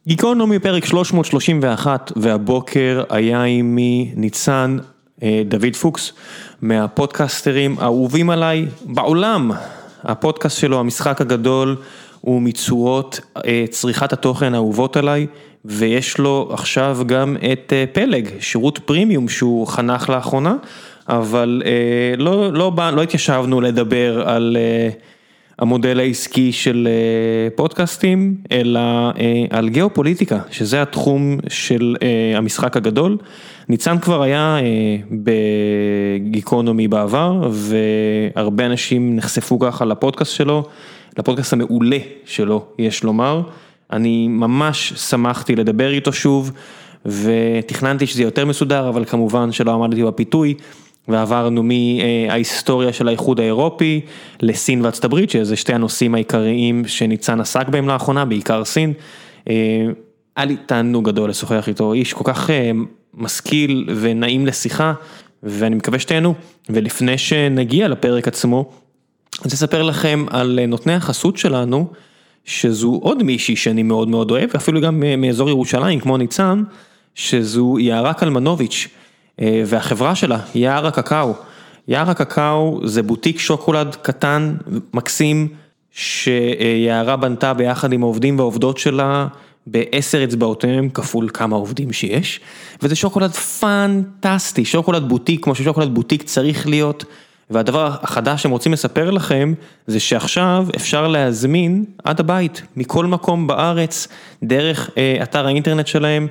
גיקונומי פרק 331, והבוקר היה עימי ניצן דוד פוקס, מהפודקאסטרים האהובים עליי בעולם. הפודקאסט שלו, המשחק הגדול, הוא מצורות צריכת התוכן האהובות עליי, ויש לו עכשיו גם את פלג, שירות פרימיום שהוא חנך לאחרונה, אבל לא התיישבנו לדבר על המודל העסקי של פודקאסטים, אלא על גיאופוליטיקה, שזה התחום של המשחק הגדול. ניצן כבר היה בגיקונומי בעבר, והרבה אנשים נחשפו ככה לפודקאסט שלו, לפודקאסט המעולה שלו, יש לומר. אני ממש שמחתי לדבר איתו שוב, ותכננתי שזה יותר מסודר, אבל כמובן שלא עמדתי בפיתוי, ועברנו מההיסטוריה של האיחוד האירופי לסין וארצות הברית, שזה שתי הנושאים העיקריים שניצן עסק בהם לאחרונה, בעיקר סין. היה לי תענוג גדול לשוחח איתו, איש כל כך משכיל ונעים לשיחה, ואני מקווה שתהנו. ולפני שנגיע לפרק עצמו, אני רוצה לספר לכם על נותני החסות שלנו, שזו עוד מישהי שאני מאוד מאוד אוהב, ואפילו גם מאזור ירושלים, כמו ניצן, שזו יערה קלמנוביץ', והחברה שלה, יער הקקאו. יער הקקאו זה בוטיק שוקולד קטן, מקסים, שיערה בנתה ביחד עם העובדים והעובדות שלה, ב10 אצבעותיהם, כפול כמה עובדים שיש, וזה שוקולד פנטסטי, שוקולד בוטיק, כמו ששוקולד בוטיק צריך להיות, והדבר החדש שהם רוצים לספר לכם, זה שעכשיו אפשר להזמין עד הבית, מכל מקום בארץ, דרך אתר האינטרנט שלהם,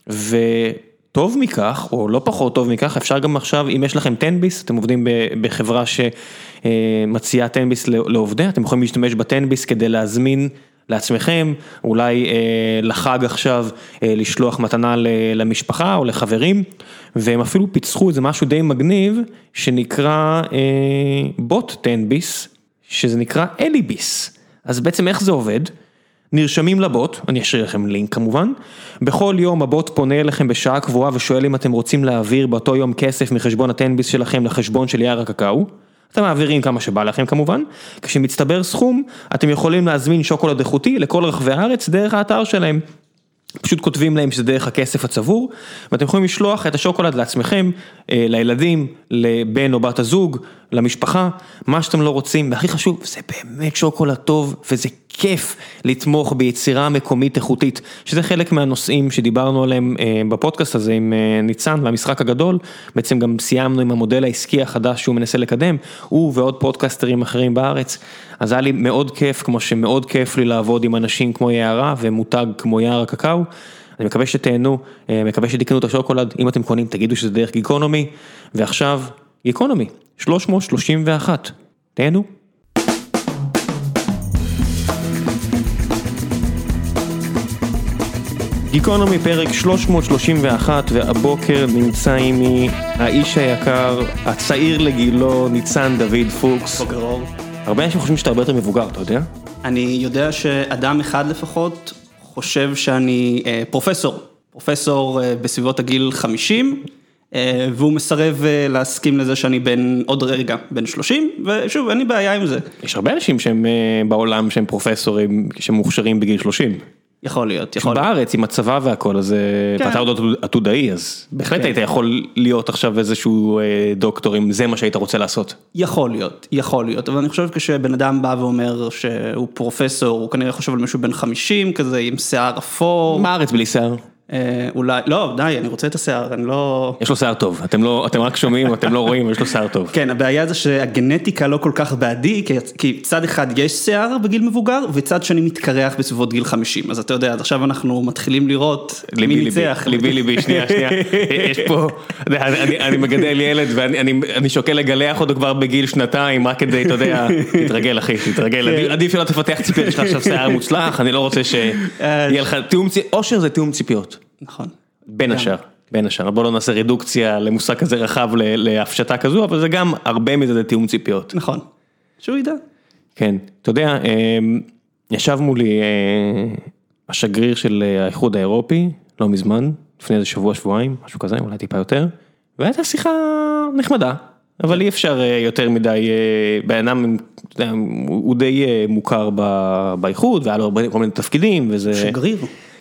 טוב מכך, או לא פחות טוב מכך, אפשר גם עכשיו, אם יש לכם טנביס, אתם עובדים בחברה שמציעה טנביס לעובדיה, אתם יכולים להשתמש בטנביס כדי להזמין לעצמכם, אולי לחג עכשיו לשלוח מתנה למשפחה או לחברים, והם אפילו פיצחו איזה משהו די מגניב, שנקרא בוט טנביס, שזה נקרא אליביס. אז בעצם איך זה עובד? נרשמים לבוט, אני אשאיר לכם לינק כמובן, בכל יום הבוט פונה אליכם בשעה קבועה ושואל אם אתם רוצים להעביר באותו יום כסף מחשבון הטנביס שלכם לחשבון של יער הקקאו, אתם מעבירים כמה שבא לכם כמובן, כשמצטבר סכום אתם יכולים להזמין שוקולד איכותי לכל רחבי הארץ דרך האתר שלהם, פשוט כותבים להם שזה דרך הכסף הצבור, ואתם יכולים לשלוח את השוקולד לעצמכם, לילדים, לבן או בת הזוג, למשפחה, מה שאתם לא רוצים, והכי חשוב, זה באמת שוקולד טוב, וזה כיף לתמוך ביצירה מקומית איכותית, שזה חלק מהנושאים שדיברנו עליהם בפודקאסט הזה עם ניצן והמשחק הגדול, בעצם גם סיימנו עם המודל העסקי החדש שהוא מנסה לקדם, הוא ועוד פודקאסטרים אחרים בארץ, אז היה לי מאוד כיף, כמו שמאוד כיף לי לעבוד עם אנשים כמו יערה ומותג כמו יער הקקאו, אני מקווה שתהנו, מקווה שתקנו את השוקולד, אם אתם קונים תגידו שזה דרך גיקונומי, ועכשיו גיקונומי, 331, תהנו. גיקונומי פרק 331, והבוקר נמצא עימי האיש היקר, הצעיר לגילו, ניצן דוד פוקס. בוקר אור. הרבה אנשים חושבים שאתה הרבה יותר מבוגר, אתה יודע? אני יודע שאדם אחד לפחות חושב שאני פרופסור בסביבות הגיל 50, והוא מסרב להסכים לזה שאני עוד רגע בן 30, ושוב, אין לי בעיה עם זה. יש הרבה אנשים שהם בעולם שהם פרופסורים שמוכשרים בגיל 30. יכול להיות. בארץ עם הצבא והכל, אז אתה עוד עתודאי, אז בהחלט היית יכול להיות עכשיו איזשהו דוקטור, אם זה מה שהיית רוצה לעשות. יכול להיות, אבל אני חושב כשבן אדם בא ואומר שהוא פרופסור, הוא כנראה חושב על משהו בן 50, כזה עם שיער אפור. בארץ בלי שיער? אולי, לא, די, אני רוצה את השיער, אני לא... יש לו שיער טוב, אתם רק שומעים, אתם לא רואים, יש לו שיער טוב. כן, הבעיה זה שהגנטיקה לא כל כך בעדי, כי צד אחד יש שיער בגיל מבוגר, וצד שני מתקרח בסביבות גיל 50, אז אתה יודע, עד עכשיו אנחנו מתחילים לראות מי ניצח. ליבי, שנייה, יש פה, אני מגדל ילד, ואני שוקל לגלח אותו כבר בגיל 2, רק כדי, אתה יודע, תתרגל אחי, תתרגל, עדיף שלא תפתח ציפיות, יש לך עכשיו שיער מוצלח, אני לא רוצה שיהיה לך, אושר זה תיאום ציפיות. נכון. בין השאר, בוא לא נעשה רדוקציה למושג כזה רחב להפשטה כזו, אבל זה גם הרבה מזה תיאום ציפיות. נכון, שהוא ידע. כן, אתה יודע, ישב מולי השגריר של האיחוד האירופי, לא מזמן, לפני איזה שבועיים, משהו כזה, אולי טיפה יותר, והייתה שיחה נחמדה, אבל אי אפשר יותר מדי, בעינם, הוא די מוכר באיחוד, והיה לו כל מיני תפקידים, וזה... שגריר.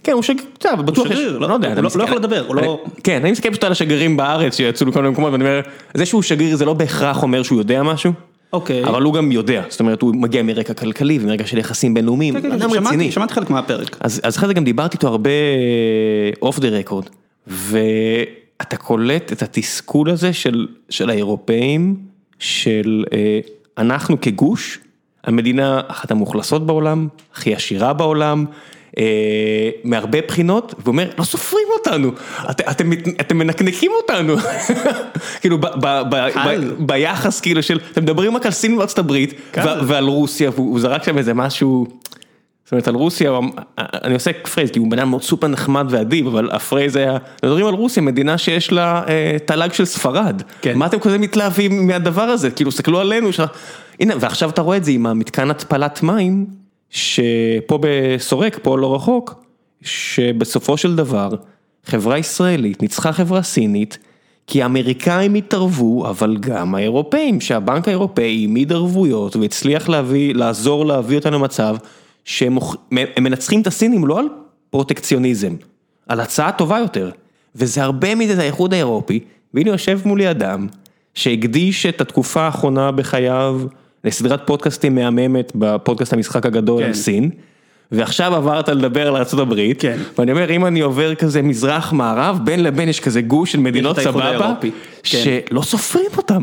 כן, הוא שגריר, בטוח יש, לא יודע, הוא לא יכול לדבר, הוא לא... כן, אני מסתכל פשוט על השגרירים בארץ שיצאו לכל מיני מקומות, ואני אומר, זה שהוא שגריר זה לא בהכרח אומר שהוא יודע משהו, אוקיי. אבל הוא גם יודע, זאת אומרת, הוא מגיע מרקע כלכלי ומרקע של יחסים בינלאומיים, אדם רציני. שמעתי חלק מהפרק. אז אחרי זה גם דיברתי איתו הרבה אוף דה רקורד, ואתה קולט את התסכול הזה של האירופאים, של אנחנו כגוש, המדינה אחת המוחלשות בעולם, הכי עשירה בעולם, מהרבה בחינות, והוא אומר, לא סופרים אותנו, אתם מנקנקים אותנו, כאילו ביחס כאילו של, אתם מדברים רק על סין וארצות הברית, ועל רוסיה, והוא זרק שם איזה משהו, זאת אומרת על רוסיה, אני עושה פרייז, כי הוא בנאדם מאוד סופר נחמד ואדיב, אבל הפרייז היה, מדברים על רוסיה, מדינה שיש לה תל"ג של ספרד, מה אתם כזה מתלהבים מהדבר הזה, כאילו סתכלו עלינו, הנה, ועכשיו אתה רואה את זה עם המתקן התפלת מים, שפה בסורק, פה לא רחוק, שבסופו של דבר, חברה ישראלית ניצחה חברה סינית, כי האמריקאים התערבו, אבל גם האירופאים, שהבנק האירופאי העמיד ערבויות, והצליח לעזור להביא אותנו למצב, שהם מנצחים את הסינים לא על פרוטקציוניזם, על הצעה טובה יותר, וזה הרבה מזה האיחוד האירופי, והנה יושב מולי אדם, שהקדיש את התקופה האחרונה בחייו, לסדרת פודקאסטים מהממת בפודקאסט המשחק הגדול על סין, ועכשיו עברת לדבר על ארצות הברית, ואני אומר, אם אני עובר כזה מזרח מערב, בין לבין יש כזה גוש של מדינות סבבה, שלא סופרים אותם.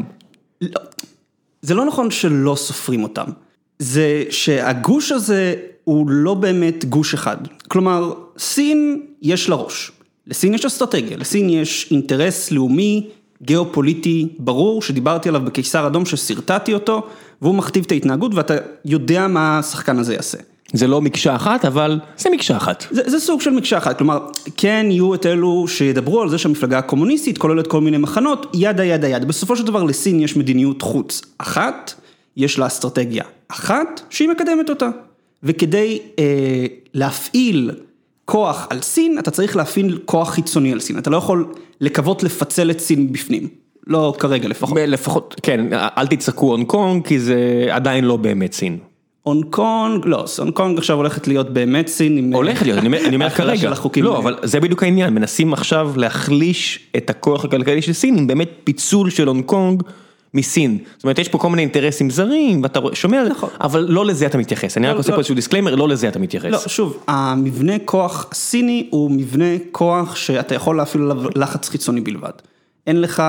זה לא נכון שלא סופרים אותם, זה שהגוש הזה הוא לא באמת גוש אחד. כלומר, סין יש לה ראש, לסין יש אסטרטגיה, לסין יש אינטרס לאומי, גיאופוליטי ברור, שדיברתי עליו בקיסר אדום שסרטטתי אותו, והוא מכתיב את ההתנהגות, ואתה יודע מה השחקן הזה יעשה. זה לא מקשה אחת, אבל זה מקשה אחת. זה סוג של מקשה אחת, כלומר, כן יהיו את אלו שידברו על זה שהמפלגה הקומוניסטית כוללת כל מיני מחנות, יד. בסופו של דבר לסין יש מדיניות חוץ אחת, יש לה אסטרטגיה אחת, שהיא מקדמת אותה. וכדי להפעיל כוח על סין, אתה צריך להפעיל כוח חיצוני על סין. אתה לא יכול לקוות לפצל את סין בפנים. לא כרגע לפחות. לפחות, כן, אל תצעקו הונג קונג, כי זה עדיין לא באמת סין. הונג קונג, לא, הונג קונג עכשיו הולכת להיות באמת סין. הולכת להיות, אני אומר כרגע. לא, אבל זה בדיוק העניין, מנסים עכשיו להחליש את הכוח הכלכלי של סין, עם באמת פיצול של הונג קונג מסין. זאת אומרת, יש פה כל מיני אינטרסים זרים, ואתה שומע, אבל לא לזה אתה מתייחס. אני רק עושה פה איזשהו דיסקליימר, לא לזה אתה מתייחס. לא, שוב, המבנה כוח הסיני הוא מבנה כוח שאתה יכול להפעיל עליו לחץ חיצוני בלבד. אין לך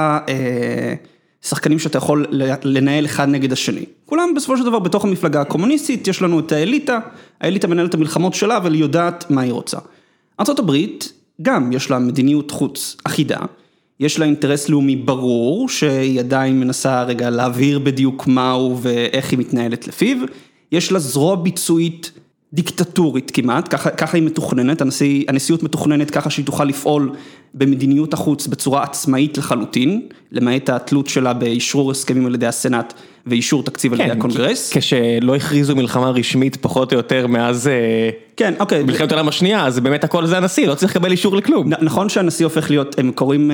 שחקנים שאתה יכול לנהל אחד נגד השני. כולם בסופו של דבר בתוך המפלגה הקומוניסטית, יש לנו את האליטה, האליטה מנהלת את המלחמות שלה, אבל היא יודעת מה היא רוצה. ארצות הברית, גם יש לה מדיניות חוץ אחידה, יש לה אינטרס לאומי ברור, שהיא עדיין מנסה רגע להבהיר בדיוק מהו ואיך היא מתנהלת לפיו, יש לה זרוע ביצועית דיקטטורית כמעט, ככה היא מתוכננת, הנשיאות מתוכננת ככה שהיא תוכל לפעול במדיניות החוץ בצורה עצמאית לחלוטין, למעט התלות שלה באישרור הסכמים על ידי הסנאט ואישור תקציב על ידי הקונגרס. כשלא הכריזו מלחמה רשמית פחות או יותר מאז מלחמת העולם השנייה, אז באמת הכל זה הנשיא, לא צריך לקבל אישור לכלום. נכון שהנשיא הופך להיות, הם קוראים,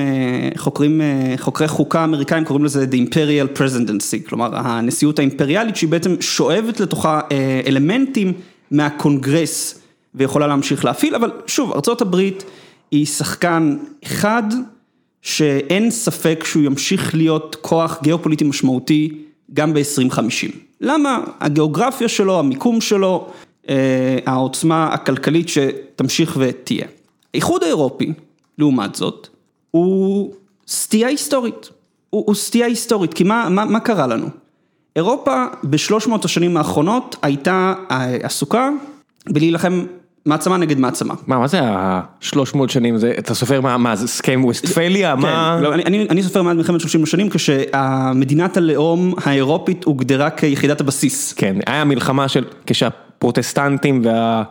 חוקרי חוקה אמריקאים קוראים לזה The Imperial Presidency, כלומר הנשיאות האימפריאלית שהיא בעצם שואבת לתוכה אלמנטים מהקונגרס ויכולה להמשיך להפעיל, אבל שוב, ארצות הברית היא שחקן אחד שאין ספק שהוא ימשיך להיות כוח גיאופוליטי משמעותי גם ב-2050. למה? הגיאוגרפיה שלו, המיקום שלו, העוצמה הכלכלית שתמשיך ותהיה. האיחוד האירופי, לעומת זאת, הוא סטייה היסטורית. הוא סטייה היסטורית, כי מה קרה לנו? אירופה ב-300 השנים האחרונות הייתה עסוקה בלהילחם מעצמה נגד מעצמה. מה זה ה-300 שנים? אתה סופר מה? זה סכם ווסטפליה? אני סופר מעד מלחמת 30 השנים, כשהמדינת הלאום האירופית הוגדרה כיחידת הבסיס. כן, היה מלחמה של כשהפרוטסטנטים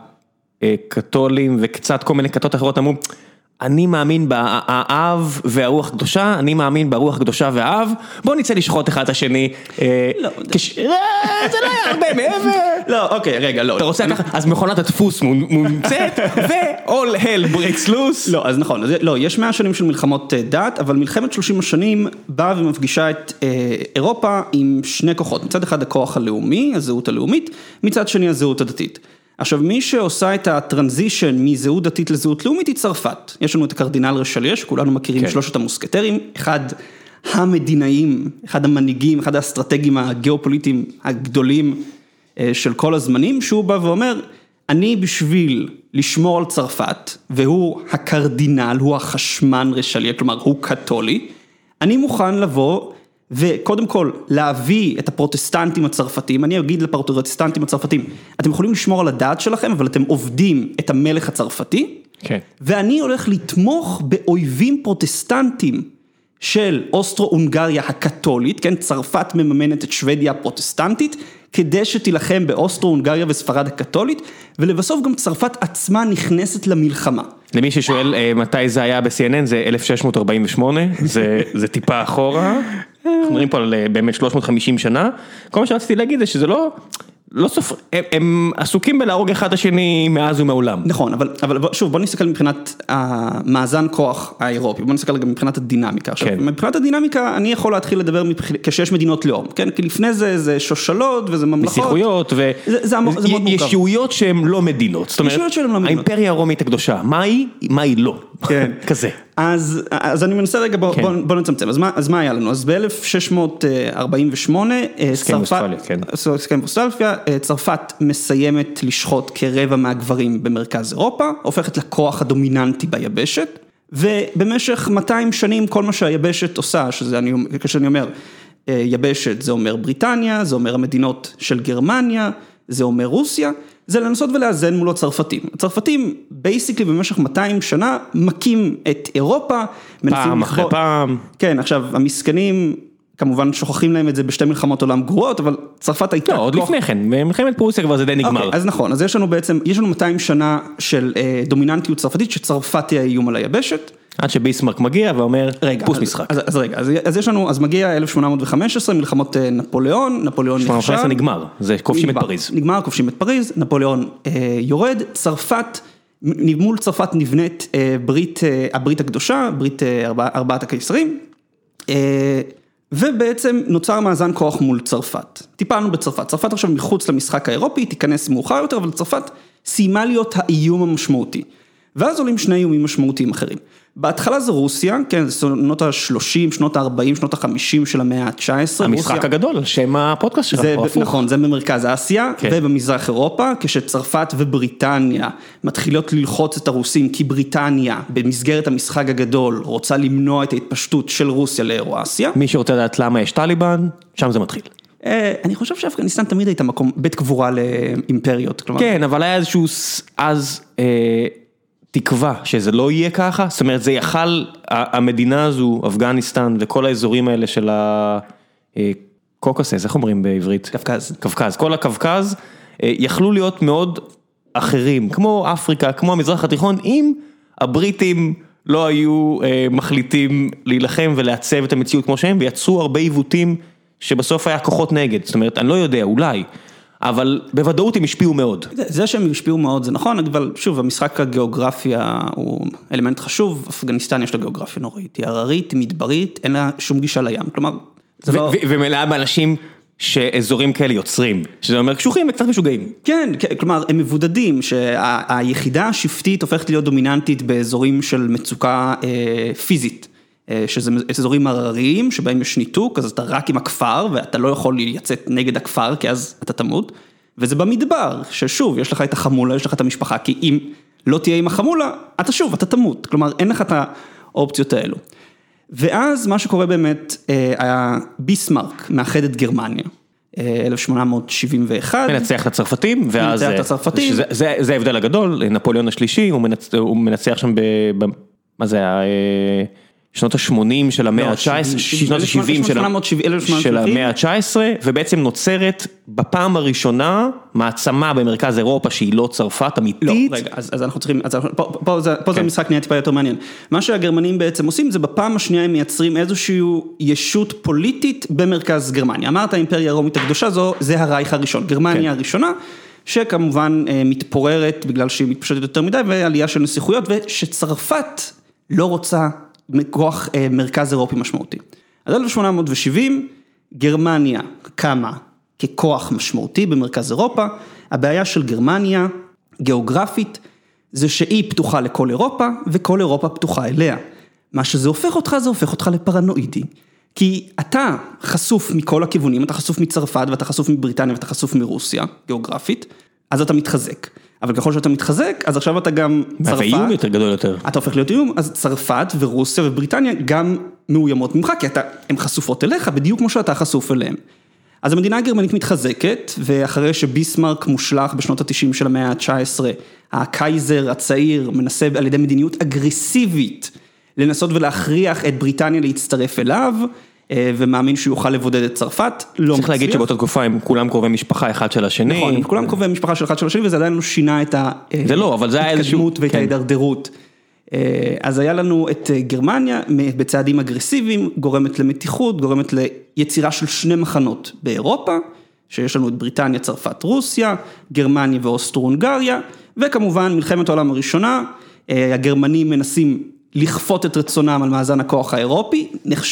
והקתולים וקצת כל מיני כתות אחרות אמרו, אני מאמין באב והרוח הקדושה, אני מאמין ברוח הקדושה והאב, בוא נצא לשחוט אחד את השני. לא, זה לא היה הרבה מעבר. לא, אוקיי, רגע, לא. אתה רוצה ככה, אז מכונת הדפוס מומצאת, ו-all hell breaks loose. לא, אז נכון, לא, יש 100 שנים של מלחמות דת, אבל מלחמת 30 השנים באה ומפגישה את אירופה עם שני כוחות. מצד אחד הכוח הלאומי, הזהות הלאומית, מצד שני הזהות הדתית. עכשיו, מי שעושה את הטרנזישן מזהות דתית לזהות לאומית היא צרפת. יש לנו את הקרדינל רשליה, שכולנו מכירים שלושת המוסקטרים, אחד המדינאים, אחד המנהיגים, אחד האסטרטגיים הגיאופוליטיים הגדולים של כל הזמנים, שהוא בא ואומר, אני בשביל לשמור על צרפת, והוא הקרדינל, הוא החשמן רשליה, כלומר הוא קתולי, אני מוכן לבוא וקודם כל להביא את הפרוטסטנטים הצרפתים, אני אגיד לפרוטסטנטים הצרפתים, אתם יכולים לשמור על הדת שלכם, אבל אתם עובדים את המלך הצרפתי, כן. ואני הולך לתמוך באויבים פרוטסטנטים של אוסטרו-הונגריה הקתולית, כן, צרפת מממנת את שוודיה הפרוטסטנטית, כדי שתילחם באוסטרו-הונגריה וספרד הקתולית, ולבסוף גם צרפת עצמה נכנסת למלחמה. למי ששואל מתי זה היה ב-CNN, זה 1648, זה טיפה אחורה, אנחנו מדברים פה על באמת 350 שנה, כל מה שרציתי להגיד זה שזה לא סופר, הם עסוקים בלהרוג אחד השני מאז ומעולם. נכון, אבל שוב, בוא נסתכל מבחינת המאזן כוח האירופי, בוא נסתכל גם מבחינת הדינמיקה. עכשיו, מבחינת הדינמיקה, אני יכול להתחיל לדבר כשיש מדינות לאום, כן? כי לפני זה שושלות וזה ממלכות. נסיכויות וישויות שהן לא מדינות. זאת אומרת, האימפריה הרומית הקדושה, מה היא לא? כן. כזה. אז אני מנסה רגע, בוא נצמצם. אז מה היה לנו? אז ב-1648, הסכם וסטפליה, צרפת מסיימת לשחוט כרבע מהגברים במרכז אירופה, הופכת לכוח הדומיננטי ביבשת, ובמשך 200 שנים כל מה שהיבשת עושה, כשאני אומר יבשת, זה אומר בריטניה, זה אומר המדינות של גרמניה, זה אומר רוסיה, זה לנסות ולאזן מול הצרפתים. הצרפתים, בייסיקלי, במשך 200 שנה, מקים את אירופה, פעם אחרי פעם. כן, עכשיו, המסכנים, כמובן, שוכחים להם את זה בשתי מלחמות עולם גרועות, אבל צרפת הייתה... לא, עוד לפני כן, במלחמת פרוסיה כבר זה די נגמר. אז נכון, אז יש לנו בעצם, יש לנו 200 שנה של דומיננטיות צרפתית, שצרפת היא האיום על היבשת. עד שביסמרק מגיע ואומר, פוס משחק. אז יש לנו, אז מגיע 1815, מלחמות נפוליאון נכשל. 1815 נגמר, זה כובשים את פריז. נגמר, כובשים את פריז, נפוליאון יורד, צרפת, מול צרפת נבנית הברית הקדושה, ברית ארבעת הקיסרים, ובעצם נוצר מאזן כוח מול צרפת. טיפלנו בצרפת, צרפת עכשיו מחוץ למשחק האירופי, תיכנס מאוחר יותר, אבל צרפת סיימה להיות האיום המשמעותי. ואז עולים שני איומים משמעותיים אחרים. בהתחלה זה רוסיה, כן, זה שנות ה-30, שנות ה-40, שנות ה-50 של המאה ה-19. המשחק הגדול, שם הפודקאסט שלך. נכון, זה במרכז אסיה, ובמזרח אירופה, כשצרפת ובריטניה מתחילות ללחוץ את הרוסים, כי בריטניה, במסגרת המשחק הגדול, רוצה למנוע את ההתפשטות של רוסיה לאירואסיה. מי שרוצה לדעת למה יש טליבן, שם זה מתחיל. אני חושב שאפגניסטן תמיד הייתה מקום, בית קבורה לאימפריות. כן, אבל היה איזשהו אז... תקווה שזה לא יהיה ככה, זאת אומרת זה יכל, המדינה הזו, אפגניסטן וכל האזורים האלה של הקוקסס, איך אומרים בעברית? קווקז, כל הקווקז, יכלו להיות מאוד אחרים, כמו אפריקה, כמו המזרח התיכון, אם הבריטים לא היו מחליטים להילחם ולעצב את המציאות כמו שהם, ויצרו הרבה עיוותים שבסוף היה כוחות נגד, זאת אומרת, אני לא יודע, אולי, אבל בוודאות הם השפיעו מאוד. זה שהם השפיעו מאוד, זה נכון, אבל שוב, המשחק הגיאוגרפיה הוא אלמנט חשוב, אפגניסטן יש לה גיאוגרפיה נוראית, היא הררית, היא מדברית, אין לה שום גישה לים, כלומר, זה לא... ומלאה באנשים שאזורים כאלה יוצרים, שזה אומר קשוחים וקצת משוגעים. כן, כלומר, הם מבודדים, שהיחידה השבטית הופכת להיות דומיננטית באזורים של מצוקה פיזית. שזה אזורים הרריים, שבהם יש ניתוק, אז אתה רק עם הכפר, ואתה לא יכול לצאת נגד הכפר, כי אז אתה תמות, וזה במדבר, ששוב, יש לך את החמולה, יש לך את המשפחה, כי אם לא תהיה עם החמולה, אתה שוב, אתה תמות, כלומר, אין לך את האופציות האלו. ואז מה שקורה באמת, היה ביסמרק, מאחד את גרמניה, 1871. מנצח את הצרפתים, ואז, זה ההבדל הגדול, נפוליאון השלישי, הוא מנצח שם מה זה היה... שנות ה-80 של המאה ה-19, שנות ה-70 של המאה ה-19, ובעצם נוצרת בפעם הראשונה מעצמה במרכז אירופה שהיא לא צרפת אמיתית. לא, רגע, אז אנחנו צריכים, פה זה המשחק נהיה טיפה יותר מעניין. מה שהגרמנים בעצם עושים, זה בפעם השנייה הם מייצרים איזושהי ישות פוליטית במרכז גרמניה. אמרת, האימפריה הרומית הקדושה, זה הרייך הראשון, גרמניה הראשונה, שכמובן מתפוררת בגלל שהיא מתפשטת יותר מדי, ועלייה של נסיכויות, ושצרפת לא רוצה מכוח מרכז אירופי משמעותי. אז 1870, גרמניה קמה ככוח משמעותי במרכז אירופה, הבעיה של גרמניה גיאוגרפית, זה שהיא פתוחה לכל אירופה, וכל אירופה פתוחה אליה. מה שזה הופך אותך, זה הופך אותך לפרנואידי. כי אתה חשוף מכל הכיוונים, אתה חשוף מצרפת, ואתה חשוף מבריטניה, ואתה חשוף מרוסיה, גיאוגרפית, אז אתה מתחזק. אבל ככל שאתה מתחזק, אז עכשיו אתה גם צרפת. ואיום יותר גדול יותר. אתה הופך להיות איום, אז צרפת ורוסיה ובריטניה גם מאוימות ממך, כי הן חשופות אליך, בדיוק כמו שאתה חשוף אליהם. אז המדינה הגרמנית מתחזקת, ואחרי שביסמרק מושלך בשנות ה-90 של המאה ה-19, הקייזר הצעיר מנסה על ידי מדיניות אגרסיבית, לנסות ולהכריח את בריטניה להצטרף אליו, ומאמין שהוא יוכל לבודד את צרפת, לא צריך להגיד שבאותה תקופה הם כולם קרובי משפחה אחד של השני. נכון, הם כולם קרובי משפחה של אחד של השני, וזה עדיין לא שינה את ההתקדמות ואת ההידרדרות. אז היה לנו את גרמניה, בצעדים אגרסיביים, גורמת למתיחות, גורמת ליצירה של שני מחנות באירופה, שיש לנו את בריטניה, צרפת, רוסיה, גרמניה ואוסטרו-הונגריה, וכמובן מלחמת העולם הראשונה, הגרמנים מנסים לכפות את רצונם על מאזן הכוח האירופי,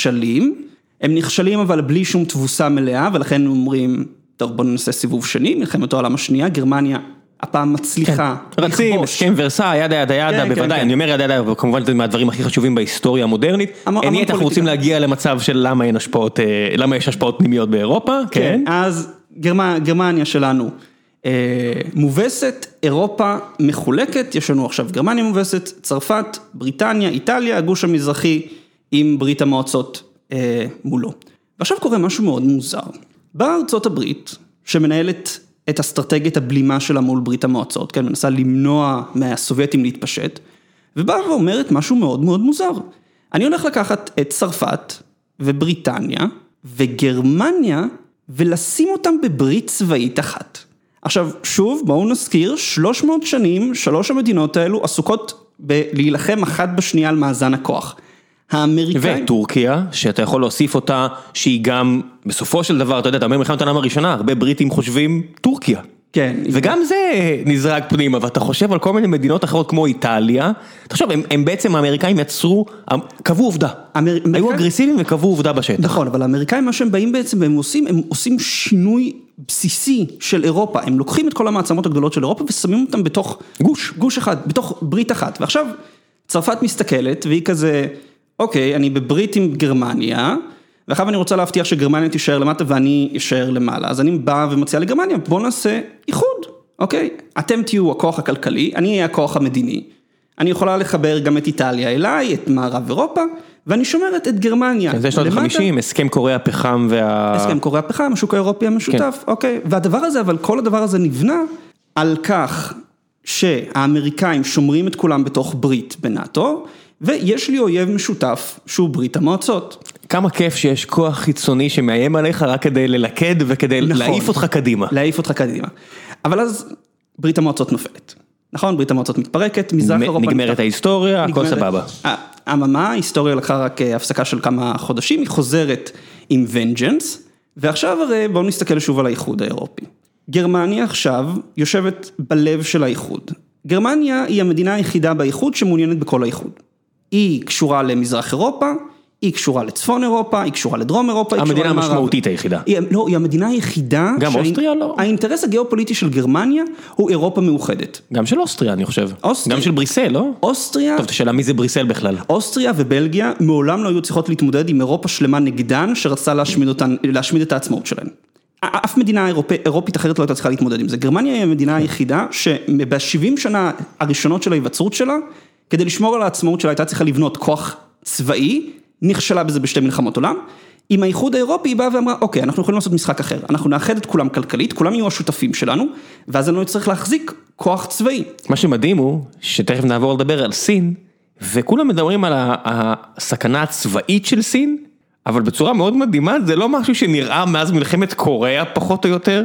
הם נכשלים אבל בלי שום תבוסה מלאה, ולכן אומרים, טוב בוא ננסה סיבוב שני, מלחמת העולם השנייה, גרמניה הפעם מצליחה רצים, הסכם ורסאי, ידה, בוודאי, אני אומר ידה, וכמובן זה מהדברים הכי חשובים בהיסטוריה המודרנית, אנחנו רוצים להגיע למצב של למה יש השפעות פנימיות באירופה, כן? אז גרמניה שלנו מובסת, אירופה מחולקת, יש לנו עכשיו גרמניה מובסת, צרפת, בריטניה, איטליה, הגוש המזרחי עם ברית המועצות מולו. ועכשיו קורה משהו מאוד מוזר. באה ארצות הברית, שמנהלת את אסטרטגיית הבלימה שלה מול ברית המועצות, כן, מנסה למנוע מהסובייטים להתפשט, ובאה ואומרת משהו מאוד מאוד מוזר. אני הולך לקחת את צרפת ובריטניה וגרמניה, ולשים אותם בברית צבאית אחת. עכשיו, שוב, בואו נזכיר, 300 שנים, 3 המדינות האלו עסוקות בלהילחם אחת בשנייה על מאזן הכוח. האמריקאים... וטורקיה, שאתה יכול להוסיף אותה, שהיא גם, בסופו של דבר, אתה יודע, אתה אומר מלחמת העולם הראשונה, הרבה בריטים חושבים טורקיה. כן. וגם זה נזרק פנימה, ואתה חושב על כל מיני מדינות אחרות כמו איטליה, תחשוב, הם בעצם, האמריקאים יצרו, קבעו עובדה. היו אגרסיביים וקבעו עובדה בשטח. נכון, אבל האמריקאים, מה שהם באים בעצם, הם עושים שינוי בסיסי של אירופה, הם לוקחים את כל המעצמות הגדולות של אירופה, ושמים אותם בתוך גוש אחד, בתוך ברית אחת. ועכשיו, צרפת מסתכלת, והיא כזה, אוקיי, אני בברית עם גרמניה, ואחר אני רוצה להבטיח שגרמניה תישאר למטה ואני אשאר למעלה. אז אני בא ומציע לגרמניה, בוא נעשה איחוד, אוקיי? אתם תהיו הכוח הכלכלי, אני אהיה הכוח המדיני. אני יכולה לחבר גם את איטליה אליי, את מערב אירופה, ואני שומרת את גרמניה. זה שנות ה-50, הסכם קורי הפחם הסכם קורי הפחם, השוק האירופי המשותף, אוקיי? והדבר הזה, אבל כל הדבר הזה נבנה על כך שהאמריקאים שומרים את כולם בתוך ברית בנאטו, ויש לי אויב משותף שהוא ברית המועצות. כמה כיף שיש כוח חיצוני שמאיים עליך רק כדי ללכד וכדי להעיף אותך קדימה. להעיף אותך קדימה. אבל אז ברית המועצות נופלת. נכון? ברית המועצות מתפרקת, מזרח אירופה... נגמרת ההיסטוריה, הכל סבבה. אממה, ההיסטוריה לקחה רק הפסקה של כמה חודשים, היא חוזרת עם ונג'נס, ועכשיו הרי בואו נסתכל שוב על האיחוד האירופי. גרמניה עכשיו יושבת בלב של האיחוד. גרמניה היא המדינה היחידה באיחוד שמעוניינת בכל האיחוד. היא קשורה למזרח אירופה, היא קשורה לצפון אירופה, היא קשורה לדרום אירופה, המדינה המשמעותית היחידה. לא, היא המדינה היחידה. גם אוסטריה לא? האינטרס הגיאופוליטי של גרמניה הוא אירופה מאוחדת. גם של אוסטריה אני חושב. גם של בריסל, לא? אוסטריה. טוב, תשאלה מי זה בריסל בכלל. אוסטריה ובלגיה מעולם לא היו צריכות להתמודד עם אירופה שלמה נגדן, שרצה להשמיד את העצמאות שלהן. אף מדינה אירופית אחרת לא הייתה צריכה להתמודד עם זה. גרמניה היא המדינה היחידה שב-70 שנה הראשונות של ההיווצרות שלה, כדי לשמור על העצמאות שלה הייתה צריכה לבנות כוח צבאי, נכשלה בזה בשתי מלחמות עולם. עם האיחוד האירופי היא באה ואמרה, אוקיי, אנחנו יכולים לעשות משחק אחר, אנחנו נאחד את כולם כלכלית, כולם יהיו השותפים שלנו, ואז אני צריך להחזיק כוח צבאי. מה שמדהים הוא, שתכף נעבור לדבר על סין, וכולם מדברים על הסכנה הצבאית של סין, אבל בצורה מאוד מדהימה, זה לא משהו שנראה מאז מלחמת קוריאה פחות או יותר,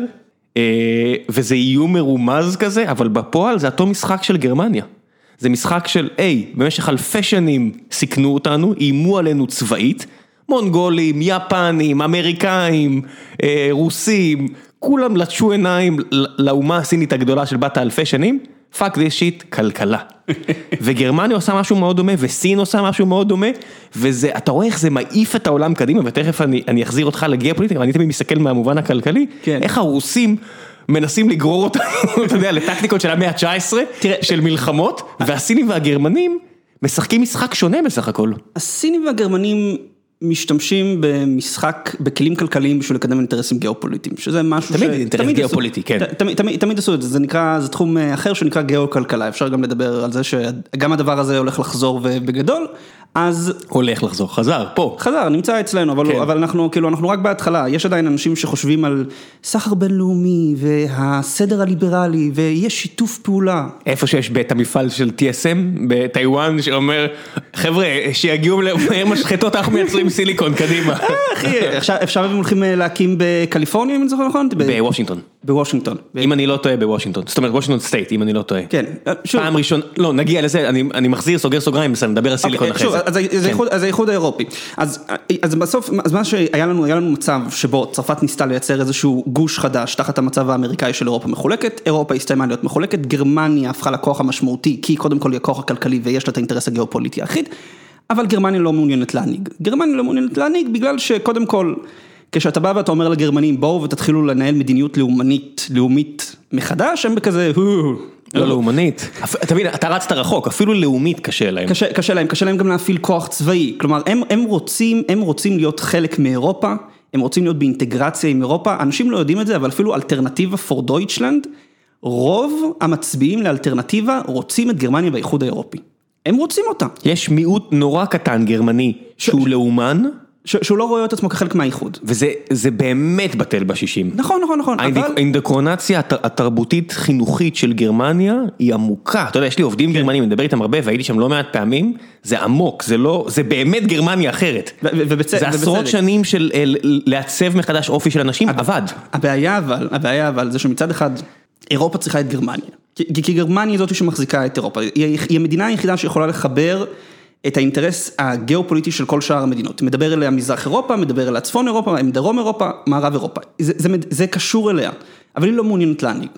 וזה איום מרומז כזה, אבל בפועל זה אותו משחק של גרמניה. זה משחק של, במשך אלפי שנים סיכנו אותנו, אימו עלינו צבאית, מונגולים, יפנים, אמריקאים, רוסים, כולם לטשו עיניים לאומה הסינית הגדולה של בת האלפי שנים, fuck this shit, כלכלה. וגרמניה עושה משהו מאוד דומה, וסין עושה משהו מאוד דומה, וזה, אתה רואה איך זה מעיף את העולם קדימה, ותכף אני אחזיר אותך לגיאופוליטיקה, ואני תמיד מסתכל מהמובן הכלכלי, איך הרוסים מנסים לגרור אותנו, אתה יודע, לטקטיקות של המאה ה-19, של מלחמות, והסינים והגרמנים משחקים משחק שונה בסך הכל. הסינים והגרמנים משתמשים במשחק, בכלים כלכליים בשביל לקדם אינטרסים גיאופוליטיים, שזה משהו תמיד אינטרס גיאופוליטי, כן. תמיד עשו את זה, זה תחום אחר שנקרא גיאוקלכלה, אפשר גם לדבר על זה שגם הדבר הזה הולך לחזור ובגדול, אז... הולך לחזור, חזר, פה. חזר, נמצא אצלנו, אבל אנחנו רק בהתחלה, יש עדיין אנשים שחושבים על סחר בינלאומי, והסדר הליברלי, ויש שיתוף פעולה. איפה שיש בית המפעל של TSM בטיואן, שאומר, חבר'ה, שיגיעו למהר משחטות, אנחנו מייצרים סיליקון, קדימה. אחי, עכשיו הם הולכים להקים בקליפורניה, אם אני זוכר נכון? בוושינגטון. בוושינגטון. אם אני לא טועה בוושינגטון, זאת אומרת וושינגטון סטייט, אם אני לא טועה. כן. פעם ראשון, לא, נגיע לזה, אני מחזיר, סוגר סוגריים, בסדר, נדבר על סיליקון אחרי זה. אז האיחוד האירופי. אז בסוף, אז מה שהיה לנו מצב שבו צרפת ניסתה לייצר איזשהו גוש חדש, תחת המצב האמריקאי של אירופה מחולקת, אירופה הסתיימה להיות מחולקת, גרמניה הפכה לכוח המשמעותי, כי קודם כל היא הכוח הכלכלי ויש לה את האינטרס הגיאופוליטי האחיד, אבל גרמניה לא מעוניינת להנהיג. גרמניה לא מעוניינת להנהיג בגלל שקודם כל, כשאתה בא ואתה אומר לגרמנים, בואו ותתחילו לנהל מדיניות לאומית מחדש, הם בכזה, לא לאומנית. תבין, אתה רצת רחוק, אפילו לאומית קשה להם. קשה להם גם להפעיל כוח צבאי. כלומר, הם רוצים להיות חלק מאירופה, הם רוצים להיות באינטגרציה עם אירופה, אנשים לא יודעים את זה, אבל אפילו אלטרנטיבה פור דויטשלנד, רוב המצביעים לאלטרנטיבה רוצים את גרמניה באיחוד האירופי. הם רוצים אותה. יש מיעוט נורא קטן גרמני שהוא לאומן, שהוא לא רואה את עצמו כחלק מהאיחוד. וזה באמת בטל ב-60. נכון. האינדוקרונציה התרבותית חינוכית של גרמניה היא עמוקה. אתה יודע, יש לי עובדים גרמנים, אני מדבר איתם הרבה, והייתי שם לא מעט פעמים, זה עמוק, זה באמת גרמניה אחרת. זה עשרות שנים של לעצב מחדש אופי של אנשים, עבד. הבעיה אבל, זה שמצד אחד, אירופה צריכה את גרמניה. כי גרמניה היא זאת שמחזיקה את אירופה. היא המדינה היחידה שיכולה לחבר את האינטרס הגיאופוליטי של כל שאר המדינות. מדבר אליה מזרח אירופה, מדבר אליה צפון אירופה, דרום אירופה, מערב אירופה. זה קשור אליה, אבל היא לא מעוניינת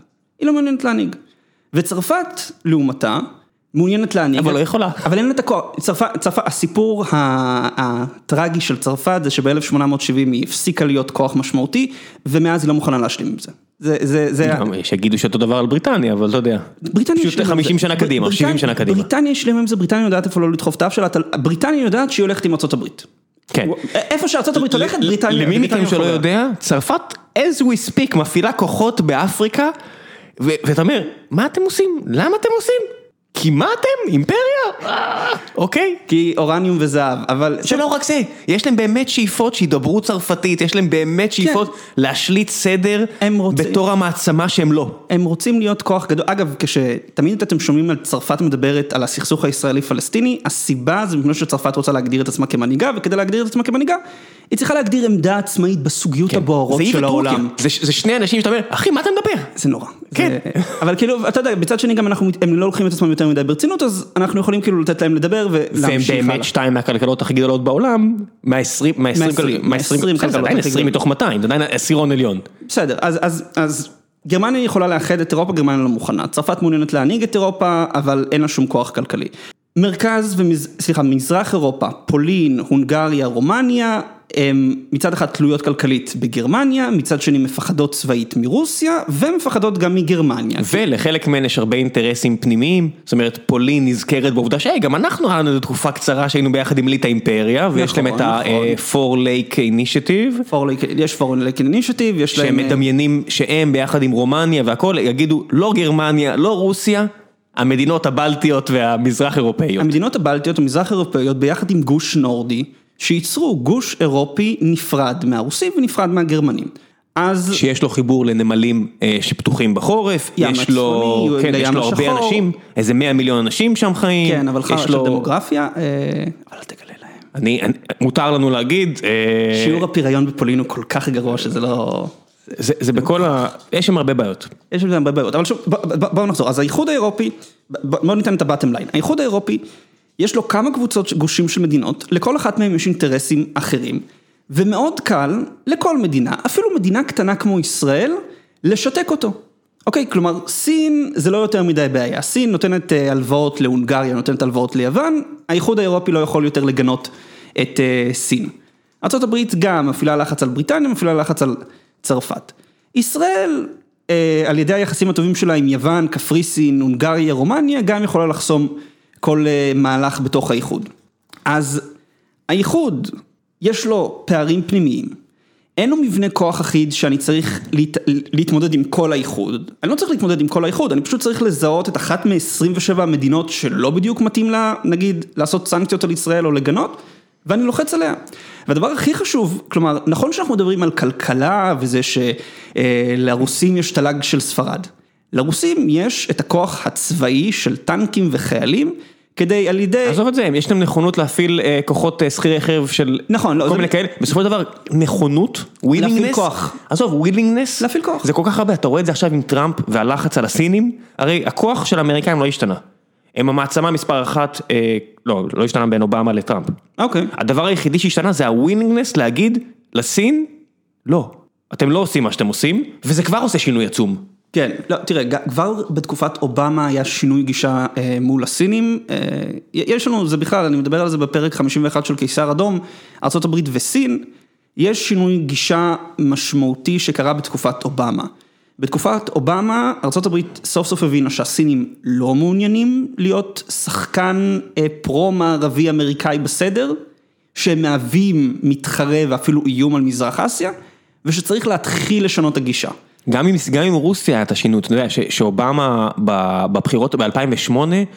להנהיג. וצרפת, לעומתה, מעוניינת להנהיג. אבל לא יכולה. אבל אין לה את הכוח. הסיפור הטרגי של צרפת זה שב-1870 היא הפסיקה להיות כוח משמעותי, ומאז היא לא מוכנה להשלים עם זה. שיגידו שאותו דבר על בריטניה, אבל אתה יודע, פשוט 50 שנה קדימה, 70 שנה קדימה. בריטניה יש להם עם זה, בריטניה יודעת איפה לא לדחוף את האף שלה, בריטניה יודעת שהיא הולכת עם ארצות הברית. כן. איפה שארצות הברית הולכת, בריטניה. למי מכם שלא יודע, צרפת, as we speak, מפעילה כוחות באפריקה, ואתה אומר, מה אתם עושים? למה אתם עושים? כי מה אתם? אימפריה? אוקיי. כי אורניום וזהב, אבל... שלא רק זה, יש להם באמת שאיפות שידברו צרפתית, יש להם באמת שאיפות להשליט סדר בתור המעצמה שהם לא. הם רוצים להיות כוח גדול. אגב, כשתמיד אתם שומעים על צרפת מדברת על הסכסוך הישראלי-פלסטיני, הסיבה זה מפני שצרפת רוצה להגדיר את עצמה כמנהיגה, וכדי להגדיר את עצמה כמנהיגה, היא צריכה להגדיר עמדה עצמאית בסוגיות הבוערות של העולם. זה שני אנשים שאתה אומר, אחי, מה אתה מדבר? זה נורא. אבל כאילו, אתה יודע, בצד שני גם הם לא לוקחים את עצמם יותר מדי ברצינות, אז אנחנו יכולים כאילו לתת להם לדבר ולהמשיך הלאה. והם באמת שתיים מהכלכלות הכי גדולות בעולם, 20 מתוך 200, עדיין עשירון עליון. בסדר, אז גרמניה יכולה לאחד את אירופה, גרמניה לא מוכנה. צרפת מעוניינת להנהיג את אירופה, אבל אין לה שום כוח כלכלי. מזרח אירופה, פולין, הונגריה, רומניה, מצד אחד תלויות כלכלית בגרמניה, מצד שני מפחדות צבאית מרוסיה, ומפחדות גם מגרמניה. ולחלק מהן יש הרבה אינטרסים פנימיים, זאת אומרת, פולין נזכרת בעובדה גם אנחנו היינו איזו תקופה קצרה שהיינו ביחד עם ליט האימפריה, ויש להם את ה-4 Lake Initiative. יש 4 Lake Initiative, יש להם... שהם מדמיינים שהם ביחד עם רומניה והכל, יגידו לא גרמניה, לא רוסיה, המדינות הבלטיות והמזרח אירופאיות. המדינות הבלטיות והמזרח אירופאיות ביחד עם גוש נורדי, שייצרו גוש אירופי נפרד מהרוסים ונפרד מהגרמנים. שיש לו חיבור לנמלים שפתוחים בחורף, יש לו הרבה אנשים, איזה 100 מיליון אנשים שם חיים. כן, אבל חרא של דמוגרפיה, אבל תגלה להם. מותר לנו להגיד... שיעור הפיריון בפולין הוא כל כך גרוע שזה לא... זה בכל יש שם הרבה בעיות. יש שם הרבה בעיות, אבל שוב, בואו נחזור. אז האיחוד האירופי, בואו ניתן את הבטם ליין. האיחוד האירופי, יש לו כמה קבוצות גושים של מדינות, לכל אחת מהם יש אינטרסים אחרים, ומאוד קל לכל מדינה, אפילו מדינה קטנה כמו ישראל, לשתק אותו. אוקיי, כלומר, סין זה לא יותר מדי בעיה. סין נותנת הלוואות להונגריה, נותנת הלוואות ליוון, האיחוד האירופי לא יכול יותר לגנות את סין. ארצות הברית גם מפעילה לחץ על בריטניה, מפעילה לחץ על צרפת. ישראל על ידי היחסים הטובים שלה עם יוון, קפריסין, הונגריה, רומניה, גם יכולה לחסום כל מהלך בתוך האיחוד. אז האיחוד, יש לו פערים פנימיים. אין לו מבנה כוח אחיד שאני צריך להתמודד עם כל האיחוד. אני לא צריך להתמודד עם כל האיחוד, אני פשוט צריך לזהות את אחת מ-27 המדינות שלא בדיוק מתאים לה, נגיד, לעשות סנקציות על ישראל או לגנות, ואני לוחץ עליה. והדבר הכי חשוב, כלומר, נכון שאנחנו מדברים על כלכלה, וזה שלרוסים יש תל"ג של ספרד. לרוסים יש את הכוח הצבאי של טנקים וחיילים, כדי על ידי... עזוב את זה, יש להם נכונות להפעיל כוחות שכירי חרב של... נכון, לא, כל מיני כאלה. בסופו של דבר, נכונות, להפעיל כוח. עזוב, ווילינגנס, להפעיל כוח. זה כל כך הרבה, אתה רואה את זה עכשיו עם טראמפ והלחץ על הסינים, הרי הכוח של האמריקאים לא השתנה. הם המעצמה מספר אחת, לא השתנה בין אובמה לטראמפ. אוקיי. הדבר היחידי שהשתנה זה הווילינגנס להגיד לסין, לא, אתם לא עושים מה שאתם עושים, וזה כבר עושה שינוי עצום. כן, לא, תראה, כבר בתקופת אובמה היה שינוי גישה מול הסינים, יש לנו, זה בכלל, אני מדבר על זה בפרק 51 של קיסר אדום, ארצות הברית וסין, יש שינוי גישה משמעותי שקרה בתקופת אובמה. בתקופת אובמה, ארצות הברית סוף סוף הבינה שהסינים לא מעוניינים להיות שחקן פרו-מערבי אמריקאי בסדר, שהם מהווים מתחרה ואפילו איום על מזרח אסיה, ושצריך להתחיל לשנות את הגישה. גם עם רוסיה היה את השינוי, אתה יודע, שאובמה בבחירות ב-2008,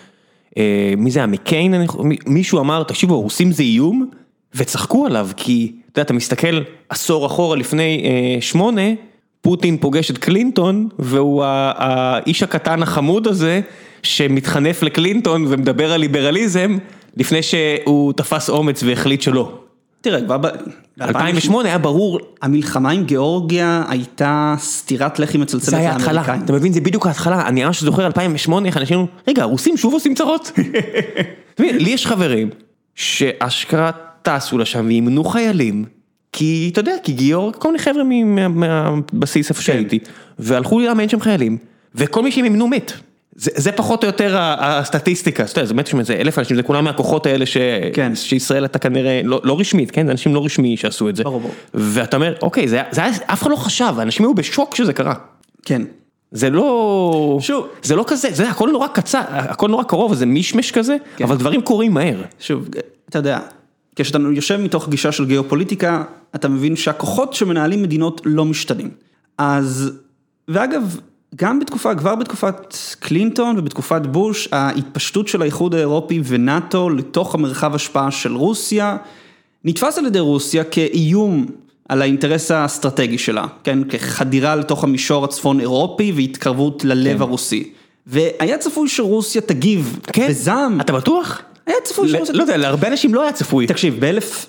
מי זה המקיין, מישהו אמר, תקשיבו, הרוסים זה איום, וצחקו עליו, כי אתה יודע, אתה מסתכל עשור אחורה לפני 8, פוטין פוגש את קלינטון, והוא האיש הקטן החמוד הזה, שמתחנף לקלינטון ומדבר על ליברליזם, לפני שהוא תפס אומץ והחליט שלא. תראה, כבר ב-2008 היה ברור. המלחמה עם גיאורגיה הייתה סתירת לחי מצלצלת לאמריקאים. זה היה התחלה, אתה מבין, זה בדיוק ההתחלה, אני ממש זוכר 2008, איך אנשים, רגע, הרוסים שוב עושים צרות? לי יש חברים, שאשכרה טסו לשם וימנו חיילים, כי אתה יודע, כי גיאורג, כל מיני חבר'ה מהבסיס איפה שהייתי, והלכו לאמן שם חיילים, וכל מי שהם ימנו מת. זה פחות או יותר הסטטיסטיקה, זה באמת שזה 1,000 אנשים, זה כולם מהכוחות האלה שישראל אתה כנראה, לא רשמית, כן? זה אנשים לא רשמי שעשו את זה. ואתה אומר, אוקיי, אף אחד לא חשב, האנשים היו בשוק שזה קרה. כן. זה לא כזה, זה הכל נורא קצר, הכל נורא קרוב, זה מישמש כזה, אבל דברים קורים מהר. שוב, אתה יודע, כשאתה יושב מתוך גישה של גיאופוליטיקה, אתה מבין שהכוחות שמנהלים מדינות לא משתנים. אז, ואגב, כבר בתקופת קלינטון ובתקופת בוש, ההתפשטות של האיחוד האירופי ונאטו לתוך המרחב השפעה של רוסיה, נתפס על ידי רוסיה כאיום על האינטרס האסטרטגי שלה, כן? כחדירה לתוך המישור הצפון אירופי והתקרבות ללב הרוסי. והיה צפוי שרוסיה תגיב בזעם. אתה בטוח? היה צפוי שרוסיה... לא יודע, להרבה אנשים לא היה צפוי. תקשיב,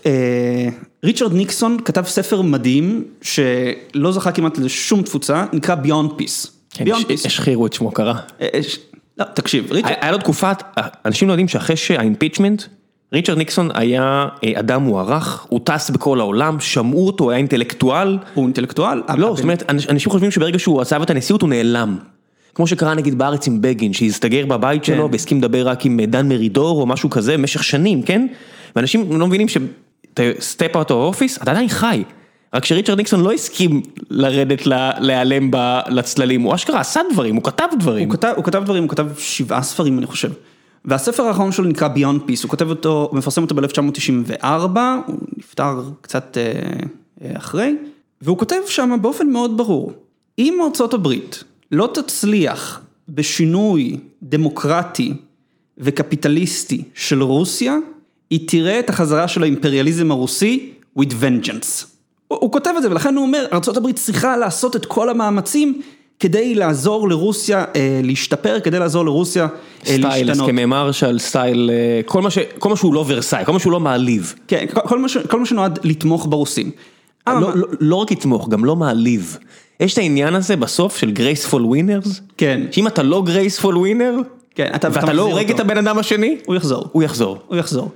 ריצ'רד ניקסון כתב ספר מדהים, שלא זכה כמעט לשום תפוצה, נקרא Beyond Peace. השחירו את שמו קרה. לא, תקשיב. היה לו תקופת, אנשים לא יודעים שאחרי שהאימפיצ'מנט, ריצ'רד ניקסון היה אדם מוערך, הוא טס בכל העולם, שמעו אותו, הוא היה אינטלקטואל. הוא אינטלקטואל? לא, זאת אומרת, אנשים חושבים שברגע שהוא עזב את הנשיאות הוא נעלם. כמו שקרה נגיד בארץ עם בגין, שהסתגר בבית שלו, והסכים לדבר רק עם דן מרידור או משהו כזה, במשך שנים, כן? ואנשים לא מבינים שאתה step out of office, אתה עדיין חי. רק שריצ'רד ניקסון לא הסכים לרדת להיעלם לצללים, הוא אשכרה עשה דברים, הוא כתב דברים. הוא כתב דברים, הוא כתב 7 ספרים אני חושב. והספר האחרון שלו נקרא Beyond Peace, הוא כותב אותו, הוא מפרסם אותו ב-1994, הוא נפטר קצת אחרי, והוא כותב שם באופן מאוד ברור, אם ארצות הברית לא תצליח בשינוי דמוקרטי וקפיטליסטי של רוסיה, היא תראה את החזרה של האימפריאליזם הרוסי with vengeance. הוא כותב את זה, ולכן הוא אומר, ארצות הברית צריכה לעשות את כל המאמצים, כדי לעזור לרוסיה להשתפר, כדי לעזור לרוסיה להשתנות. סטייל, הסכמי מרשל, סטייל, כל מה שהוא לא ורסאי, כל מה שהוא לא מעליב. כן, כל מה שנועד לתמוך ברוסים. לא רק לתמוך, גם לא מעליב. יש את העניין הזה בסוף של graceful winners, כן. שאם אתה לא graceful winner, כן, ואתה לא הורג את הבן אדם השני, הוא יחזור. הוא יחזור.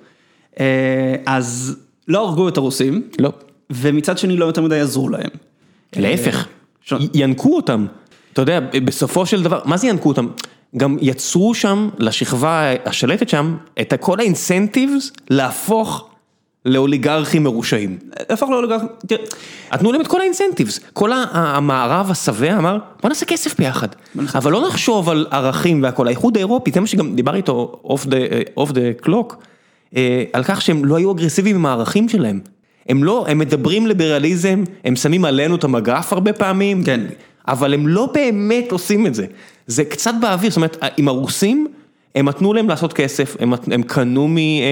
אז לא הרגו את הרוסים, לא. ומצד שני לא יותר מדי עזרו להם. להפך, ינקו אותם. אתה יודע, בסופו של דבר, מה זה ינקו אותם? גם יצרו שם, לשכבה השלטת שם, את כל האינסנטיבס להפוך לאוליגרכים מרושעים. הפך לאוליגרכים, תראה. נתנו להם את כל האינסנטיבס, כל המערב השבע אמר, בוא נעשה כסף ביחד, אבל לא נחשוב על ערכים והכל, האיחוד האירופי, זה מה שגם דיבר איתו off the clock, על כך שהם לא היו אגרסיביים עם הערכים שלהם, הם מדברים ליברליזם, הם שמים עלינו את המגף הרבה פעמים, כן. אבל הם לא באמת עושים את זה, זה קצת באוויר, זאת אומרת, עם הרוסים, הם נתנו להם לעשות כסף, הם קנו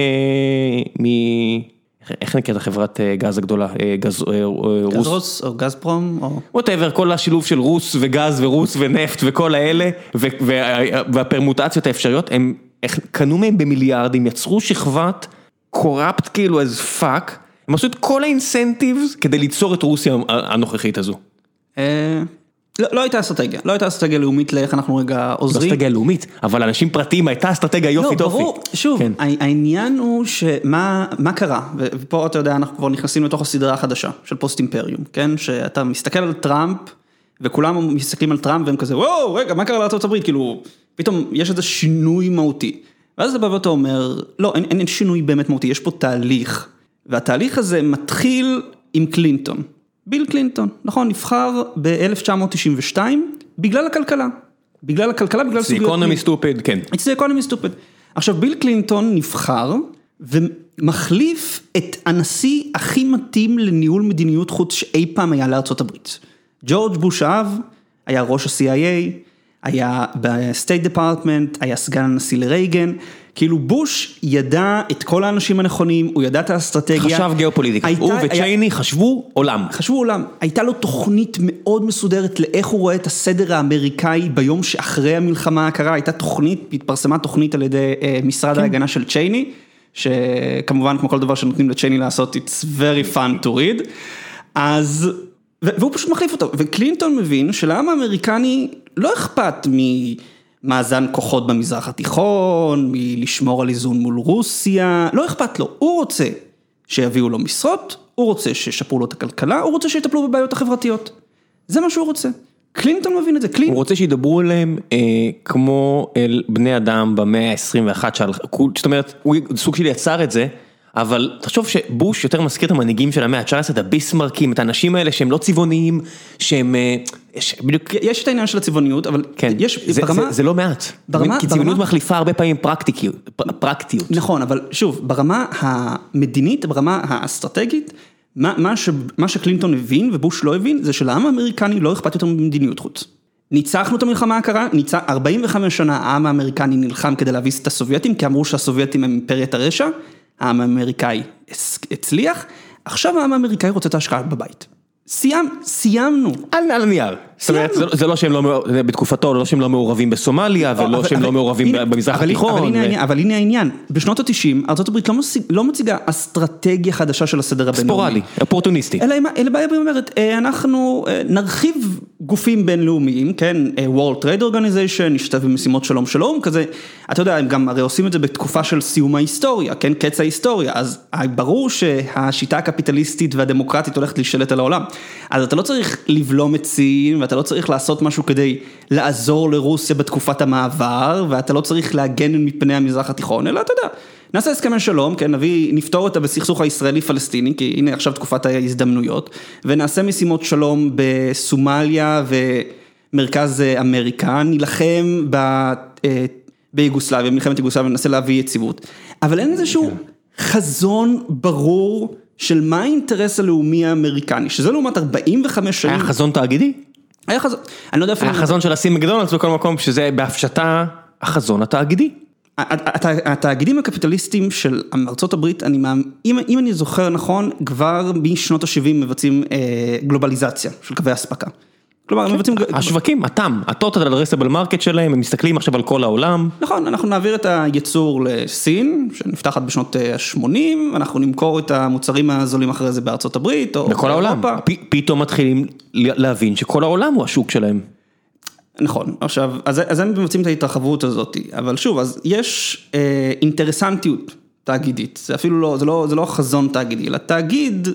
איך נקראת החברת גז הגדולה? גז רוס או גז פרום? whatever, כל השילוב של רוס וגז ורוס ונפט וכל האלה, והפרמוטציות האפשריות, הם קנו מהם במיליארדים, יצרו שכבת קורפט כאילו as fuck, הם עשו את כל האינסנטיבס כדי ליצור את רוסיה הנוכחית הזו. לא הייתה אסטרטגיה, לא הייתה אסטרטגיה לאומית לאיך אנחנו רגע עוזרים. לא אסטרטגיה לאומית, אבל אנשים פרטיים הייתה אסטרטגיה יופי טופי. לא, ברור, שוב, העניין הוא שמה קרה, ופה אתה יודע, אנחנו כבר נכנסים לתוך הסדרה החדשה של פוסט אימפריום, כן? שאתה מסתכל על טראמפ, וכולם מסתכלים על טראמפ והם כזה, וואו, רגע, מה קרה לארצות הברית? כאילו, פתאום יש איזה שינוי מהותי. ואז אתה בא ואתה אומר, לא, אין שינוי באמת מהותי, יש פה תהליך, והתהליך הזה מתחיל עם קלינטון. ביל קלינטון, נכון, נבחר ב-1992 בגלל הכלכלה. בגלל הכלכלה, בגלל סוגיות... It's the economy stupid, כן. It's the economy stupid. עכשיו, ביל קלינטון נבחר ומחליף את הנשיא הכי מתאים לניהול מדיניות חוץ שאי פעם היה לארצות הברית. ג'ורג' בוש אב היה ראש ה-CIA, היה ב-State Department, היה סגן הנשיא לרייגן, כאילו בוש ידע את כל האנשים הנכונים, הוא ידע את האסטרטגיה. חשב גיאופוליטיקה, הוא וצ'ייני חשבו עולם. חשבו עולם, הייתה לו תוכנית מאוד מסודרת לאיך הוא רואה את הסדר האמריקאי ביום שאחרי המלחמה הקרה, הייתה תוכנית, התפרסמה תוכנית על ידי משרד ההגנה של צ'ייני, שכמובן כמו כל דבר שנותנים לצ'ייני לעשות, it's very fun to read, אז, והוא פשוט מחליף אותו, וקלינטון מבין שלעם האמריקני לא אכפת מאזן כוחות במזרח התיכון, מלשמור על איזון מול רוסיה, לא אכפת לו, הוא רוצה שיביאו לו משרות, הוא רוצה שישפרו לו את הכלכלה, הוא רוצה שיטפלו בבעיות החברתיות, זה מה שהוא רוצה. קלינטון מבין את זה, הוא רוצה שידברו אליהם כמו אל בני אדם במאה ה-21, זאת אומרת, הוא סוג של יצר את זה, אבל תחשוב שבוש יותר מזכיר את המנהיגים של המאה ה-19, את הביסמרקים, את האנשים האלה שהם לא צבעוניים, שהם... יש את העניין של הצבעוניות, אבל יש ברמה... זה לא מעט, כי צבעוניות מחליפה הרבה פעמים פרקטיות. נכון, אבל שוב, ברמה המדינית, ברמה האסטרטגית, מה שקלינטון הבין ובוש לא הבין, זה שלעם האמריקני לא אכפת יותר ממדיניות חוץ. ניצחנו את המלחמה הקרה, 45 שנה העם האמריקני נלחם כדי להביס את הסובייטים, כי אמרו שהסובייטים הם אימפריית הרשע, העם האמריקאי הצליח, עכשיו העם האמריקאי רוצה את ההשקעה בבית. סיימנו. על הנייר. זאת אומרת, זה לא שהם לא, בתקופתו, לא שהם לא מעורבים בסומליה, ולא שהם לא מעורבים במזרח התיכון. אבל הנה העניין, בשנות ה-90, ארצות הברית לא מציגה אסטרטגיה חדשה של הסדר הבינלאומי. ספורלי, אופורטוניסטי. אלא בעיה אומרת, אנחנו נרחיב גופים בינלאומיים, כן, World Trade Organization, נשתתף במשימות שלום, כזה, אתה יודע, הם גם הרי עושים את זה בתקופה של סיום ההיסטוריה, כן, קץ ההיסטוריה, אז ברור שהשיטה הקפיטליסטית והדמוקרטית הולכת להשתלט על העולם. אז אתה לא צריך לבלום עצים, ואתה לא צריך לעשות משהו כדי לעזור לרוסיה בתקופת המעבר, ואתה לא צריך להגן מפני המזרח התיכון, אלא אתה יודע, נעשה הסכמי שלום, כן, נפתור אותה בסכסוך הישראלי-פלסטיני, כי הנה עכשיו תקופת ההזדמנויות, ונעשה משימות שלום בסומליה ומרכז אמריקה, נלחם ביוגוסלביה, מלחמת יוגוסלביה, וננסה להביא יציבות. אבל אין איזשהו חזון ברור של מה האינטרס הלאומי האמריקני, שזה לעומת 45 שנים. היה חזון תאגידי? היה חזון, אני לא יודע איפה... היה חזון של לשים מקדונלדס בכל מקום, שזה בהפשטה החזון התאגידי. התאגידים הקפיטליסטים של ארצות הברית, אם אני זוכר נכון, כבר משנות ה-70 מבצעים גלובליזציה של קווי הספקה. כלומר, השווקים, הטוטל אדרסבל מרקט שלהם, הם מסתכלים עכשיו על כל העולם. נכון, אנחנו נעביר את הייצור לסין, שנפתחת בשנות ה-80, אנחנו נמכור את המוצרים הזולים אחרי זה בארצות הברית, או בכל העולם. פתאום מתחילים להבין שכל העולם הוא השוק שלהם. נכון, עכשיו, אז הם מבצעים את ההתרחבות הזאת, אבל שוב, אז יש אינטרסנטיות תאגידית, זה אפילו לא, זה לא חזון תאגידי, אלא תאגיד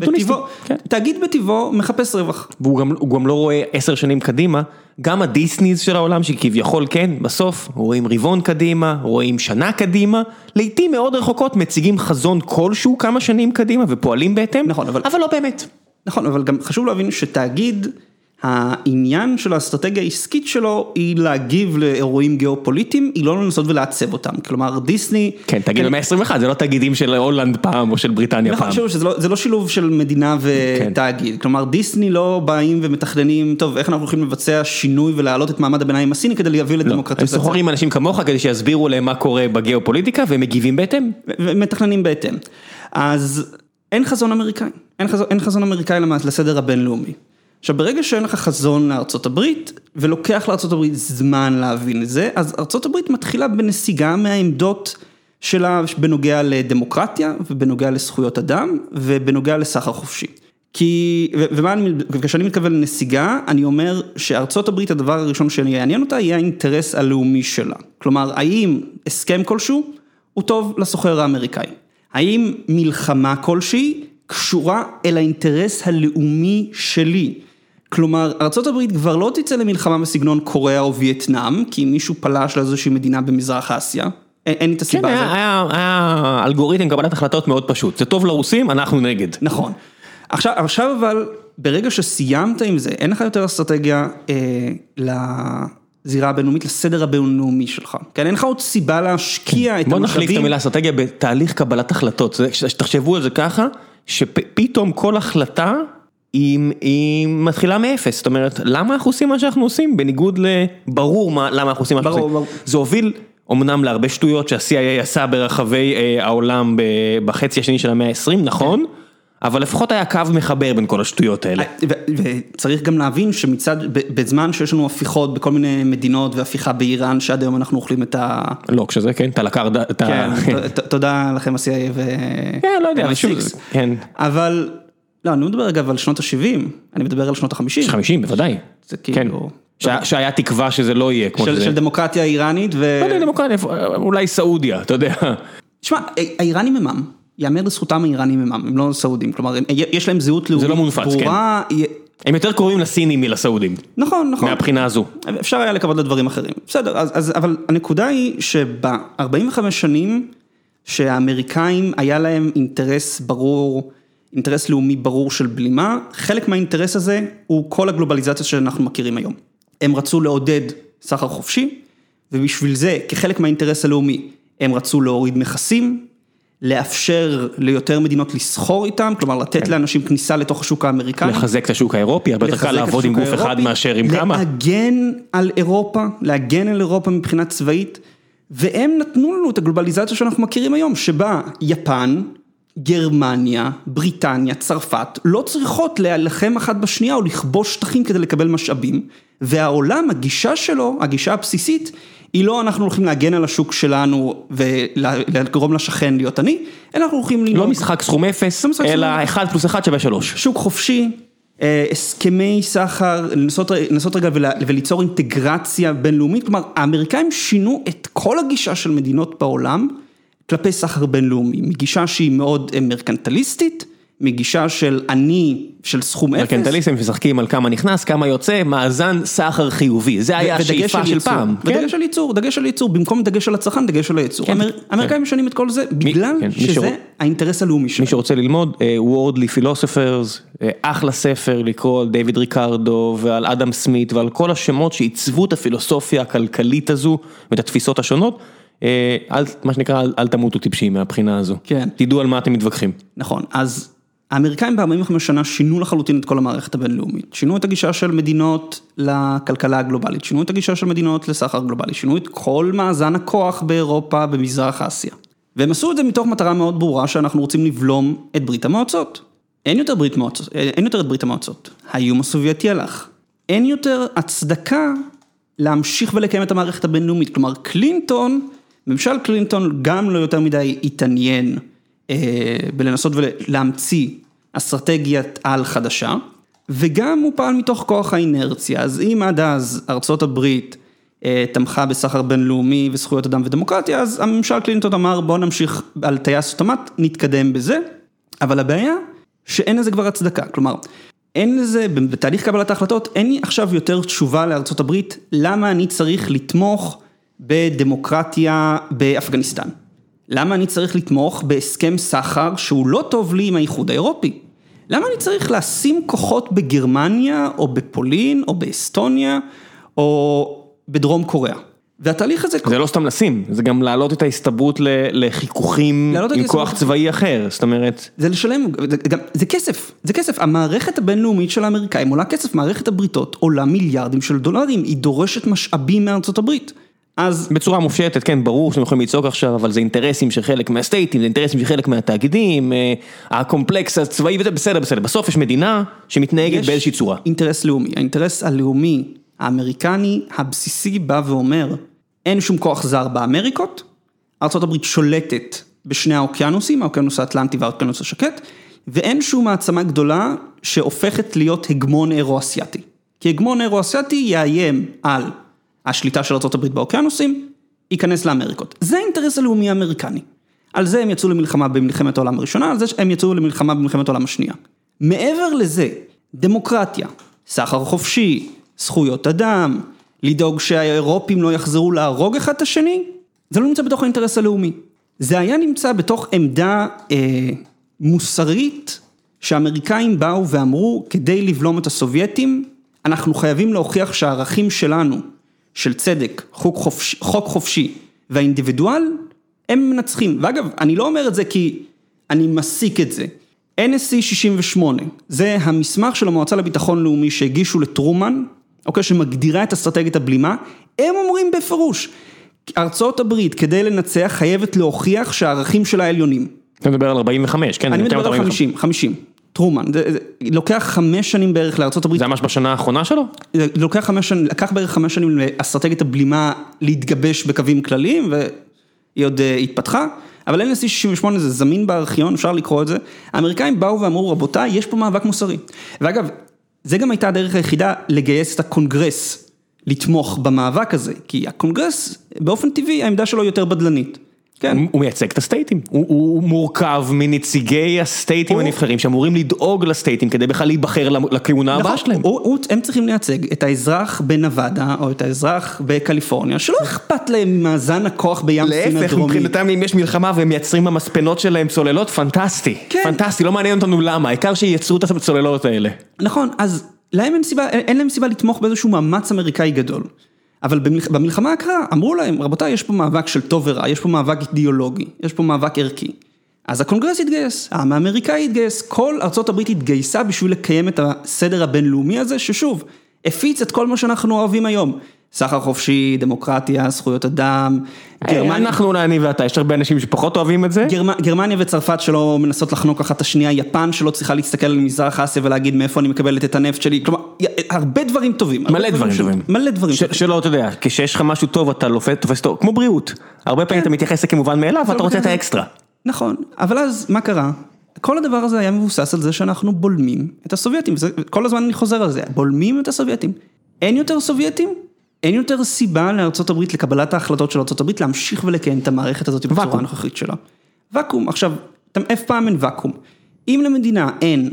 בטבעו מחפש רווח. והוא גם לא רואה 10 שנים קדימה, גם הדיסניז של העולם שכביכול כן, בסוף רואים רבעון קדימה, רואים שנה קדימה, לעתים מאוד רחוקות מציגים חזון כלשהו כמה שנים קדימה ופועלים בהתאם, נכון, אבל לא באמת. נכון, אבל גם חשוב להבין שתאגיד, העניין של האסטרטגיה העסקית שלו היא להגיב לאירועים גיאופוליטיים, היא לא לנסות ולעצב אותם, כלומר דיסני... כן, תאגיד ב-121, זה לא תאגידים של הולנד פעם או של בריטניה פעם. נכון, זה לא שילוב של מדינה ותאגיד, כלומר דיסני לא באים ומתכננים, טוב, איך אנחנו הולכים לבצע שינוי ולהעלות את מעמד הביניים הסיני כדי להביא לדמוקרטיזציה. הם סוחרים אנשים כמוך כדי שיסבירו להם מה קורה בגיאופוליטיקה והם מגיבים בהתאם. ומתכננים בהתאם. אז אין חזון אמריקאי, אין חזון אמריקאי לסדר הבינלאומי. עכשיו, ברגע שאין לך חזון לארצות הברית, ולוקח לארצות הברית זמן להבין את זה, אז ארצות הברית מתחילה בנסיגה מהעמדות שלה בנוגע לדמוקרטיה, ובנוגע לזכויות אדם, ובנוגע לסחר חופשי. וכשאני מתכוון לנסיגה, אני אומר שארצות הברית, הדבר הראשון שיעניין אותה, יהיה האינטרס הלאומי שלה. כלומר, האם הסכם כלשהו הוא טוב לסוחר האמריקאי? האם מלחמה כלשהי קשורה אל האינטרס הלאומי שלי? כלומר, ארצות הברית כבר לא תצא למלחמה בסגנון קוריאה או וייטנאם, כי מישהו פלש לאיזושהי מדינה במזרח אסיה. אין לי את הסיבה הזאת. כן, היה אלגוריתם קבלת החלטות מאוד פשוט. זה טוב לרוסים, אנחנו נגד. נכון. עכשיו אבל, ברגע שסיימת עם זה, אין לך יותר אסטרטגיה לזירה הבינלאומית, לסדר הבינלאומי שלך. כן, אין לך עוד סיבה להשקיע את המשאבים. בוא נחליף את המילה אסטרטגיה בתהליך קבלת החלטות. תחשבו על זה ככה, שפתאום כל החלטה היא מתחילה מאפס, זאת אומרת, למה אנחנו עושים מה שאנחנו עושים? בניגוד לברור למה אנחנו עושים מה שאנחנו עושים. זה הוביל אמנם להרבה שטויות שה-CIA עשה ברחבי העולם בחצי השני של המאה ה-20, נכון? אבל לפחות היה קו מחבר בין כל השטויות האלה. וצריך גם להבין שמצד, בזמן שיש לנו הפיכות בכל מיני מדינות, והפיכה באיראן, שעד היום אנחנו אוכלים את ה... לא, כשזה, כן, תלקר... כן, תודה לכם ה-CIA ו... כן, לא יודע, כן. אבל... לא, אני לא מדבר אגב על שנות ה-70, אני מדבר על שנות ה-50. 50, בוודאי. זה כאילו... שהיה תקווה שזה לא יהיה כמו שזה. של דמוקרטיה איראנית ו... לא יודע, דמוקרטיה, אולי סעודיה, אתה יודע. תשמע, האיראנים ממם, יאמר לזכותם האיראנים ממם, הם לא סעודים, כלומר, יש להם זהות לאומית ברורה. זה לא מונפץ, כן. הם יותר קרובים לסינים מלסעודים. נכון, נכון. מהבחינה הזו. אפשר היה לקוות לדברים אחרים. בסדר, אבל הנקודה היא שב-45 שנים שהאמריקאים היה להם אינטרס ברור, אינטרס לאומי ברור של בלימה, חלק מהאינטרס הזה הוא כל הגלובליזציה שאנחנו מכירים היום. הם רצו לעודד סחר חופשי, ובשביל זה, כחלק מהאינטרס הלאומי, הם רצו להוריד מכסים, לאפשר ליותר מדינות לסחור איתם, כלומר לתת לאנשים כניסה לתוך השוק האמריקאי. לחזק את השוק האירופי, הרבה יותר קל לעבוד עם גוף אחד מאשר עם כמה. להגן על אירופה, להגן על אירופה מבחינה צבאית, והם נתנו לנו את הגלובליזציה שאנחנו מכירים היום, שבה יפן, גרמניה, בריטניה, צרפת, לא צריכות להילחם אחת בשנייה או לכבוש שטחים כדי לקבל משאבים, והעולם, הגישה שלו, הגישה הבסיסית, היא לא אנחנו הולכים להגן על השוק שלנו ולגרום לשכן להיות עני, אלא אנחנו הולכים לנהוג. לא משחק סכום אפס, אלא 1 + 1 = 3. שוק חופשי, הסכמי סחר, לנסות רגע וליצור אינטגרציה בינלאומית, כלומר, האמריקאים שינו את כל הגישה של מדינות בעולם, כלפי סחר בינלאומי, מגישה שהיא מאוד מרקנטליסטית, מגישה של עני, של סכום אפס. מרקנטליסטים משחקים על כמה נכנס, כמה יוצא, מאזן סחר חיובי, זה היה השאיפה של פעם. דגש על ייצור, במקום דגש על הצרכן, דגש על הייצור. האמריקאים משנים את כל זה, בגלל שזה האינטרס הלאומי שלהם. מי שרוצה ללמוד, Worldly Philosophers, אחלה ספר לקרוא על דיוויד ריקרדו, ועל אדם סמית, ועל כל השמות שעיצבו את הפילוסופיה הכלכלית הזו, ואת התפיסות השונות, מה שנקרא, אל תמותו טיפשים מהבחינה הזו. כן. תדעו על מה אתם מתווכחים. נכון, אז האמריקאים ב-45 שנה שינו לחלוטין את כל המערכת הבינלאומית, שינו את הגישה של מדינות לכלכלה הגלובלית, שינו את הגישה של מדינות לסחר גלובלי, שינו את כל מאזן הכוח באירופה, במזרח אסיה. והם עשו את זה מתוך מטרה מאוד ברורה שאנחנו רוצים לבלום את ברית המועצות. אין יותר את ברית המועצות. האיום הסובייטי הלך. אין יותר הצדקה להמשיך ולקיים את המערכת הבינלאומית. כלומר, ממשל קלינטון גם לא יותר מדי התעניין בלנסות ולהמציא אסטרטגיית על חדשה, וגם הוא פעל מתוך כוח האינרציה. אז אם עד אז ארצות הברית תמכה בסחר בינלאומי וזכויות אדם ודמוקרטיה, אז הממשל קלינטון אמר בוא נמשיך על טייס אוטומט, נתקדם בזה, אבל הבעיה שאין לזה כבר הצדקה, כלומר, אין לזה, בתהליך קבלת ההחלטות, אין לי עכשיו יותר תשובה לארצות הברית, למה אני צריך לתמוך בדמוקרטיה באפגניסטן? למה אני צריך לתמוך בהסכם סחר שהוא לא טוב לי עם האיחוד האירופי? למה אני צריך לשים כוחות בגרמניה, או בפולין, או באסטוניה, או בדרום קוריאה? והתהליך הזה... זה לא סתם לשים, זה גם להעלות את ההסתברות לחיכוכים עם כוח צבאי אחר, זאת אומרת... זה לשלם, זה כסף, זה כסף. המערכת הבינלאומית של האמריקאים עולה כסף, מערכת הבריתות עולה מיליארדים של דולרים, היא דורשת משאבים מארצות הברית. אז... בצורה מופשטת, כן, ברור שאתם יכולים לצעוק עכשיו, אבל זה אינטרסים של חלק מהסטייטים, זה אינטרסים של חלק מהתאגידים, הקומפלקס הצבאי, בסדר, בסוף יש מדינה שמתנהגת באיזושהי צורה. אינטרס לאומי, האינטרס הלאומי האמריקני הבסיסי בא ואומר, אין שום כוח זר באמריקות, ארצות הברית שולטת בשני האוקיינוסים, האוקיינוס האטלנטי והאוקיינוס השקט, ואין שום מעצמה גדולה שהופכת להיות הגמון אירו-אסיאטי. כי הגמון אירו-אסיאטי יאיים על השליטה של ארצות הברית באוקיינוסים, ייכנס לאמריקות. זה האינטרס הלאומי האמריקני. על זה הם יצאו למלחמה במלחמת העולם הראשונה, על זה הם יצאו למלחמה במלחמת העולם השנייה. מעבר לזה, דמוקרטיה, סחר חופשי, זכויות אדם, לדאוג שהאירופים לא יחזרו להרוג אחד את השני, זה לא נמצא בתוך האינטרס הלאומי. זה היה נמצא בתוך עמדה מוסרית, שהאמריקאים באו ואמרו, כדי לבלום את הסובייטים, אנחנו חייבים להוכיח שהערכים שלנו, של צדק, חוק חופשי והאינדיבידואל, הם מנצחים. ואגב, אני לא אומר את זה כי אני מסיק את זה. NSC 68, זה המסמך של המועצה לביטחון לאומי שהגישו לטרומן, אוקיי, שמגדירה את אסטרטגיית הבלימה, הם אומרים בפירוש, ארצות הברית כדי לנצח חייבת להוכיח שהערכים שלה העליונים. אתה מדבר על 45, כן? אני מדבר על 50. טרומן, זה לוקח 5 שנים בערך לארצות הברית. זה ממש בשנה האחרונה שלו? זה לקח 5 שנים, לקח בערך 5 שנים לאסטרטגיית הבלימה להתגבש בקווים כלליים, והיא עוד התפתחה, אבל NSC 68 זה זמין בארכיון, אפשר לקרוא את זה. האמריקאים באו ואמרו, רבותיי, יש פה מאבק מוסרי. ואגב, זה גם הייתה הדרך היחידה לגייס את הקונגרס, לתמוך במאבק הזה, כי הקונגרס באופן טבעי העמדה שלו יותר בדלנית. כן. הוא מייצג את הסטייטים, הוא מורכב מנציגי הסטייטים הנבחרים, שאמורים לדאוג לסטייטים, כדי בכלל להיבחר לכהונה הבאה שלהם. הם צריכים לייצג את האזרח בנבדה, או את האזרח בקליפורניה, שלא אכפת להם מאזן הכוח בים סין הדרומי. להפך, מבחינתם אם יש מלחמה, והם מייצרים במספנות שלהם צוללות, פנטסטי. פנטסטי, לא מעניין אותנו למה, העיקר שייצרו את הצוללות האלה. נכון, אז להם אין להם סיבה לתמוך באיזשהו מאמץ אמריקאי גדול. אבל במלחמה הקרה, אמרו להם, רבותיי, יש פה מאבק של טוב ורע, יש פה מאבק אידיאולוגי, יש פה מאבק ערכי. אז הקונגרס התגייס, העם האמריקאי התגייס, כל ארצות הברית התגייסה בשביל לקיים את הסדר הבינלאומי הזה, ששוב, הפיץ את כל מה שאנחנו אוהבים היום. סחר חופשי, דמוקרטיה, זכויות אדם, גרמניה... אנחנו אולי אני ואתה, יש הרבה אנשים שפחות אוהבים את זה? גרמניה וצרפת שלא מנסות לחנוק אחת השנייה, יפן שלא צריכה להסתכל על מזרח אסיה ולהגיד מאיפה אני מקבלת את הנפט שלי, כלומר, הרבה דברים טובים. מלא דברים טובים. מלא דברים טובים. שלא, אתה יודע, כשיש לך משהו טוב, אתה תופס אותו, כמו בריאות. הרבה פעמים אתה מתייחס כמובן מאליו, ואתה רוצה את האקסטרה. נכון, אבל אז מה קרה? כל הדבר הזה היה מבוסס על זה שאנחנו בולמים את הסובייטים, כל הזמן אני חוזר על זה, בולמים את הסובייטים. אין יותר סובייטים? אין יותר סיבה לארצות הברית, לקבלת ההחלטות של ארצות הברית, להמשיך ולקיים את המערכת הזאת בצורה הנוכחית שלה. וקום, עכשיו, אף פעם אין וקום. אם למדינה אין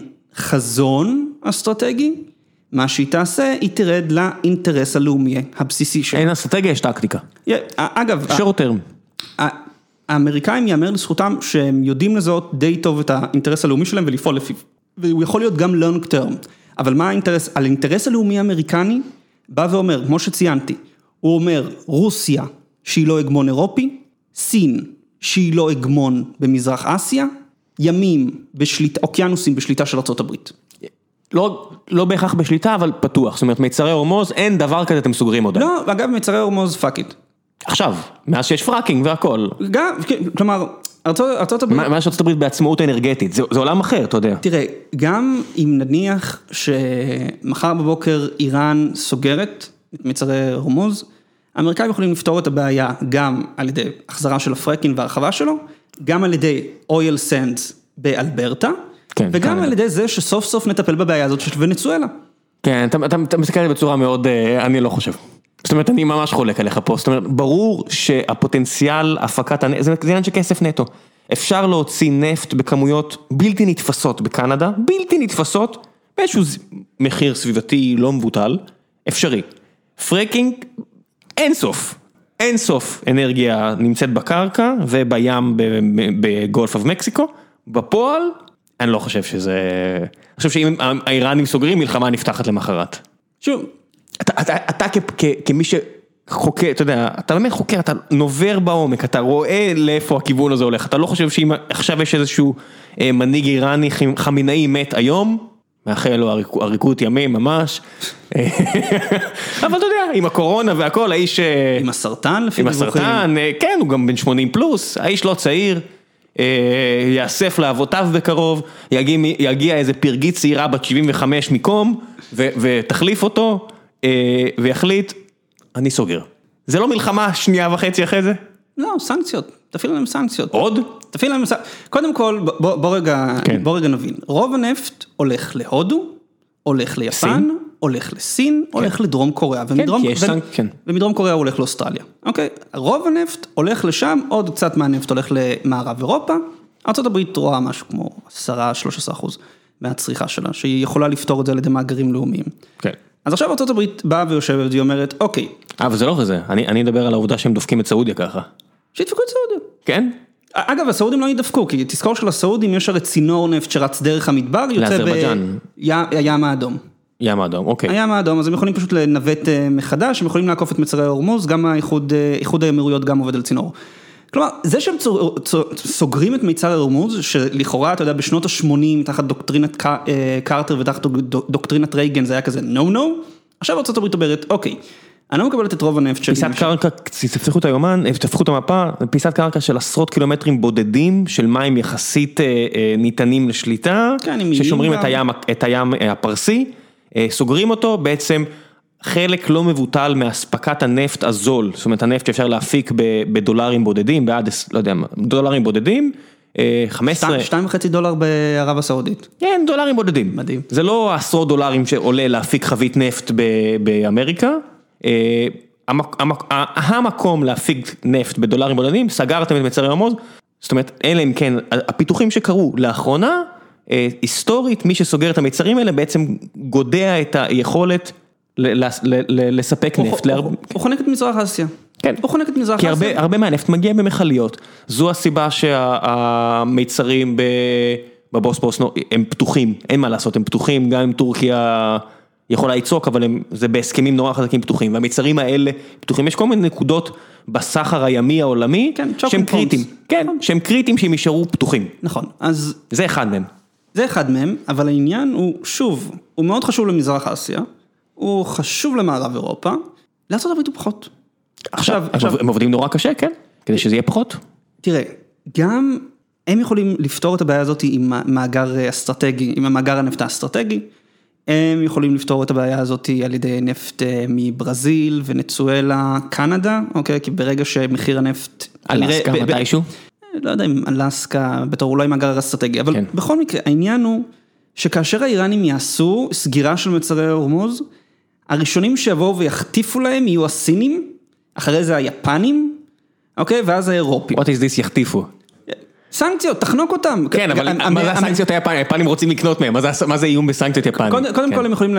חזון אסטרטגי, מה שהיא תעשה, היא תרד לאינטרס הלאומי הבסיסי שלה. אין אסטרטגיה, יש טקטיקה. אגב, short term. האמריקאים יאמר לזכותם שהם יודעים לזהות די טוב את האינטרס הלאומי שלהם ולפעול לפיו. והוא יכול להיות גם long term. אבל מה האינטרס? על האינטרס הלאומי האמריקני, בא ואומר, כמו שציינתי, הוא אומר, רוסיה שהיא לא הגמון אירופי, סין שהיא לא הגמון במזרח אסיה, ימים אוקיינוסים בשליטה של ארצות הברית. לא בהכרח בשליטה, אבל פתוח. זאת אומרת, מיצרי הורמוז, אין דבר כזה, אתם סוגרים אותם. לא, אגב, מיצרי הורמוז, fuck it. עכשיו, מאז שיש פרקינג והכל. גם, כלומר, ארצות הברית... מאז שארצות הברית בעצמאות האנרגטית, זה עולם אחר, אתה יודע. תראה, גם אם נניח שמחר בבוקר איראן סוגרת את מיצרי הורמוז, האמריקאים יכולים לפתור את הבעיה גם על ידי החזרה של הפרקינג והרחבה שלו, גם על ידי אויל סנדס באלברטה, וגם על ידי זה שסוף סוף נטפל בבעיה הזאת של ונצואלה. כן, אתה מסתכל בצורה מאוד, אני לא חושב. זאת אומרת, אני ממש חולק עליך פה, זאת אומרת, ברור שהפוטנציאל הפקת הנפט, זה עניין של כסף נטו, אפשר להוציא נפט בכמויות בלתי נתפסות בקנדה, בלתי נתפסות, באיזשהו מחיר סביבתי לא מבוטל, אפשרי. פרקינג, אין סוף אנרגיה נמצאת בקרקע ובים בגולף אוף מקסיקו, בפועל, אני לא חושב שזה, אני חושב שאם האיראנים סוגרים, מלחמה נפתחת למחרת. שוב, אתה כמי שחוקר, אתה יודע, אתה באמת חוקר, אתה נובר בעומק, אתה רואה לאיפה הכיוון הזה הולך, אתה לא חושב שאם עכשיו יש איזשהו מנהיג איראני חמינאי מת היום, מאחל לו הריקות ימים ממש, אבל אתה יודע, עם הקורונה והכל, האיש... עם הסרטן לפי עם דיווחים. הסרטן, כן, הוא גם בן 80 פלוס, האיש לא צעיר, יאסף לאבותיו בקרוב, יגיע איזה פרגית צעירה בת 75 מקום, ותחליף אותו, ויחליט, אני סוגר. זה לא מלחמה שנייה וחצי אחרי זה? לא, סנקציות, תפעיל להם סנקציות. עוד? תפעיל להם סנקציות. קודם כל, בוא רגע נבין. רוב הנפט הולך להודו, הולך ליפן, הולך לסין, הולך לדרום קוריאה. ומדרום קוריאה הולך לאוסטרליה. אוקיי? רוב הנפט הולך לשם, עוד קצת מהנפט הולך למערב אירופה. ארצות הברית רואה משהו כמו 10-13% מהצריכה שלה, שהיא יכולה לפתור את זה על ידי מאגרים לאומיים. כן. אז עכשיו ארצות הברית באה ויושבת והיא אומרת, אוקיי. אבל זה לא כזה, אני מדבר על העובדה שהם דופקים את סעודיה ככה. שידפקו את סעודיה. כן? אגב, הסעודים לא ידפקו, כי תזכור שלסעודים יש הרי צינור נפט שרץ דרך המדבר, יוצא בים האדום. ים האדום, אוקיי. הים האדום, אז הם יכולים פשוט לנווט מחדש, הם יכולים לעקוף את מצרי הורמוז, גם איחוד האמירויות גם עובד על צינור. כלומר, זה שהם סוגרים את מצרי הורמוז, שלכאורה, אתה יודע, בשנות ה-80, תחת דוקטרינת קארטר ותחת דוקטרינת רייגן, זה היה כזה no, עכשיו ארצות הברית אומרת, אוקיי, אני לא מקבלת את רוב הנפט שלי. פיסת קרקע, תפתחו את היומן, תפתחו את המפה, פיסת קרקע של עשרות קילומטרים בודדים, של מים יחסית ניתנים לשליטה, ששומרים את הים הפרסי, סוגרים אותו, בעצם חלק לא מבוטל מהספקת הנפט הזול, זאת אומרת הנפט שאפשר להפיק בדולרים בודדים, בעד, לא יודע מה, דולרים בודדים, 15... $2.5 בערב הסעודית. כן, דולרים בודדים. מדהים. זה לא עשרות דולרים שעולה להפיק חבית נפט באמריקה, המקום להפיק נפט בדולרים בודדים, סגרתם את מצרי הורמוז, זאת אומרת, אלה אם כן, הפיתוחים שקרו לאחרונה, היסטורית, מי שסוגר את המצרים האלה, בעצם גודע את היכולת לספק נפט. הוא חונק את מזרח אסיה. כן. הוא חונק את מזרח כי אסיה. הרבה מהנפט מגיע במחליות. זו הסיבה שהמצרים בבוספורוס הם פתוחים, אין מה לעשות, הם פתוחים, גם אם טורקיה יכולה לצעוק, אבל זה בהסכמים נורא חזקים פתוחים, והמצרים האלה פתוחים. יש כל מיני נקודות בסחר הימי העולמי, שהם קריטיים. כן, שהם קריטיים שהם יישארו פתוחים. נכון, אז... זה אחד מהם. זה אחד מהם, אבל העניין הוא, שוב, הוא מאוד חשוב למזרח אסיה, הוא חשוב למערב אירופה, לארצות הברית הוא פחות. עכשיו, הם עובדים נורא קשה, כן? כדי שזה יהיה פחות. תראה, גם הם יכולים לפתור את הבעיה הזאת עם מאגר אסטרטגי, עם המאגר הנפט האסטרטגי, הם יכולים לפתור את הבעיה הזאת על ידי נפט מברזיל, ונצואלה, קנדה, אוקיי? כי ברגע שמחיר הנפט... אלסקה, מתישהו? לא יודע אם אלסקה, בתור אולי מאגר אסטרטגי, אבל בכל מקרה, העניין הוא שכאשר האיראנים יעשו סגירה של מצרי הורמוז, הראשונים שיבואו ויחטיפו להם יהיו הסינים, אחרי זה היפנים, אוקיי? ואז האירופים. What is this יחטיפו? סנקציות, תחנוק אותם. כן, אבל מה זה הסנקציות היפנים? היפנים רוצים לקנות מהם, מה זה איום בסנקציות יפנים? קודם כל הם יכולים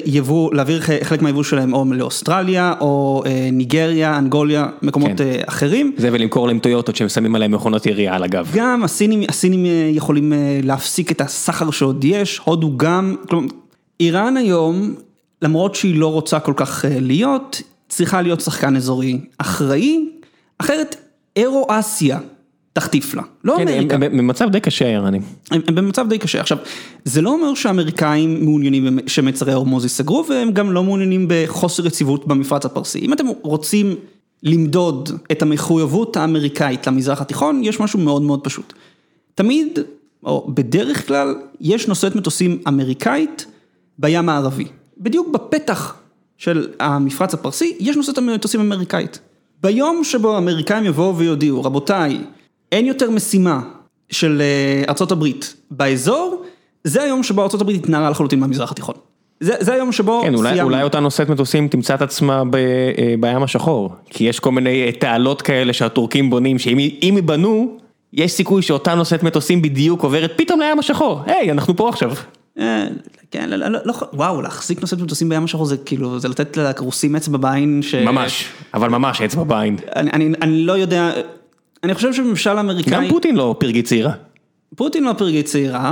להעביר חלק מהיבוא שלהם או לאוסטרליה, או ניגריה, אנגוליה, מקומות אחרים. זה ולמכור להם טויוטות שהם שמים עליהם מכונות ירייה על הגב. גם הסינים יכולים להפסיק את הסחר שעוד יש, הודו גם, כלומר, איראן היום, למרות שהיא לא רוצה כל כך להיות, צריכה להיות שחקן אזורי אחראי, אחרת אירו-אסיה תחטיף לה, לא אמריקה. הם במצב די קשה, האיראנים. הם במצב די קשה. עכשיו, זה לא אומר שהאמריקאים מעוניינים שמצרי הורמוז ייסגרו, והם גם לא מעוניינים בחוסר יציבות במפרץ הפרסי. אם אתם רוצים למדוד את המחויבות האמריקאית למזרח התיכון, יש משהו מאוד מאוד פשוט. תמיד, או בדרך כלל, יש נושאת מטוסים אמריקאית בים הערבי. בדיוק בפתח של המפרץ הפרסי, יש נושאת מטוסים אמריקאית. ביום שבו האמריקאים יבואו ויודיעו, רבותיי, אין יותר משימה של ארצות הברית באזור, זה היום שבו ארצות הברית התנערה לחלוטין מהמזרח התיכון. זה היום שבו כן, אולי אותה נושאת מטוסים תמצא את עצמה בים השחור, כי יש כל מיני תעלות כאלה שהטורקים בונים, שאם ייבנו, יש סיכוי שאותה נושאת מטוסים בדיוק עוברת פתאום לים השחור, היי, אנחנו פה עכשיו. כן, וואו, להחזיק נושאת מטוסים בים השחור זה כאילו, זה לתת לרוסים אצבע בעין ממש, אבל ממש אצבע בעין. אני לא יודע, אני חושב שממשל האמריקאי... גם פוטין לא פרגית צעירה. פוטין לא פרגית צעירה,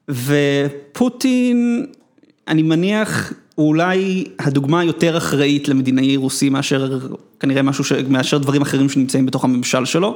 ופוטין, אני מניח, הוא אולי הדוגמה היותר אחראית למדינאי רוסי, מאשר כנראה מאשר דברים אחרים שנמצאים בתוך הממשל שלו,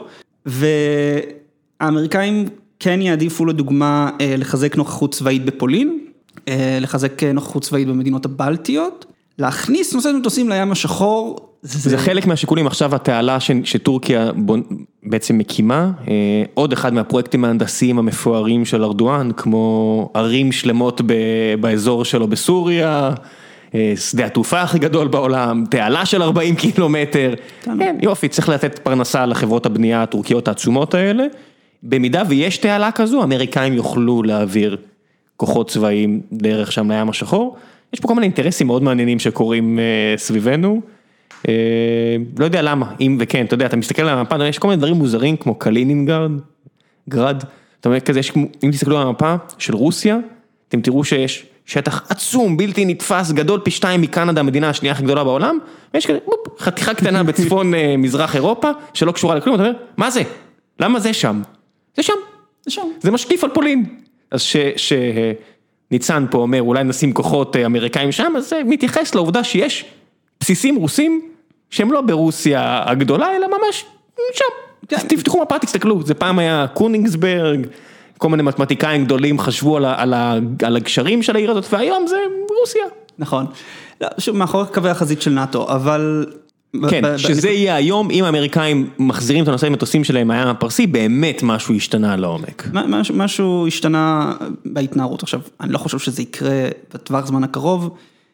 והאמריקאים כן יעדיפו לדוגמה לחזק נוכחות צבאית בפולין, לחזק נוכחות צבאית במדינות הבלטיות, להכניס נושאת מטוסים לים השחור. זה חלק מהשיקולים, עכשיו התעלה שטורקיה בעצם מקימה, עוד אחד מהפרויקטים ההנדסיים המפוארים של ארדואן, כמו ערים שלמות באזור שלו בסוריה, שדה התעופה הכי גדול בעולם, תעלה של 40 קילומטר, כן, יופי, צריך לתת פרנסה לחברות הבנייה הטורקיות העצומות האלה, במידה ויש תעלה כזו, האמריקאים יוכלו להעביר כוחות צבאיים דרך שם לים השחור, יש פה כל מיני אינטרסים מאוד מעניינים שקורים סביבנו, לא יודע למה, אם וכן, אתה יודע, אתה מסתכל על המפה, יש כל מיני דברים מוזרים כמו קלינינגרד, גרד, זאת אומרת כזה, אם תסתכלו על המפה של רוסיה, אתם תראו שיש שטח עצום, בלתי נתפס, גדול פי 2 מקנדה, המדינה השנייה הכי גדולה בעולם, ויש כזה, חתיכה קטנה בצפון מזרח אירופה, שלא קשורה לכלום, אתה אומר, מה זה? למה זה שם? זה שם, זה משקיף על פולין. אז ניצן פה אומר, אולי נשים כוחות אמריקאים שם, אז זה מתייחס לעובדה שיש בסיסים רוסים, שהם לא ברוסיה הגדולה, אלא ממש שם. אז תפתחו מפה, תסתכלו, זה פעם היה קונינגסברג, כל מיני מתמטיקאים גדולים חשבו על הגשרים של העיר הזאת, והיום זה רוסיה. נכון. מאחורי קווי החזית של נאטו, אבל... כן, שזה יהיה היום, אם האמריקאים מחזירים את הנושא המטוסים שלהם מהים הפרסי, באמת משהו השתנה לעומק. משהו השתנה בהתנערות. עכשיו, אני לא חושב שזה יקרה בטווח זמן הקרוב,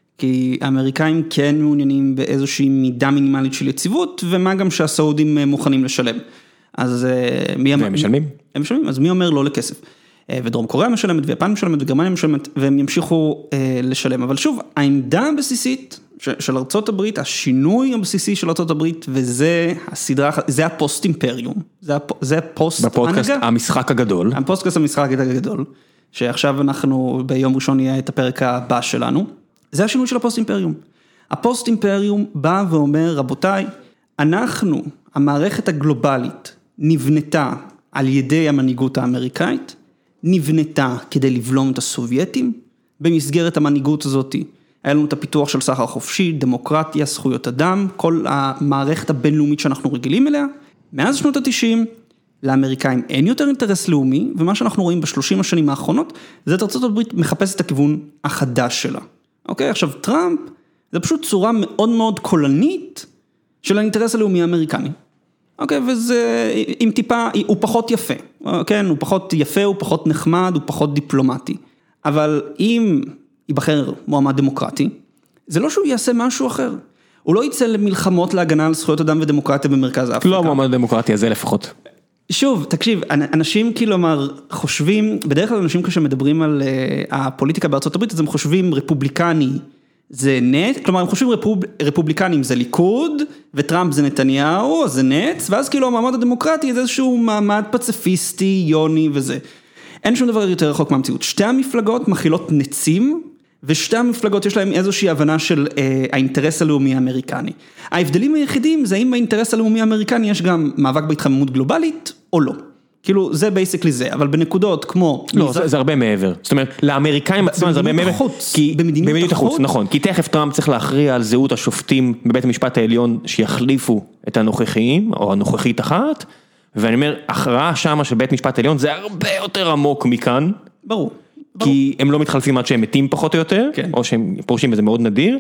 כי האמריקאים כן מעוניינים באיזושהי מידה מינימלית של יציבות, ומה גם שהסעודים מוכנים לשלם. אז והם משלמים? הם משלמים, אז מי אומר לא לכסף? ודרום קוריאה משלמת, ויפן משלמת, וגרמניה משלמת, והם ימשיכו לשלם. אבל שוב, העמדה הבסיסית של ארצות הברית, השינוי הבסיסי של ארצות הברית, וזה הסדרה, זה הפוסט אימפריום, זה הפוסט... בפודקאסט המשחק הגדול. הפודקאסט המשחק הגדול, שעכשיו אנחנו ביום ראשון יהיה את הפרק הבא שלנו, זה השינוי של הפוסט אימפריום. הפוסט אימפריום בא ואומר, רבותיי, אנחנו, המערכת הגלובלית, נבנתה על ידי המנהיגות האמריקאית, נבנתה כדי לבלום את הסובייטים, במסגרת המנהיגות הזאת, היה לנו את הפיתוח של סחר חופשי, דמוקרטיה, זכויות אדם, כל המערכת הבינלאומית שאנחנו רגילים אליה, מאז שנות ה-90, לאמריקאים אין יותר אינטרס לאומי, ומה שאנחנו רואים ב-30 השנים האחרונות, זה את ארצות הברית מחפשת את הכיוון החדש שלה. אוקיי, עכשיו טראמפ, זה פשוט צורה מאוד מאוד קולנית, של האינטרס הלאומי האמריקני. אוקיי, וזה, עם טיפה, הוא פחות יפה, כן, הוא פחות יפה, הוא פחות נחמד, הוא פחות דיפלומטי. אבל אם ייבחר מועמד דמוקרטי, זה לא שהוא יעשה משהו אחר. הוא לא יצא למלחמות להגנה על זכויות אדם ודמוקרטיה במרכז אפריקה. לא המועמד דמוקרטי הזה לפחות. שוב, תקשיב, אנשים כאילו חושבים, בדרך כלל אנשים כשמדברים על הפוליטיקה בארצות הברית, אז הם חושבים רפובליקני זה נץ, כלומר הם חושבים רפובליקנים זה ליכוד, וטראמפ זה נתניהו, זה נץ, ואז כאילו המעמד הדמוקרטי זה איזשהו מעמד פציפיסטי, יוני וזה. אין שום דבר יותר רחוק מהמציאות. שתי המפלגות מכילות נצים, ושתי המפלגות יש להם איזושהי הבנה של האינטרס הלאומי האמריקני. ההבדלים היחידים זה אם באינטרס הלאומי האמריקני יש גם מאבק בהתחממות גלובלית או לא. כאילו זה בייסיקלי זה, אבל בנקודות כמו... לא, זה הרבה מעבר. זאת אומרת, לאמריקאים עצמם זה הרבה מעבר. במדיניות החוץ. נכון, כי תכף טראמפ צריך להכריע על זהות השופטים בבית המשפט העליון שיחליפו את הנוכחיים, או הנוכחית אחת, ואני אומר, הכרעה שמה של בית משפט העליון זה הרבה יותר עמוק מכאן. ברור. כי הם לא מתחלפים עד שהם מתים פחות או יותר, או שהם פורשים וזה מאוד נדיר,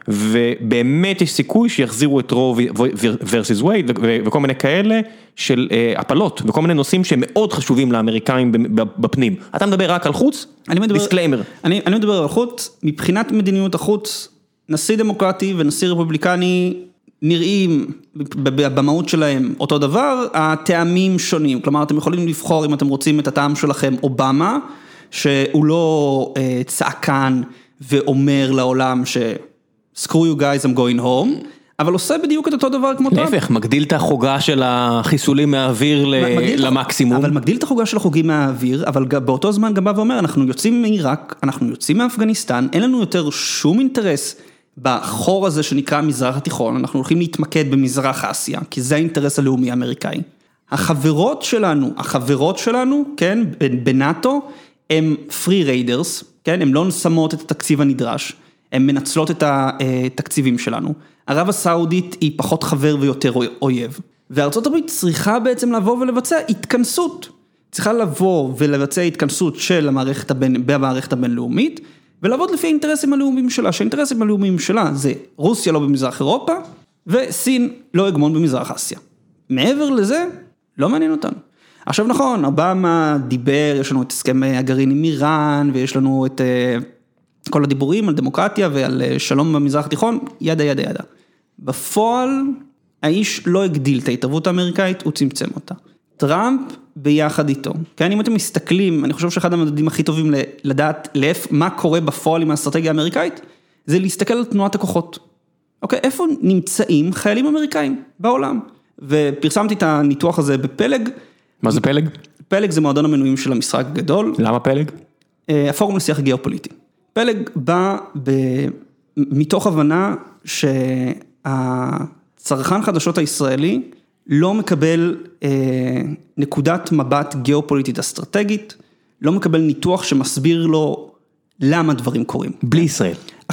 ובאמת יש סיכוי שיחזירו את רו versus wade, וכל מיני כאלה של הפלות, וכל מיני נושאים שהם מאוד חשובים לאמריקאים בפנים. אתה מדבר רק על חוץ? דיסקליימר. אני מדבר על חוץ, מבחינת מדיניות החוץ, נשיא דמוקרטי ונשיא רפובליקני נראים במהות שלהם אותו דבר, הטעמים שונים, כלומר אתם יכולים לבחור אם אתם רוצים את הטעם שלכם אובמה, שהוא לא צעקן ואומר לעולם screw you guys I'm going home, אבל עושה בדיוק את אותו דבר כמו טראמפ. להפך, מגדיל את החוגה של החיסולים מהאוויר למקסימום. אבל מגדיל את החוגה של החוגים מהאוויר, אבל באותו זמן גם בא ואומר, אנחנו יוצאים מעיראק, אנחנו יוצאים מאפגניסטן, אין לנו יותר שום אינטרס בחור הזה שנקרא מזרח התיכון, אנחנו הולכים להתמקד במזרח אסיה, כי זה האינטרס הלאומי האמריקאי. החברות שלנו, כן, בנאטו, הם free raiders, כן, הם לא שמות את התקציב הנדרש, הם מנצלות את התקציבים שלנו. ערב הסעודית היא פחות חבר ויותר אויב. וארצות הברית צריכה בעצם לבוא ולבצע התכנסות. צריכה לבוא ולבצע התכנסות של במערכת הבינלאומית, ולעבוד לפי האינטרסים הלאומיים שלה, שהאינטרסים הלאומיים שלה זה רוסיה לא במזרח אירופה, וסין לא הגמון במזרח אסיה. מעבר לזה, לא מעניין אותנו. עכשיו נכון, אובמה דיבר, יש לנו את הסכם הגרעין עם איראן, ויש לנו את כל הדיבורים על דמוקרטיה ועל שלום במזרח התיכון, ידה. בפועל, האיש לא הגדיל את ההתערבות האמריקאית, הוא צמצם אותה. טראמפ ביחד איתו. כן, אם אתם מסתכלים, אני חושב שאחד המדדים הכי טובים לדעת מה קורה בפועל עם האסטרטגיה האמריקאית, זה להסתכל על תנועת הכוחות. אוקיי, איפה נמצאים חיילים אמריקאים בעולם? ופרסמתי את הניתוח הזה בפלג. מה זה פלג? פלג זה מועדון המנויים של המשחק הגדול. למה פלג? הפורום לשיח גיאופוליטי. פלג בא מתוך הבנה שהצרכן חדשות הישראלי לא מקבל נקודת מבט גיאופוליטית אסטרטגית, לא מקבל ניתוח שמסביר לו למה דברים קורים. בלי ישראל.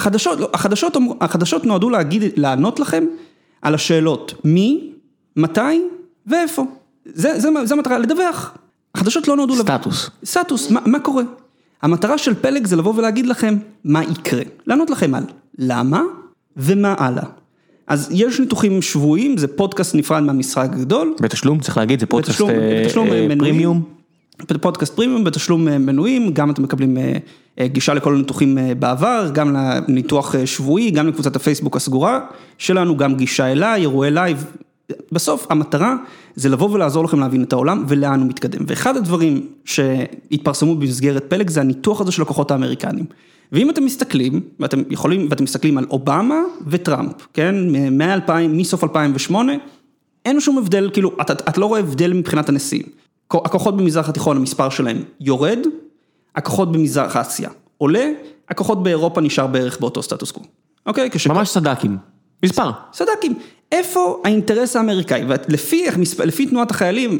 החדשות נועדו לענות לכם על השאלות מי, מתי ואיפה. זה המטרה, לדווח. החדשות לא נועדו... סטטוס, מה קורה? המטרה של פלג זה לבוא ולהגיד לכם מה יקרה. לענות לכם על למה ומה הלאה. אז יש ניתוחים שבועיים, זה פודקאסט נפרד מהמשחק הגדול. בתשלום, צריך להגיד, זה פודקאסט פרימיום. פודקאסט פרימיום, בתשלום מנויים, גם אתם מקבלים גישה לכל הניתוחים בעבר, גם לניתוח שבועי, גם לקבוצת הפייסבוק הסגורה שלנו, גם גישה אליי, אירועי לייב. בסוף המטרה זה לבוא ולעזור לכם להבין את העולם ולאן הוא מתקדם. ואחד הדברים שהתפרסמו במסגרת פלג זה הניתוח הזה של הכוחות האמריקנים. ואם אתם מסתכלים, ואתם מסתכלים על אובמה וטראמפ, כן, מסוף 2008, אין שום הבדל, כאילו, את לא רואה הבדל מבחינת הנשיאים. הכוחות במזרח התיכון, המספר שלהם יורד, הכוחות במזרח אסיה עולה, הכוחות באירופה נשאר בערך באותו סטטוס קוו. אוקיי? ממש סדקים. מספר. סדקים. איפה האינטרס האמריקאי? ולפי תנועת החיילים,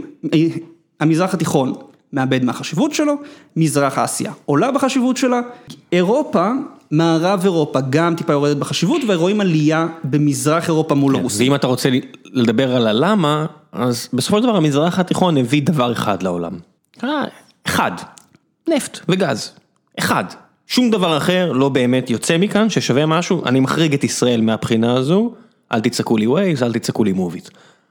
המזרח התיכון מאבד מהחשיבות שלו, מזרח אסיה עולה בחשיבות שלה, אירופה, מערב אירופה גם טיפה יורדת בחשיבות, ורואים עלייה במזרח אירופה מול רוסיה. ואם אתה רוצה לדבר על הלמה, אז בסופו של דבר המזרח התיכון הביא דבר אחד לעולם. אחד, נפט וגז. אחד. שום דבר אחר לא באמת יוצא מכאן ששווה משהו, אני מחריג את ישראל מהבחינה הזו, אל תצעקו לי ווייז, אל תצעקו לי מוביט.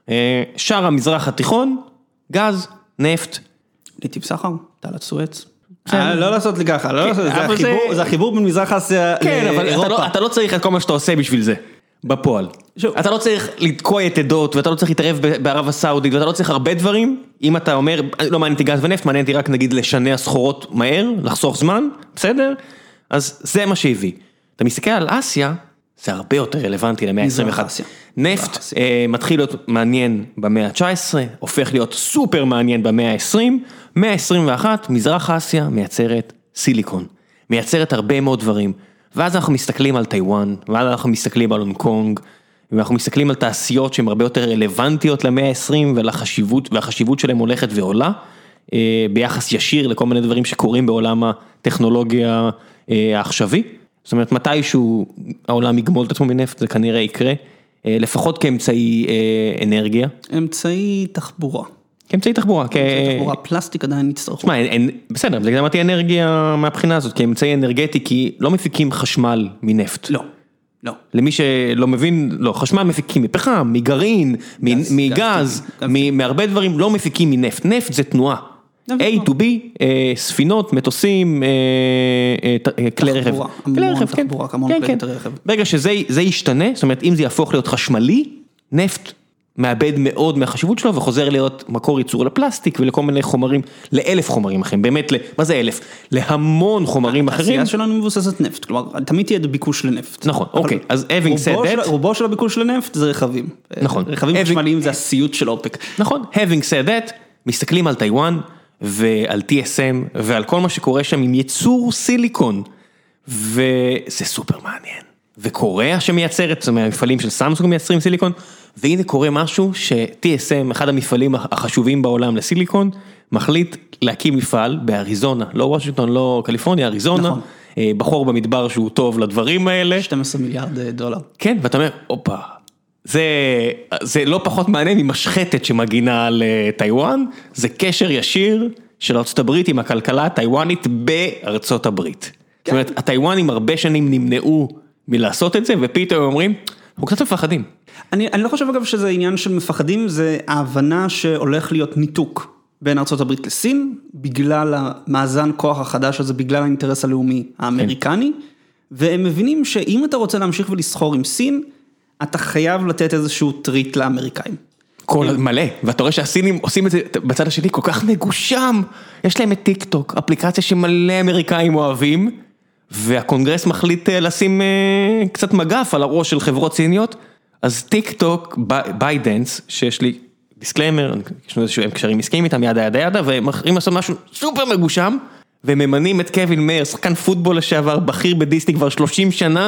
שאר המזרח התיכון, גז, נפט. נתיב סחר, תעלת סואץ. לא לעשות לי ככה, זה החיבור בין מזרח אסיה לאירופה. כן, אבל אתה לא צריך את כל מה שאתה עושה בשביל זה, בפועל. אתה לא צריך לתקוע את עדות, ואתה לא צריך להתערב בערב הסעודית, ואתה לא צריך הרבה דברים, אם אתה אומר, לא מעניין אותי גז ונפט, מעניין אותי רק נגיד לשנע סחורות מהר, לחסוך זמן, בסדר? אז זה מה שהביא. אתה מסתכל על אסיה, זה הרבה יותר רלוונטי למאה ה-21. נפט מתחיל להיות מעניין במאה ה-19, הופך להיות סופר מעניין במאה ה-20, מאה ה-21, מזרח אסיה מייצרת סיליקון, מייצרת הרבה מאוד דברים, ואז אנחנו מסתכלים על טיואן, ואז אנחנו מסתכלים על הונג קונג, ואנחנו מסתכלים על תעשיות שהן הרבה יותר רלוונטיות למאה ה-20, והחשיבות שלהן הולכת ועולה, ביחס ישיר לכל מיני דברים שקורים בעולם הטכנולוגיה העכשווי, זאת אומרת, מתישהו העולם יגמול את עצמו מנפט, זה כנראה יקרה, לפחות כאמצעי אנרגיה. אמצעי תחבורה. כאמצעי תחבורה. אמצעי תחבורה, פלסטיק עדיין נצטרכו. בסדר, זה אמרתי אנרגיה מהבחינה הזאת, כאמצעי אנרגטי, כי לא מפיקים חשמל מנפט. לא. למי שלא מבין, לא, חשמל מפיקים מפחם, מגרעין, מגז, מהרבה דברים, לא מפיקים מנפט. נפט זה תנועה. A to B, ספינות, מטוסים, כלי רכב. המון תחבורה, כמון כלי רכב. ברגע שזה ישתנה, זאת אומרת, אם זה יהפוך להיות חשמלי, נפט מאבד מאוד מהחשיבות שלו, וחוזר להיות מקור ייצור לפלסטיק, ולכל מיני חומרים, ל1,000 חומרים אחרים, באמת, מה זה 1,000? להמון חומרים אחרים. התעשייה שלנו מבוססת נפט, כלומר, תמיד תהיה ביקוש לנפט. נכון, אוקיי, אז having said that, רובו של הביקוש לנפט זה רכבים. נכון. רכבים חשמליים זה הסיוט של אופק. נכון, having said that, מסתכלים על טיואן, ועל TSM, ועל כל מה שקורה שם עם ייצור סיליקון, וזה סופר מעניין. וקוריאה שמייצרת, זאת אומרת, המפעלים של סמסונג מייצרים סיליקון, והנה קורה משהו ש-TSM, אחד המפעלים החשובים בעולם לסיליקון, מחליט להקים מפעל באריזונה, לא וושינגטון, לא קליפורניה, אריזונה, נכון. בחור במדבר שהוא טוב לדברים האלה. 12 מיליארד דולר. כן, ואתה אומר, אופה, זה לא פחות מעניין ממשחטת שמגינה על טיואן, זה קשר ישיר של ארצות הברית עם הכלכלה הטיואנית בארצות הברית. זאת אומרת, הטיואנים הרבה שנים נמנעו מלעשות את זה, ופתאום אומרים, אנחנו קצת מפחדים. אני לא חושב אגב שזה עניין של מפחדים, זה ההבנה שהולך להיות ניתוק בין ארצות הברית לסין, בגלל המאזן כוח החדש הזה, בגלל האינטרס הלאומי האמריקני, והם מבינים שאם אתה רוצה להמשיך ולסחור עם סין, אתה חייב לתת איזשהו טריט לאמריקאים. מלא, ואתה רואה שהסינים עושים את זה בצד השני כל כך מגושם, יש להם את טיק טוק, אפליקציה שמלא אמריקאים אוהבים, והקונגרס מחליט לשים קצת מגף על הראש של חברות סיניות, אז טיק טוק, ביידנס, שיש לי דיסקליימר, יש לנו איזשהו קשרים עסקיים איתם, ידה, ומחרים לעשות משהו סופר מגושם, וממנים את קווין מאיר, שחקן פוטבול לשעבר, בכיר בדיסני כבר 30 שנה,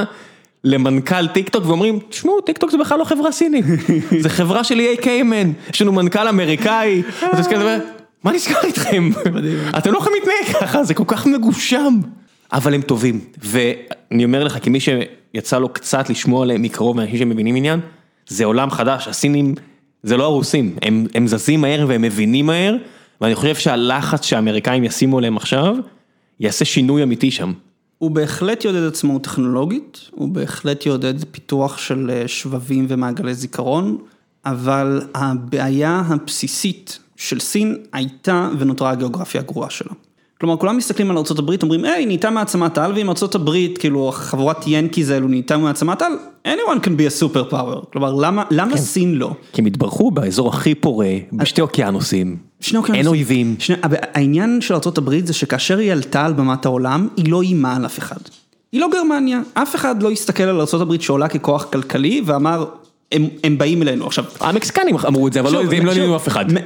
למנכ"ל טיק טוק, ואומרים, תשמעו, טיק טוק זה בכלל לא חברה סינית, זה חברה של EA קיימן, יש לנו מנכ"ל אמריקאי, אתה מסכים לדבר, מה נזכר איתכם? אתם לא יכולים להתנהג ככה, זה כל כך מגושם, אבל הם טובים, ואני אומר לך, כמי שיצא לו קצת לשמוע עליהם מקרוב, מאנשים שמבינים עניין, זה עולם חדש, הסינים, זה לא הרוסים, הם זזים מהר והם מבינים מהר, ואני חושב שהלחץ שהאמריקאים ישימו עליהם עכשיו, יעשה שינוי אמיתי שם. הוא בהחלט יעודד עצמאות טכנולוגית, הוא בהחלט יעודד פיתוח של שבבים ומעגלי זיכרון, אבל הבעיה הבסיסית של סין הייתה ונותרה הגיאוגרפיה הגרועה שלה. כלומר, כולם מסתכלים על ארצות הברית, אומרים, נהייתה מעצמת על, ואם ארצות הברית, כאילו, חבורת ינקיז האלו נהייתה מעצמת על, anyone can be a super power. כלומר, למה סין לא? כי הם התברכו באזור הכי פורה, בשתי אוקיינוסים, אין אויבים. העניין של ארצות הברית זה שכאשר היא עלתה על במת העולם, היא לא אימה על אף אחד. היא לא גרמניה, אף אחד לא הסתכל על ארצות הברית שעולה ככוח כלכלי, ואמר, הם באים אלינו. עכשיו, המקסיקנים אמרו את זה, אבל הם לא נהיו אף אחד.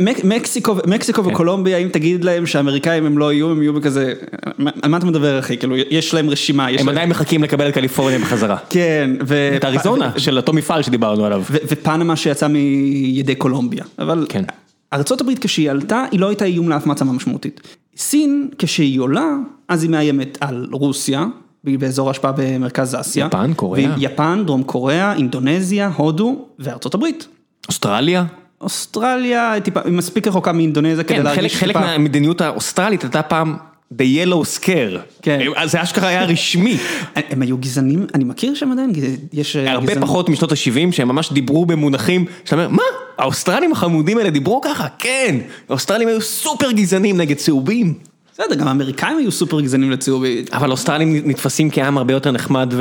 מקסיקו וקולומביה, אם תגיד להם שהאמריקאים הם לא יהיו, הם יהיו בכזה, על מה אתה מדבר אחי? כאילו, יש להם רשימה. הם עדיין מחכים לקבל את קליפורניה בחזרה. כן. את אריזונה, של אותו מפעל שדיברנו עליו. ופנמה שיצא מידי קולומביה. אבל ארצות הברית כשהיא עלתה, היא לא הייתה איום לאף מעצמה משמעותית. סין, כשהיא עולה, אז היא מאיימת על רוסיה, באזור השפעה במרכז אסיה. יפן, קוריאה. יפן, דרום קוריאה, אינדונזיה, הודו וארצות הברית. אוסטרליה? אוסטרליה, היא מספיק רחוקה מאינדונזיה כדי להרגיש חלק מהמדיניות האוסטרלית הייתה פעם The Yellow Scare. כן. זה אשכרה היה רשמי. הם היו גזענים, אני מכיר שם עדיין, יש הרבה פחות משנות ה-70 שהם ממש דיברו במונחים, שאתה אומר, מה? האוסטרלים החמודים האלה דיברו ככה? כן. האוסטרלים היו סופר גזענים נגד צהובים. בסדר, גם האמריקאים היו סופר גזענים לצהובים. אבל האוסטרלים נתפסים כעם הרבה יותר נחמד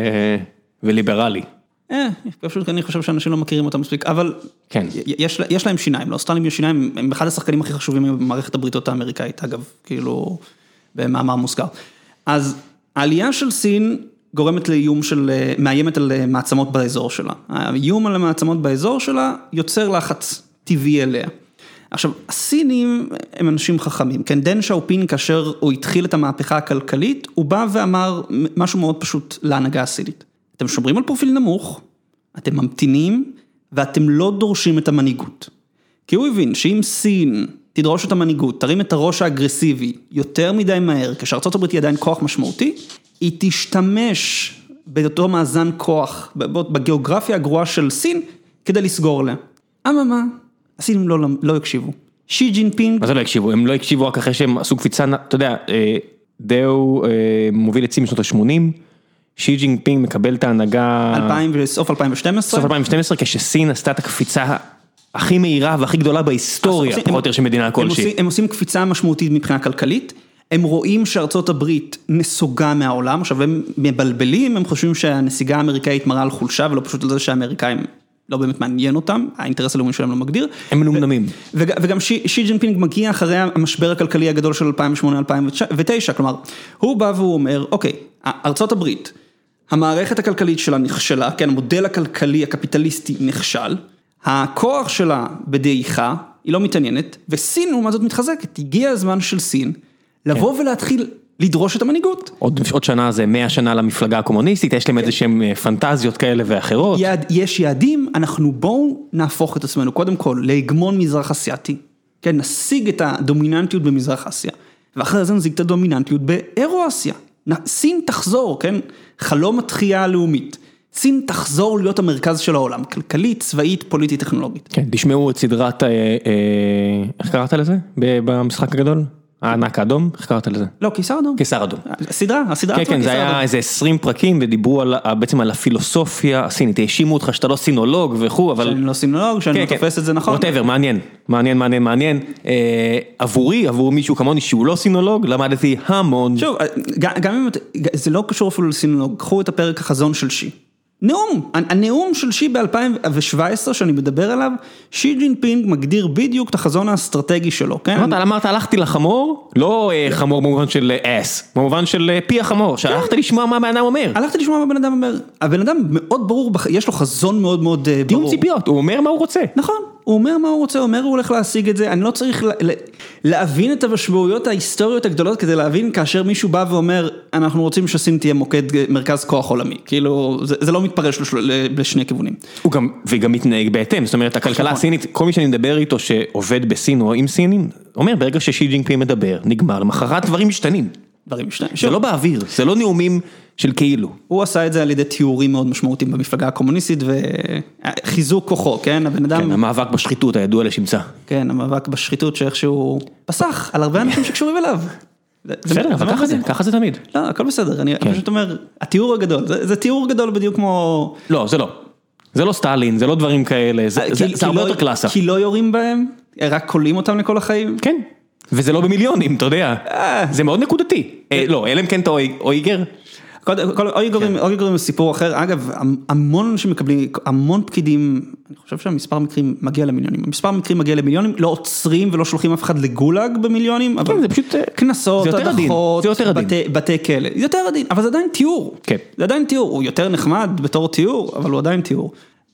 וליברלי. פשוט אני חושב שאנשים לא מכירים אותם מספיק, אבל כן. יש להם שיניים, לאוסטרלים יש שיניים, הם אחד השחקנים הכי חשובים במערכת הבריתות האמריקאית, אגב, כאילו, במאמר מוסגר. אז העלייה של סין גורמת לאיום מאיימת על מעצמות באזור שלה. האיום על המעצמות באזור שלה יוצר לחץ טבעי אליה. עכשיו, הסינים הם אנשים חכמים, כן, דן שאופין כאשר הוא התחיל את המהפכה הכלכלית, הוא בא ואמר משהו מאוד פשוט להנהגה הסינית. אתם שומרים על פרופיל נמוך, אתם ממתינים, ואתם לא דורשים את המנהיגות. כי הוא הבין שאם סין תדרוש את המנהיגות, תרים את הראש האגרסיבי יותר מדי מהר, כשארצות הברית היא עדיין כוח משמעותי, היא תשתמש באותו מאזן כוח, בגיאוגרפיה הגרועה של סין, כדי לסגור לה. מה? הסינים לא הקשיבו. שי ג'ינפינג... מה זה לא הקשיבו? הם לא הקשיבו רק אחרי שהם עשו קפיצה, אתה יודע, דאו מוביל את סין בשנות ה-80, שי ג'ינפינג מקבל את ההנהגה... סוף 2012. סוף 2012, כשסין עשתה את הקפיצה הכי מהירה והכי גדולה בהיסטוריה, פחות או יותר של מדינה כלשהי. הם עושים קפיצה משמעותית מבחינה כלכלית, הם רואים שארצות הברית נסוגה מהעולם, עכשיו הם מבלבלים, הם חושבים שהנסיגה האמריקאית מראה על חולשה, ולא פשוט על זה שהאמריקאים לא באמת מעניין אותם, האינטרס הלאומי שלהם לא מגדיר. הם מנומנמים. וגם שי ג'ינפינג מגיע אחרי המשבר הכלכלי הגדול של 2008-2009, כלומר, הוא בא והוא אומר, אוקיי, ארצות הברית, המערכת הכלכלית שלה נכשלה, כן, המודל הכלכלי הקפיטליסטי נכשל, הכוח שלה בדעיכה, היא לא מתעניינת, וסין לעומת זאת מתחזקת, הגיע הזמן של סין, לבוא ולהתחיל לדרוש את המנהיגות. עוד שנה זה 100 שנה למפלגה הקומוניסטית, יש להם איזה שהם פנטזיות כאלה ואחרות. יש יעדים, אנחנו בואו נהפוך את עצמנו, קודם כל, להגמון מזרח אסיאתי, כן, נשיג את הדומיננטיות במזרח אסיה, ואחרי זה נשיג את הדומיננטיות באירו-אסיה. סין תחזור, כן, חלום התחייה הלאומית. סין תחזור להיות המרכז של העולם, כלכלית, צבאית, פוליטית, טכנולוגית. כן, תשמעו את סדרת, איך קראת לזה? במשחק הגדול? הענק האדום? איך קראת לזה? לא, קיסר אדום. קיסר אדום. הסדרה כן, כן, זה היה איזה 20 פרקים, ודיברו בעצם על הפילוסופיה הסינית, האשימו אותך שאתה לא סינולוג וכו', אבל... שאני לא סינולוג, שאני לא תופס את זה נכון. whatever, מעניין. עבור מישהו כמוני שהוא לא סינולוג, למדתי המון. שוב, גם אם זה לא קשור אפילו לסינולוג, קחו את הפרק החזון של שי. הנאום של שי ב-2017 שאני מדבר עליו, שי ג'ינפינג מגדיר בדיוק את החזון האסטרטגי שלו, כן? אמרת, הלכתי לחמור, לא חמור במובן של אס, במובן של פי החמור, שהלכת לשמוע מה הבן אדם אומר. הלכתי לשמוע מה הבן אדם אומר. הבן אדם מאוד ברור, יש לו חזון מאוד מאוד ברור. תיאום ציפיות, הוא אומר מה הוא רוצה. נכון, הוא אומר מה הוא רוצה, הוא אומר הוא הולך להשיג את זה, אני לא צריך להבין את המשמעויות ההיסטוריות הגדולות כדי להבין כאשר מישהו בא ואומר, אנחנו רוצים שסין תהיה מוקד מרכז כוח עולמי, כאילו זה לא מתפרש לשני כיוונים. וגם מתנהג בהתאם, זאת אומרת, הכלכלה הסינית, כל מי שאני מדבר איתו שעובד בסין או עם סינים, אומר ברגע ששי ג'ינפינג מדבר, נגמר, למחרת דברים משתנים. זה לא באוויר, זה לא נאומים של כאילו. הוא עשה את זה על ידי תיאורים מאוד משמעותיים במפלגה הקומוניסטית וחיזוק כוחו, כן? הבן אדם... כן, המאבק בשחיתות הידוע לשמצה. כן, המאבק בשחיתות שאיכשהו פסח על הרבה אנשים שקשורים אליו. בסדר, אבל ככה זה תמיד. לא, הכל בסדר, אני פשוט אומר, התיאור הגדול, זה תיאור גדול בדיוק כמו... לא, זה לא. זה לא סטלין, זה לא דברים כאלה, זה הרבה יותר קלאסה. כי לא יורים בהם, רק קולים אותם לכל החיים? כן, וזה לא במיליונים, אתה יודע. זה מאוד נקודתי. לא, אלא אם כן אתה אויגר. אויגרים זה סיפור אחר, אגב, המון אנשים מקבלים, המון פקידים, אני חושב שהמספר מקרים מגיע למיליונים, המספר מקרים מגיע למיליונים, לא עוצרים ולא שולחים אף אחד לגולג במיליונים, אבל זה פשוט כנסות, הדחות, בתי כלא, זה יותר עדין, אבל זה עדיין תיאור, זה עדיין תיאור, הוא יותר נחמד בתור תיאור, אבל הוא עדיין תיאור.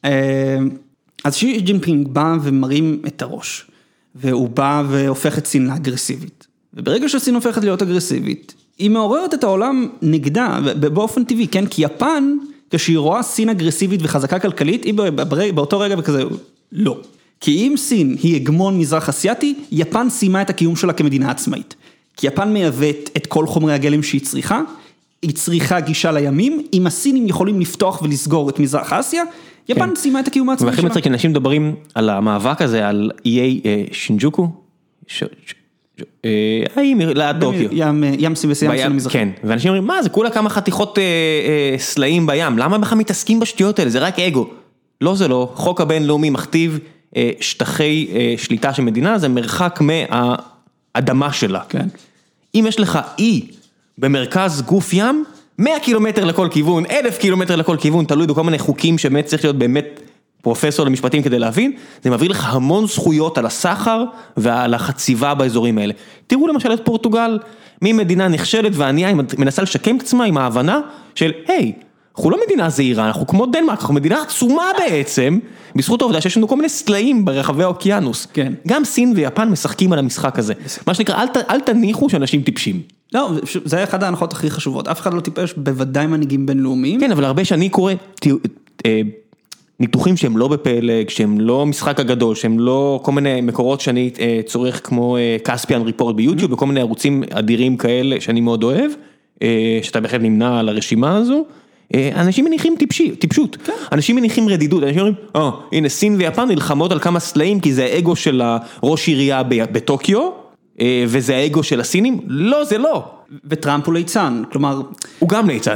אז שי ג'ינפינג בא ומרים את הראש, והוא בא והופך את סין לאגרסיבית, וברגע שסין הופכת להיות אגרסיבית, היא מעוררת את העולם נגדה, באופן טבעי, כן? כי יפן, כשהיא רואה סין אגרסיבית וחזקה כלכלית, היא באותו רגע וכזה, לא. כי אם סין היא הגמון מזרח אסיאתי, יפן סיימה את הקיום שלה כמדינה עצמאית. כי יפן מייבאת את כל חומרי הגלם שהיא צריכה, היא צריכה גישה לימים, אם הסינים יכולים לפתוח ולסגור את מזרח אסיה, יפן סיימה את הקיום העצמאי שלה. והכי מצחיק, אנשים מדברים על המאבק הזה, על איי שינג'וקו, ליד טוקיו. ים סין וסין המזרחי. כן, ואנשים אומרים, מה זה, כולה כמה חתיכות סלעים בים, למה בכלל מתעסקים בשטויות האלה, זה רק אגו. לא, זה לא, חוק הבינלאומי מכתיב שטחי שליטה של מדינה, זה מרחק מהאדמה שלה. כן. אם יש לך אי במרכז גוף ים, 100 קילומטר לכל כיוון, 1,000 קילומטר לכל כיוון, תלוי בכל מיני חוקים שבאמת צריך להיות באמת פרופסור למשפטים כדי להבין, זה מביא לך המון זכויות על הסחר ועל החציבה באזורים האלה. תראו למשל את פורטוגל, ממדינה נכשלת וענייה, היא מנסה לשקם את עצמה עם ההבנה של, היי, אנחנו לא מדינה זהירה, אנחנו כמו דנמרק, אנחנו מדינה עצומה בעצם, בזכות העובדה שיש לנו כל מיני סלעים ברחבי האוקיינוס. כן. גם סין ויפן משחקים על המשחק הזה. מה שנקרא, אל תניחו שאנשים טיפשים. לא, זה אחד ההנחות הכי חשובות. אף אחד לא טיפש, בוודאי מנהיגים בינלאומיים. כן, אבל הרבה שאני קורא, ניתוחים שהם לא בפלג, שהם לא משחק הגדול, שהם לא כל מיני מקורות שאני צורך כמו קספיאן ריפורט ביוטיוב, וכל מיני ערוצים אדירים כאלה שאני מאוד אוהב, שאתה בהחלט נמנע על הרשימה הזו, אנשים מניחים טיפשות, אנשים מניחים רדידות, אנשים אומרים, הנה סין ויפן נלחמות על כמה סלעים, כי זה האגו של הראש עירייה בטוקיו, וזה האגו של הסינים, לא, זה לא. וטראמפ הוא ליצן, כלומר... הוא גם ליצן,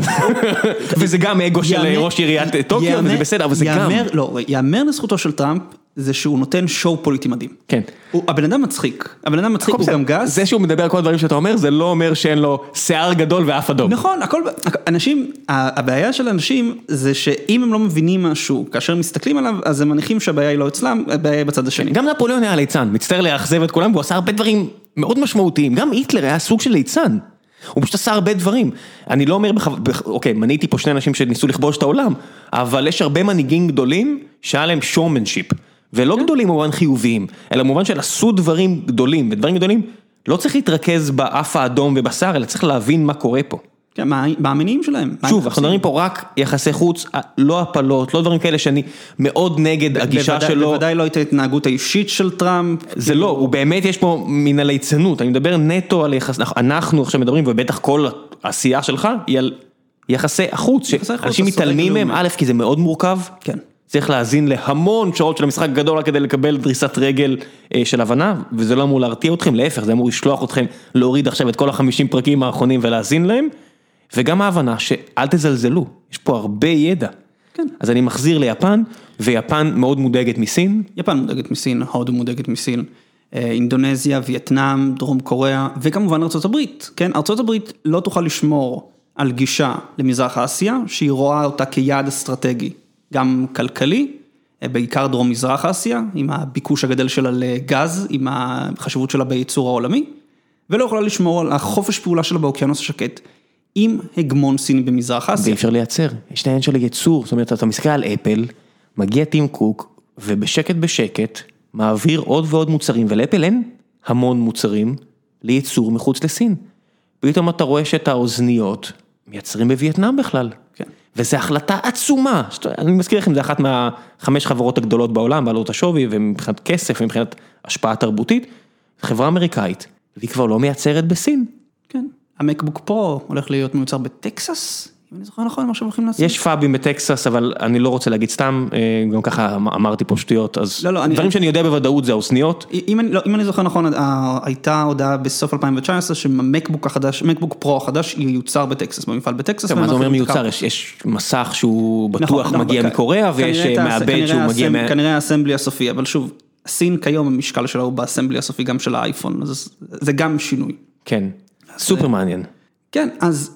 וזה גם אגו של ראש עיריית טוקיו, וזה בסדר, אבל זה גם... לא, יאמר לזכותו של טראמפ, זה שהוא נותן שואו פוליטי מדהים. כן. הבן אדם מצחיק, הוא גם גס. זה שהוא מדבר על כל הדברים שאתה אומר, זה לא אומר שאין לו שיער גדול ואף אדום. נכון, אנשים, הבעיה של אנשים זה שאם הם לא מבינים משהו, כאשר מסתכלים עליו, אז הם מניחים שהבעיה היא לא אצלם, הבעיה היא בצד השני. גם נפוליאון היה ליצן, מצטער לאכזב את כולם, והוא עשה הרבה דברים מאוד משמעותיים. גם היטלר היה סוג של ליצן. הוא פשוט עשה הרבה דברים. אני לא אומר, אוקיי, מניתי פה שני אנשים שניסו לכבוש את העולם, אבל יש הרבה מנהיגים גדולים שהיה להם שורמנשיפ. ולא גדולים במובן חיוביים, אלא במובן של עשו דברים גדולים, ודברים גדולים לא צריך להתרכז באף האדום ובשר, אלא צריך להבין מה קורה פה. כן, מה המניעים שלהם? שוב, אנחנו מדברים פה רק יחסי חוץ, לא הפלות, לא דברים כאלה שאני מאוד נגד הגישה שלו. בוודאי לא את ההתנהגות האישית של טראמפ. זה לא, הוא באמת יש פה מן הליצנות, אני מדבר נטו על יחס, אנחנו עכשיו מדברים, ובטח כל העשייה שלך, היא על יחסי החוץ, שאנשים מתעלמים מהם, א', כי זה מאוד מורכב. כן. צריך להזין להמון שעות של המשחק גדול כדי לקבל דריסת רגל של הבנה, וזה לא אמור להרתיע אתכם, להפך, זה אמור לשלוח אתכם להוריד עכשיו את כל 50 פרקים האחרונים ולהזין להם, וגם ההבנה שאל תזלזלו, יש פה הרבה ידע. כן. אז אני מחזיר ליפן, ויפן מאוד מודאגת מסין. יפן מודאגת מסין, הודו מודאגת מסין, אינדונזיה, וייטנאם, דרום קוריאה, וכמובן ארצות הברית. כן, ארצות הברית לא תוכל לשמור על גישה למזרח אסיה, שהיא רואה אותה כיעד אסטרטגי. גם כלכלי, בעיקר דרום מזרח אסיה, עם הביקוש הגדל שלה לגז, עם החשיבות שלה בייצור העולמי, ולא יכולה לשמור על החופש פעולה שלה באוקיינוס השקט, עם הגמון סיני במזרח אסיה. זה אפשר לייצר, יש העניין של ייצור, זאת אומרת, אתה מסתכל על אפל, מגיע טים קוק, ובשקט בשקט, מעביר עוד ועוד מוצרים, ולאפל אין המון מוצרים לייצור מחוץ לסין. פתאום אתה רואה שאת האוזניות מייצרים בווייטנאם בכלל. כן. וזו החלטה עצומה, אני מזכיר לכם, זה אחת מהחמש חברות הגדולות בעולם, בעלות השווי, ומבחינת כסף, ומבחינת השפעה תרבותית, חברה אמריקאית, והיא כבר לא מייצרת בסין. כן, המקבוק פרו הולך להיות מיוצר בטקסס, אם אני זוכר נכון, מה שהולכים לעשות. יש פאבים בטקסס, אבל אני לא רוצה להגיד סתם, גם ככה אמרתי פה שטויות, אז דברים שאני יודע בוודאות זה האוזניות. אם אני זוכר נכון, הייתה הודעה בסוף 2019, שמקבוק החדש, מקבוק פרו החדש, ייוצר בטקסס, במפעל בטקסס. מה זה אומר מיוצר? יש מסך שהוא בטוח מגיע מקוריאה, ויש מעבד שהוא מגיע כנראה האסמבלי הסופי, אבל שוב, הסין כיום המשקל שלה הוא באסמבלי הסופי גם של האייפון, אז זה גם שינוי. כן, סופר מעניין. כן, אז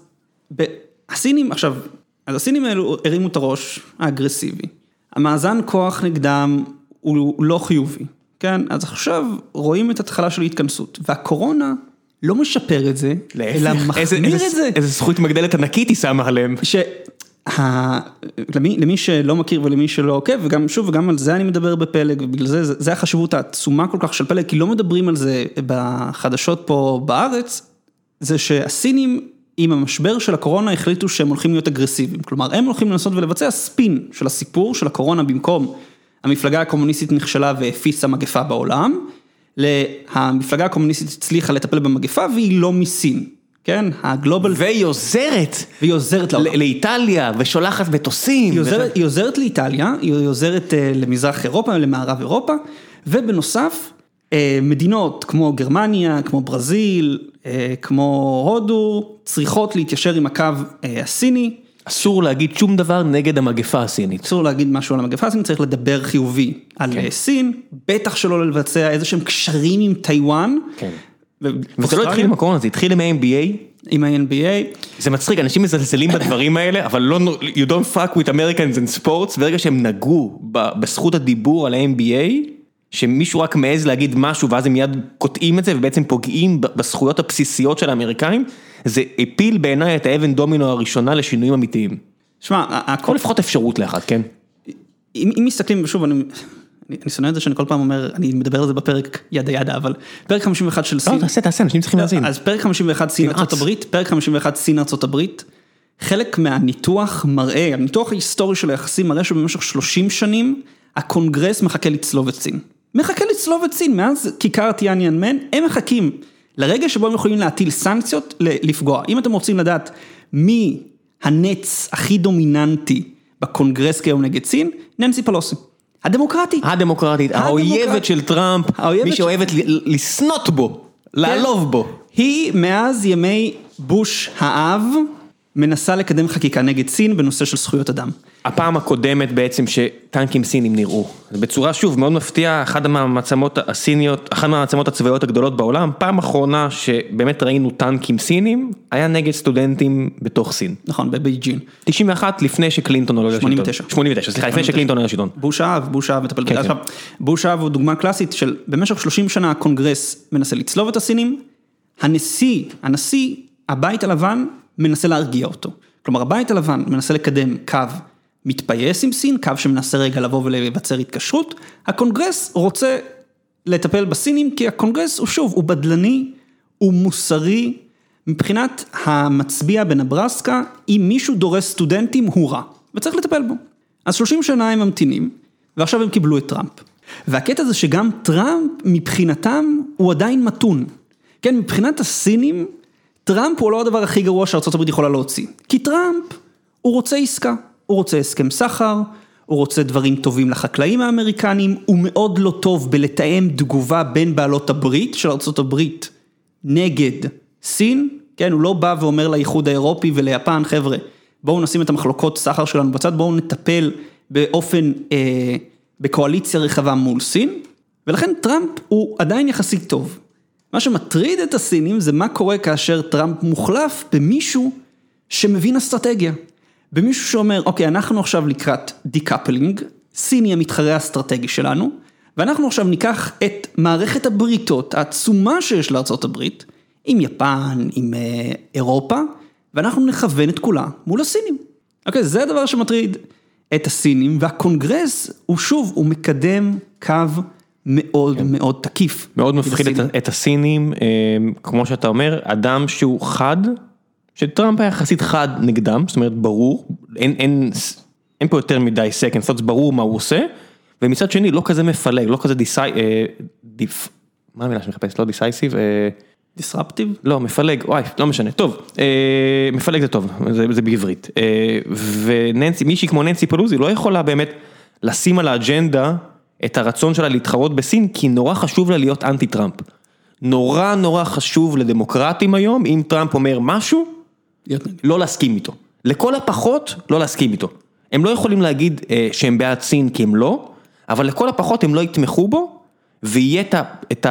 הסינים, עכשיו, אז הסינים האלו הרימו את הראש האגרסיבי. המאזן כוח נגדם הוא לא חיובי, כן? אז עכשיו רואים את התחלה של ההתכנסות, והקורונה לא משפר את זה, אלא מחמיר את זה. איזה זכות מגדלת ענקית היא שמה עליהם. למי שלא מכיר ולמי שלא עוקב, וגם שוב, וגם על זה אני מדבר בפלג, ובגלל זה החשיבות העצומה כל כך של פלג, כי לא מדברים על זה בחדשות פה בארץ, זה שהסינים עם המשבר של הקורונה החליטו שהם הולכים להיות אגרסיביים, כלומר הם הולכים לנסות ולבצע ספין של הסיפור של הקורונה במקום המפלגה הקומוניסטית נכשלה והפיצה מגפה בעולם, המפלגה הקומוניסטית הצליחה לטפל במגפה והיא לא מסין, כן? הגלובל... והיא עוזרת לעולם. לאיטליה ושולחת מטוסים. היא עוזרת לאיטליה, היא עוזרת למזרח אירופה, למערב אירופה, ובנוסף מדינות כמו גרמניה, כמו ברזיל, כמו הודו, צריכות להתיישר עם הקו הסיני. אסור להגיד שום דבר נגד המגפה הסינית. אסור להגיד משהו על המגפה הסינית, צריך לדבר חיובי על סין, בטח שלא לבצע איזה שהם קשרים עם טיואן. כן. וזה לא התחיל עם הקורונה, זה התחיל עם ה-NBA. עם ה-NBA. זה מצחיק, אנשים מזלזלים בדברים האלה, אבל לא, you don't fuck with Americans in sports, ברגע שהם נגעו בזכות הדיבור על ה-NBA, שמישהו רק מעז להגיד משהו, ואז הם מיד קוטעים את זה, ובעצם פוגעים בזכויות הבסיסיות של האמריקאים, זה הפיל בעיניי את האבן דומינו הראשונה לשינויים אמיתיים. שמע, הכל לפחות אפשרות לאחד, כן? אם מסתכלים, שוב, אני שונא את זה שאני כל פעם אומר, אני מדבר על זה בפרק ידה, אבל פרק 51 של סין... לא, תעשה, אנשים צריכים להזין. אז פרק 51 סין ארצות הברית, פרק 51 סין ארצות הברית, חלק מהניתוח מראה, הניתוח ההיסטורי של היחסים מראה שבמשך 30 שנים, הקונגרס מחכה לצלוב את סין. מחכה לצלוב את סין, מאז כיכר טיאניאנמן, הם מחכים לרגע שבו הם יכולים להטיל סנקציות לפגוע. אם אתם רוצים לדעת מי הנץ הכי דומיננטי בקונגרס כיום נגד סין, ננסי פלוסי. הדמוקרטית, האויבת של טראמפ, מי שאוהבת לסנות בו, לעלוב בו. היא מאז ימי בוש האב מנסה לקדם חקיקה נגד סין בנושא של זכויות אדם. הפעם הקודמת בעצם שטנקים סינים נראו, בצורה שוב מאוד מפתיעה, אחת מהמעצמות הסיניות, אחת מהמעצמות הצבאיות הגדולות בעולם, פעם אחרונה שבאמת ראינו טנקים סינים, היה נגד סטודנטים בתוך סין. נכון, בבייג'ין. 91 לפני שקלינטון עולה לשלטון. 89, סליחה, לפני שקלינטון עולה לשלטון. בוש האב מטפל בזה. עכשיו, בוש האב הוא דוגמה קלאסית של במשך 30 שנה הקונגרס מנסה לצלוב את הסינים, הנשיא, הבית הלבן מנסה להרגיע אותו. כלומר, הבית הלבן מנסה לקדם קו מתפייס עם סין, קו שמנסה רגע לבוא ולבצר התקשרות, הקונגרס רוצה לטפל בסינים, כי הקונגרס הוא שוב, הוא בדלני, הוא מוסרי, מבחינת המצביע בנברסקה, אם מישהו דורס סטודנטים הוא רע, וצריך לטפל בו. אז 30 שנה הם ממתינים, ועכשיו הם קיבלו את טראמפ. והקטע זה שגם טראמפ מבחינתם הוא עדיין מתון. כן, מבחינת הסינים, טראמפ הוא לא הדבר הכי גרוע שארצות הברית יכולה להוציא. כי טראמפ הוא רוצה עסקה. הוא רוצה הסכם סחר, הוא רוצה דברים טובים לחקלאים האמריקנים, הוא מאוד לא טוב בלתאם תגובה בין בעלות הברית של ארצות הברית נגד סין, כן, הוא לא בא ואומר לאיחוד האירופי וליפן, חבר'ה, בואו נשים את המחלוקות סחר שלנו בצד, בואו נטפל באופן, בקואליציה רחבה מול סין, ולכן טראמפ הוא עדיין יחסית טוב. מה שמטריד את הסינים זה מה קורה כאשר טראמפ מוחלף במישהו שמבין אסטרטגיה. במישהו שאומר, אוקיי, אנחנו עכשיו לקראת דיקאפלינג, סין היא המתחרה האסטרטגי שלנו, ואנחנו עכשיו ניקח את מערכת הבריתות, העצומה שיש לארצות הברית, עם יפן, עם אירופה, ואנחנו נכוון את כולה מול הסינים. אוקיי, זה הדבר שמטריד את הסינים, והקונגרס הוא שוב, הוא מקדם קו מאוד מאוד תקיף. מאוד מפחיד את הסינים, כמו שאתה אומר, אדם שהוא חד, שטראמפ היה יחסית חד נגדם, זאת אומרת ברור, אין פה יותר מדי סקנד, זאת ברור מה הוא עושה, ומצד שני לא כזה מפלג, לא כזה מה המילה שמחפש? לא דיסייסיב? דיסרפטיב? לא, מפלג, וואי, לא משנה, טוב, מפלג זה טוב, זה בעברית, ומישהי כמו ננסי פלוזי לא יכולה באמת לשים על האג'נדה את הרצון שלה להתחרות בסין, כי נורא חשוב לה להיות אנטי טראמפ. נורא חשוב לדמוקרטים היום, אם טראמפ אומר משהו, לא להסכים איתו. לכל הפחות, לא להסכים איתו. הם לא יכולים להגיד שהם בעד סין, כי הם לא, אבל לכל הפחות הם לא יתמכו בו, ויהיה את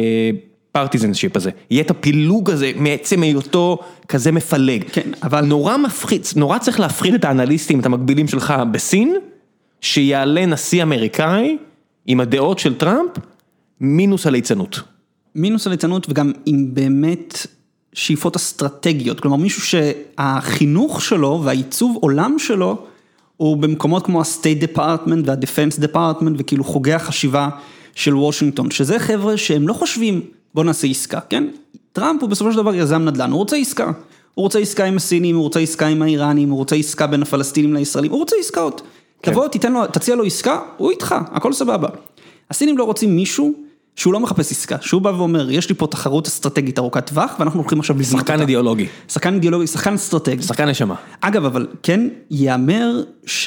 הפרטיזנשיפ הזה, יהיה את הפילוג הזה, מעצם היותו כזה מפלג. כן, אבל נורא מפחיד, נורא צריך להפחיד את האנליסטים, את המקבילים שלך בסין, שיעלה נשיא אמריקאי, עם הדעות של טראמפ, מינוס הליצנות. מינוס הליצנות וגם עם באמת שאיפות אסטרטגיות, כלומר מישהו שהחינוך שלו והעיצוב עולם שלו, הוא במקומות כמו ה-State Department וה-Defense Department, וכאילו חוגי החשיבה של וושינגטון, שזה חבר'ה שהם לא חושבים, בוא נעשה עסקה, כן? טראמפ הוא בסופו של דבר יזם נדל"ן, הוא רוצה עסקה. הוא רוצה עסקה עם הסינים, הוא רוצה עסקה עם האיראנים, הוא רוצה עסקה בין הפלסטינים לישראלים, הוא רוצה עסקאות. תבוא, תציע לו עסקה, הוא איתך, הכל סבבה. הסינים לא רוצים מישהו שהוא לא מחפש עסקה, שהוא בא ואומר, יש לי פה תחרות אסטרטגית ארוכת טווח, ואנחנו הולכים עכשיו לבנות אותה. שחקן אידיאולוגי. שחקן אידיאולוגי, שחקן אסטרטגי. שחקן נשמה. אגב, אבל כן, יאמר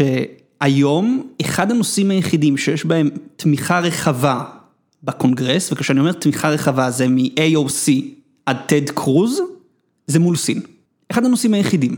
שהיום, אחד הנושאים היחידים שיש בהם תמיכה רחבה בקונגרס, וכשאני אומר תמיכה רחבה, זה מ-AOC עד טד קרוז, זה מול סין. אחד הנושאים היחידים.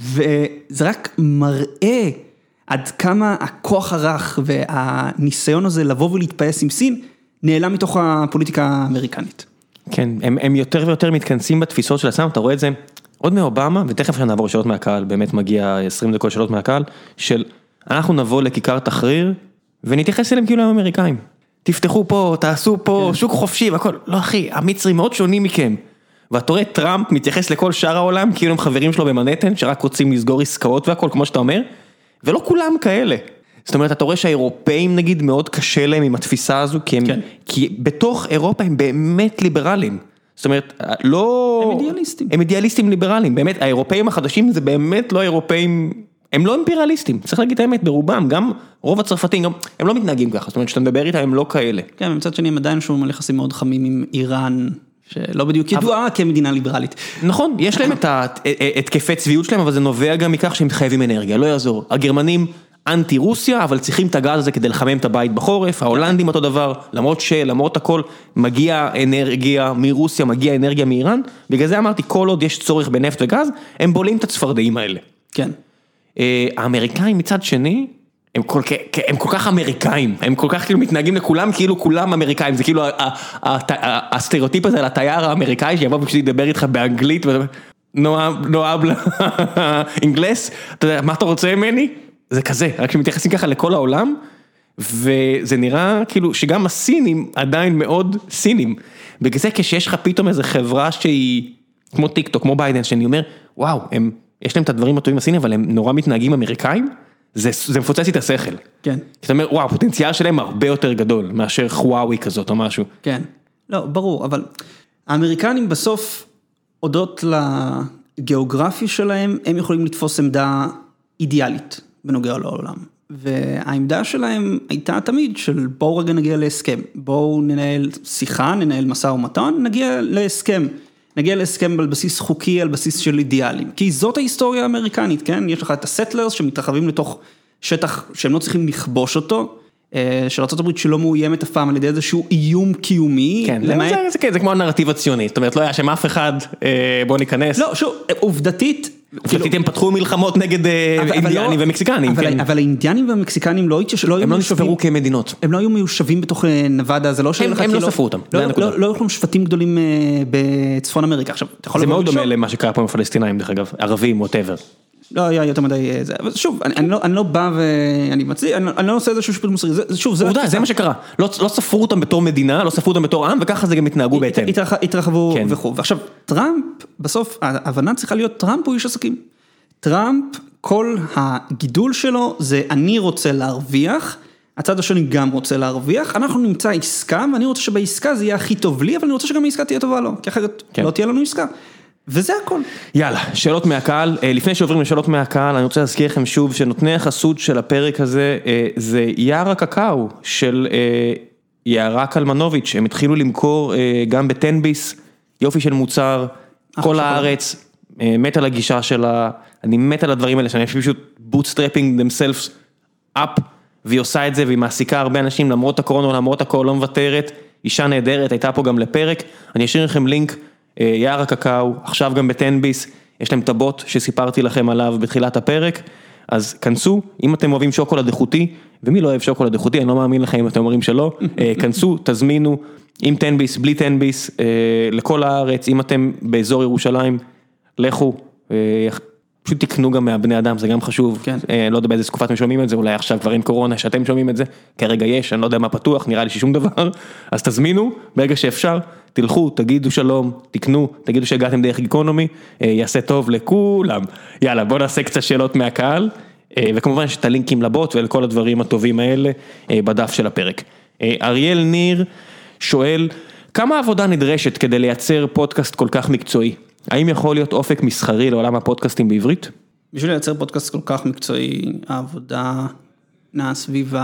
וזה רק מראה עד כמה הכוח הרך והניסיון הזה לבוא ולהתפייס עם סין, נעלם מתוך הפוליטיקה האמריקנית. כן, הם יותר ויותר מתכנסים בתפיסות של עצמם, אתה רואה את זה עוד מאובמה, ותכף נעבור שאלות מהקהל, באמת מגיע 20 דקות שאלות מהקהל, של אנחנו נבוא לכיכר תחריר, ונתייחס אליהם כאילו הם אמריקאים. תפתחו פה, תעשו פה, שוק חופשי והכל. לא אחי, המצרים מאוד שונים מכם. ואתה רואה טראמפ מתייחס לכל שאר העולם, כאילו הם חברים שלו במנהטן, שרק רוצים לסגור עסקאות והכל, כמו שאתה אומר, ולא כולם כאלה. זאת אומרת, אתה רואה שהאירופאים נגיד מאוד קשה להם עם התפיסה הזו, כי בתוך אירופה הם באמת ליברלים. זאת אומרת, לא... הם אידיאליסטים. הם אידיאליסטים ליברלים. באמת, האירופאים החדשים זה באמת לא אירופאים... הם לא אימפריאליסטים. צריך להגיד את האמת, ברובם, גם רוב הצרפתים, גם, הם לא מתנהגים ככה. זאת אומרת, שאתה מדבר איתה, הם לא כאלה. כן, מצד שני, הם עדיין שומעים על יחסים מאוד חמים עם איראן, שלא בדיוק ידועה כמדינה ליברלית. נכון, יש להם את התקפי צביעות שלהם, אבל זה נובע גם מכך שהם חייבים אנרגיה, לא יעזור. הגרמנים אנטי רוסיה, אבל צריכים את הגז הזה כדי לחמם את הבית בחורף, ההולנדים אותו דבר, למרות הכל, מגיע אנרגיה מרוסיה, מגיע אנרגיה מאיראן, בגלל זה אמרתי, כל עוד יש צורך בנפט וגז, הם בולים את הצפרדעים האלה. כן. האמריקאים מצד שני, הם כל כך אמריקאים, הם כל כך כאילו מתנהגים לכולם, כאילו כולם אמריקאים, זה כאילו הסטריאוטיפ הזה על התייר האמריקאי, שיבוא פשוט ידבר איתך באנגלית, נואב אינגלס, אתה יודע, מה אתה רוצה ממני? זה כזה, רק שמתייחסים ככה לכל העולם, וזה נראה כאילו שגם הסינים עדיין מאוד סינים, בגלל זה כשיש לך פתאום איזו חברה שהיא כמו טיקטוק, כמו ביידן, שאני אומר, וואו, יש להם את הדברים הטובים הסינים, אבל הם נורא מתנהגים אמריקאים, זה מפוצץ את השכל. כן. זאת אומרת, וואו, הפוטנציאל שלהם הרבה יותר גדול, מאשר חוואוי כזאת או משהו. כן. לא, ברור, אבל האמריקנים בסוף, הודות לגיאוגרפי שלהם, הם יכולים לתפוס עמדה אידיאלית בנוגע לעולם. והעמדה שלהם הייתה תמיד של בואו רגע נגיע להסכם, בואו ננהל שיחה, ננהל משא ומתן, נגיע להסכם. נגיע להסכם על בסיס חוקי, על בסיס של אידיאלים. כי זאת ההיסטוריה האמריקנית, כן? יש לך את הסטלרס שמתרחבים לתוך שטח שהם לא צריכים לכבוש אותו, של ארצות הברית שלא מאוימת אף פעם על ידי איזשהו איום קיומי. כן, זה כמו הנרטיב הציוני, זאת אומרת, לא היה שם אף אחד, בוא ניכנס. לא, שוב, עובדתית הם פתחו מלחמות נגד אינדיאנים ומקסיקנים. אבל האינדיאנים והמקסיקנים הם לא נשברו כמדינות. הם לא היו מיושבים בתוך נבדה, זה לא הם לא ספרו אותם. לא יכולים שבטים גדולים בצפון אמריקה. זה מאוד דומה למה שקרה פה עם הפלסטינאים, דרך אגב, ערבים, whatever. לא היה יותר מדי זה, אבל שוב, אני לא בא ואני מציא, אני לא עושה איזשהו שיפוט מוסרי, שוב, זה מה שקרה, לא ספרו אותם בתור מדינה, לא ספרו אותם בתור עם, וככה זה גם התנהגו בהתאם. התרחבו וכו', ועכשיו, טראמפ, בסוף, ההבנה צריכה להיות, טראמפ הוא איש עסקים. טראמפ, כל הגידול שלו, זה אני רוצה להרוויח, הצד השני גם רוצה להרוויח, אנחנו נמצא עסקה, ואני רוצה שבעסקה זה יהיה הכי טוב לי, אבל אני רוצה שגם העסקה תהיה טובה לו, כי אחרת לא תהיה לנו עסקה. וזה הכל. יאללה, שאלות מהקהל. לפני שעוברים לשאלות מהקהל, אני רוצה להזכיר לכם שוב שנותני החסות של הפרק הזה, זה יער הקקאו של יערה קלמנוביץ', הם התחילו למכור גם בטנביס, יופי של מוצר, כל הארץ, מת על הגישה שלה, אני מת על הדברים האלה, שאני פשוט bootstrapping themselves up, והיא עושה את זה, והיא מעסיקה הרבה אנשים, למרות הקורונה, למרות הכל, לא מוותרת, אישה נהדרת, הייתה פה גם לפרק, אני אשאיר לכם לינק, יער הקקאו, עכשיו גם בטנביס, יש להם טבוט שסיפרתי לכם עליו בתחילת הפרק, אז כנסו, אם אתם אוהבים שוקולד איכותי, ומי לא אוהב שוקולד איכותי, אני לא מאמין לכם אם אתם אומרים שלא, כנסו, תזמינו, עם טנביס, בלי טנביס, לכל הארץ, אם אתם באזור ירושלים, לכו, פשוט תקנו גם מהבני אדם, זה גם חשוב, כן. לא יודע באיזה סקופת משומעים את זה, אולי עכשיו כבר אין קורונה, שאתם שומעים את זה, כרגע יש, אני לא יודע מה פתוח, נראה לי ששום דבר, אז תזמינו, ברגע שאפשר, תלכו, תגידו שלום, תקנו, תגידו שהגעתם דרך גיקונומי, יעשה טוב לכולם. יאללה, בואו נעשה קצת שאלות מהקהל, וכמובן שאת הלינקים לבוט ולכל הדברים הטובים האלה בדף של הפרק. אריאל ניר שואל, כמה עבודה נדרשת כדי לייצר פודקאסט כל כך מקצועי? האם יכול להיות אופק מסחרי לעולם הפודקאסטים בעברית? בשביל לייצר פודקאסט כל כך מקצועי, העבודה נעה סביב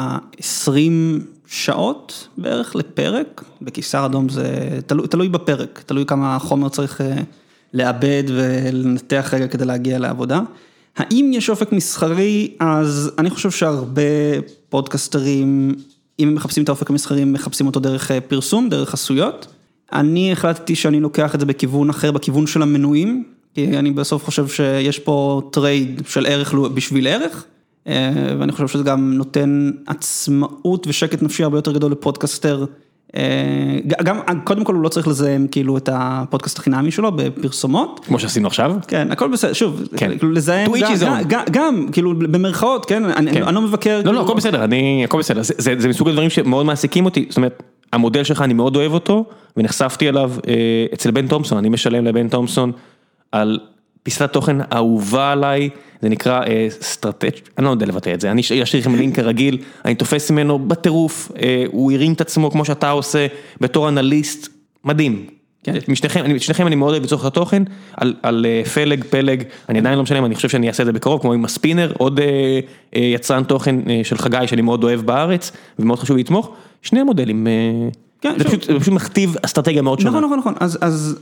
20 שעות בערך לפרק, בקיסר אדום זה תלוי בפרק, תלוי כמה חומר צריך לאבד ולנתח רגע כדי להגיע לעבודה. האם יש אופק מסחרי, אז אני חושב שהרבה פודקאסטרים, אם הם מחפשים את האופק המסחרי, הם מחפשים אותו דרך פרסום, דרך חסויות. אני החלטתי שאני לוקח את זה בכיוון אחר, בכיוון של המנויים, כי אני בסוף חושב שיש פה טרייד של ערך בשביל ערך, ואני חושב שזה גם נותן עצמאות ושקט נפשי הרבה יותר גדול לפודקאסטר, גם, קודם כל הוא לא צריך לזהם כאילו את הפודקאסט החינמי שלו בפרסומות. כמו שעשינו עכשיו? כן, הכל בסדר, שוב, כן. כאילו לזהם גם, כאילו במרכאות, כן, אני לא מבקר. לא, הכל בסדר, הכל בסדר, זה מסוג הדברים שמאוד מעסיקים אותי, זאת אומרת, המודל שלך אני מאוד אוהב אותו, ונחשפתי אליו אצל בן תומסון, אני משלם לבן תומסון על פיסת תוכן אהובה עליי, זה נקרא אני לא יודע לבטא את זה, אני אשאיר לכם לינק כרגיל, אני תופס ממנו בטירוף, הוא הרים את עצמו כמו שאתה עושה, בתור אנליסט, מדהים. משניכם אני מאוד אוהב בצורך התוכן, על פלג, אני עדיין לא משלם, אני חושב שאני אעשה את זה בקרוב, כמו עם הספינר, עוד יצרן תוכן של חגי, שאני מאוד אוהב בארץ, ומאוד חשוב לתמוך, שני מודלים, זה פשוט מכתיב אסטרטגיה מאוד שונה. נכון, אז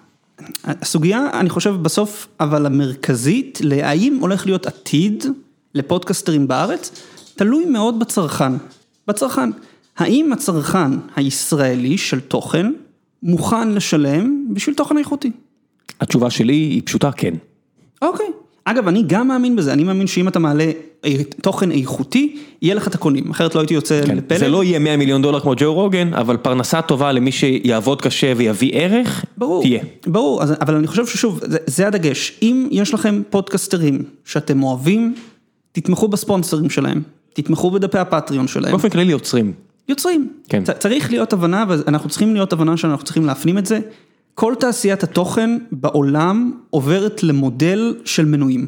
הסוגיה, אני חושב בסוף, אבל המרכזית, להאם הולך להיות עתיד לפודקאסטרים בארץ, תלוי מאוד בצרכן. האם הצרכן הישראלי של תוכן מוכן לשלם בשביל תוכן איכותי? התשובה שלי היא פשוטה, כן. אוקיי. אגב, אני גם מאמין בזה, אני מאמין שאם אתה מעלה תוכן איכותי, יהיה לך את הקונים, אחרת לא הייתי יוצא לפלג. זה לא יהיה $100 מיליון כמו ג'ו רוגן, אבל פרנסה טובה למי שיעבוד קשה ויביא ערך, תהיה. ברור, אבל אני חושב ששוב, זה הדגש. אם יש לכם פודקאסטרים שאתם אוהבים, תתמכו בספונסרים שלהם, תתמכו בדפי הפטריון שלהם. באופן כללי יוצרים. כן. צריך להיות הבנה, ואנחנו צריכים להיות הבנה שאנחנו צריכים להפנים את זה. כל תעשיית התוכן בעולם עוברת למודל של מנויים.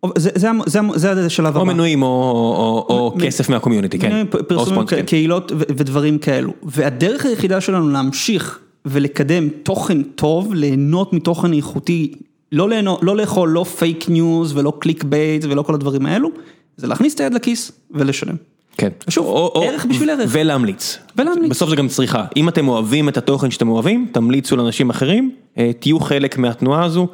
זה השלב הבא. או מנויים או כסף מהקומיוניטי, כן. פרסומים, קהילות ודברים כאלו. והדרך היחידה שלנו להמשיך ולקדם תוכן טוב, ליהנות מתוכן איכותי, לא לאכול, לא פייק ניוז ולא קליק בייט ולא כל הדברים האלו, זה להכניס את היד לכיס ולשלם. כן. שוב, ערך בשביל ערך. ולהמליץ. בסוף זה גם צריכה. אם אתם אוהבים את התוכן שאתם אוהבים, תמליצו לאנשים אחרים, תהיו חלק מהתנועה הזו,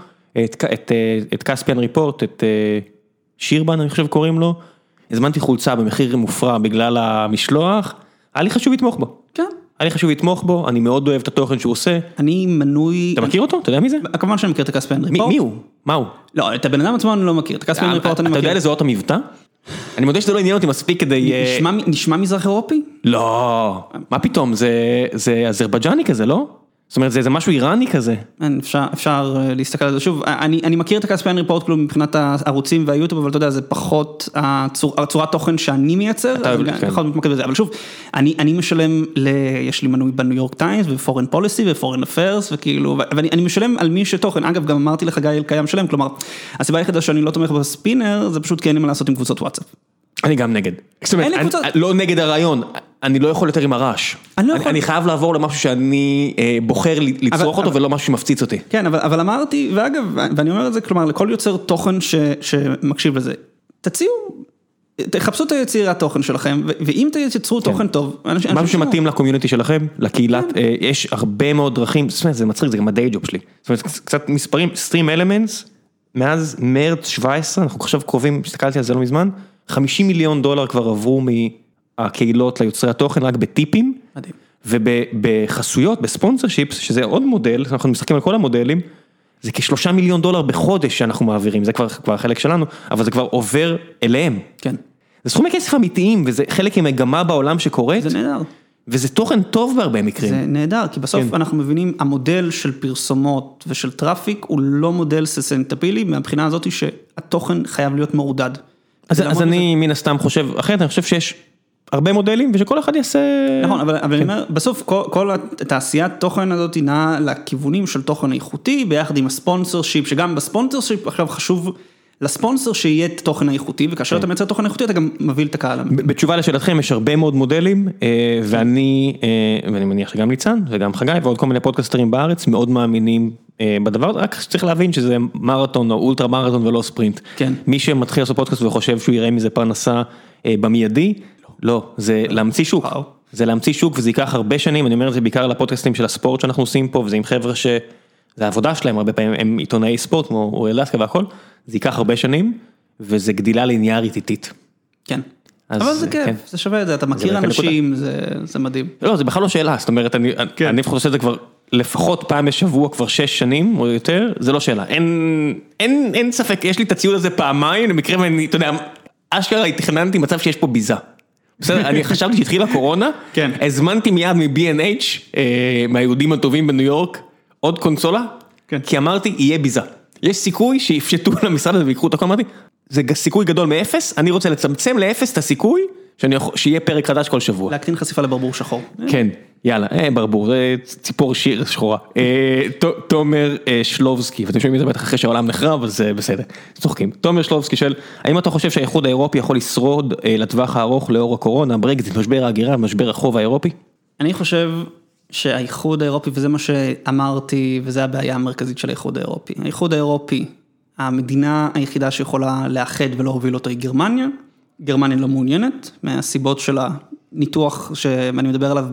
את קספיאן ריפורט, את שירבן, אני חושב קוראים לו, הזמנתי חולצה במחיר מופרע בגלל המשלוח, היה לי חשוב לתמוך בו. כן. היה לי חשוב לתמוך בו, אני מאוד אוהב את התוכן שהוא עושה. אני מנוי... אתה מכיר אותו? אתה יודע מי זה? כמובן שאני מכיר את קספיאן ריפורט. מי הוא? מה הוא? לא, את הבן אדם עצמו אני לא מכיר, את קספיאן ריפורט אני מכיר. אתה יודע לזהות המבטא? אני מודה שזה לא עניין אותי מספיק כדי... נשמע מזרח אירופי? לא, מה פתאום, זה אזרבייג'ני כזה, לא? זאת אומרת, זה משהו איראני כזה. אפשר להסתכל על זה שוב, אני מכיר את הקספיאן ריפורט כלום מבחינת הערוצים והיוטיוב, אבל אתה יודע, זה פחות הצורת תוכן שאני מייצר, אבל שוב, אני משלם, יש לי מנוי בניו יורק טיימס, ופורן פוליסי, ופורן אפיירס, וכאילו, ואני משלם על מי שתוכן, אגב, גם אמרתי לך גיא קיים שלם, כלומר, הסיבה היחידה שאני לא תומך בספינר, זה פשוט כי אין לי מה לעשות עם קבוצות וואטסאפ. אני גם נגד. לא נגד הרעיון, אני לא יכול יותר עם הרעש. אני חייב לעבור למשהו שאני בוחר לצרוך אותו ולא משהו שמפציץ אותי. כן, אבל אמרתי, ואגב, ואני אומר את זה, כלומר, לכל יוצר תוכן שמקשיב לזה, תחפשו את היצירת תוכן שלכם, ואם תייצרו תוכן טוב, משהו שמתאים לקומיוניטי שלכם, לקהילת, יש הרבה מאוד דרכים, זאת אומרת, זה מצחיק, זה גם הדיי ג'וב שלי. זאת אומרת, קצת מספרים, Stream Elements, מאז מרץ 17, אנחנו עכשיו קרובים, הסתכלתי על זה לא מזמן, $50 מיליון כבר עברו מהקהילות ליוצרי התוכן, רק בטיפים, מדהים. ובחסויות, בספונסרשיפס, שזה עוד מודל, אנחנו משחקים על כל המודלים, זה כ$3 מיליון בחודש שאנחנו מעבירים, זה כבר חלק שלנו, אבל זה כבר עובר אליהם. כן. זה סכומי כסף אמיתיים, וזה חלק ממגמה בעולם שקורית. זה נהדר. וזה תוכן טוב בהרבה מקרים. זה נהדר, כי בסוף אנחנו מבינים, המודל של פרסומות ושל טראפיק, הוא לא מודל ססנטבילי, מהבחינה הזאת שהתוכן חייב להיות מעודד. אז אני מן הסתם חושב, אחרת אני חושב שיש הרבה מודלים, ושכל אחד יעשה... נכון, אבל אני אומר, בסוף כל תעשיית תוכן הזאת נעה לכיוונים של תוכן איכותי, ביחד עם הספונסרשיפ, שגם בספונסרשיפ עכשיו חשוב לספונסר שיהיה תוכן איכותי, וכאשר אתה מייצר תוכן איכותי, אתה גם מביא את הקהל. בתשובה לשאלתכם, יש הרבה מאוד מודלים, ואני מניח שגם ניצן, וגם חגי, ועוד כל מיני פודקאסטרים בארץ, מאוד מאמינים בדבר, רק צריך להבין שזה מרתון או אולטרה מרתון ולא ספרינט. כן. מי שמתחיל לעשות פודקאסט וחושב שהוא יראה מזה פרנסה במיידי, לא, זה להמציא שוק. זה להמציא שוק, וזה ייקח הרבה שנים, אני אומר את זה בעיקר לפודקאסטים של הספורט שאנחנו עושים פה, וזה עם חבר'ה שזה העבודה שלהם, הרבה פעמים הם עיתונאי ספורט, כמו אוריאל דסקה והכל, זה ייקח הרבה שנים, וזה גדילה ליניארית איטית. כן. אבל זה כיף, זה שווה את זה, אתה מכיר אנשים, זה מדהים. לא, זה בכלל לא שאלה, זאת אומרת, אני לפחות עושה את זה כבר לפחות פעם בשבוע, כבר 6 שנים או יותר, זה לא שאלה. אין ספק, יש לי את הציוד הזה פעמיים, למקרה ואני, אתה יודע, אשכרה תכננתי מצב שיש פה ביזה. בסדר, אני חשבתי שהתחילה הקורונה, הזמנתי מיד מ-B&H, מהיהודים הטובים בניו יורק, עוד קונסולה, כי אמרתי, יהיה ביזה. יש סיכוי שיפשטו למשרד הזה ויקחו את הכל, אמרתי, זה סיכוי גדול מאפס, אני רוצה לצמצם לאפס את הסיכוי, שיהיה פרק חדש כל שבוע. להקטין חשיפה לברבור שחור. כן, יאללה, ברבור, זה ציפור שיר שחורה. תומר שלובסקי, ואתם שומעים את זה בטח אחרי שהעולם נחרב, אז זה בסדר. צוחקים. תומר שלובסקי שואל, האם אתה חושב שהאיחוד האירופי יכול לשרוד לטווח הארוך לאור הקורונה, ברקזיט, משבר ההגירה, משבר החוב האירופי? אני חושב שהאיחוד האירופי, וזה מה שאמרתי, וזה הבעיה המרכזית של האיחוד האירופי. האיחוד האירופי, המדינה היחידה שיכולה לאחד ולהוביל אותו היא גרמניה. גרמניה לא מעוניינת, מהסיבות של הניתוח שאני מדבר עליו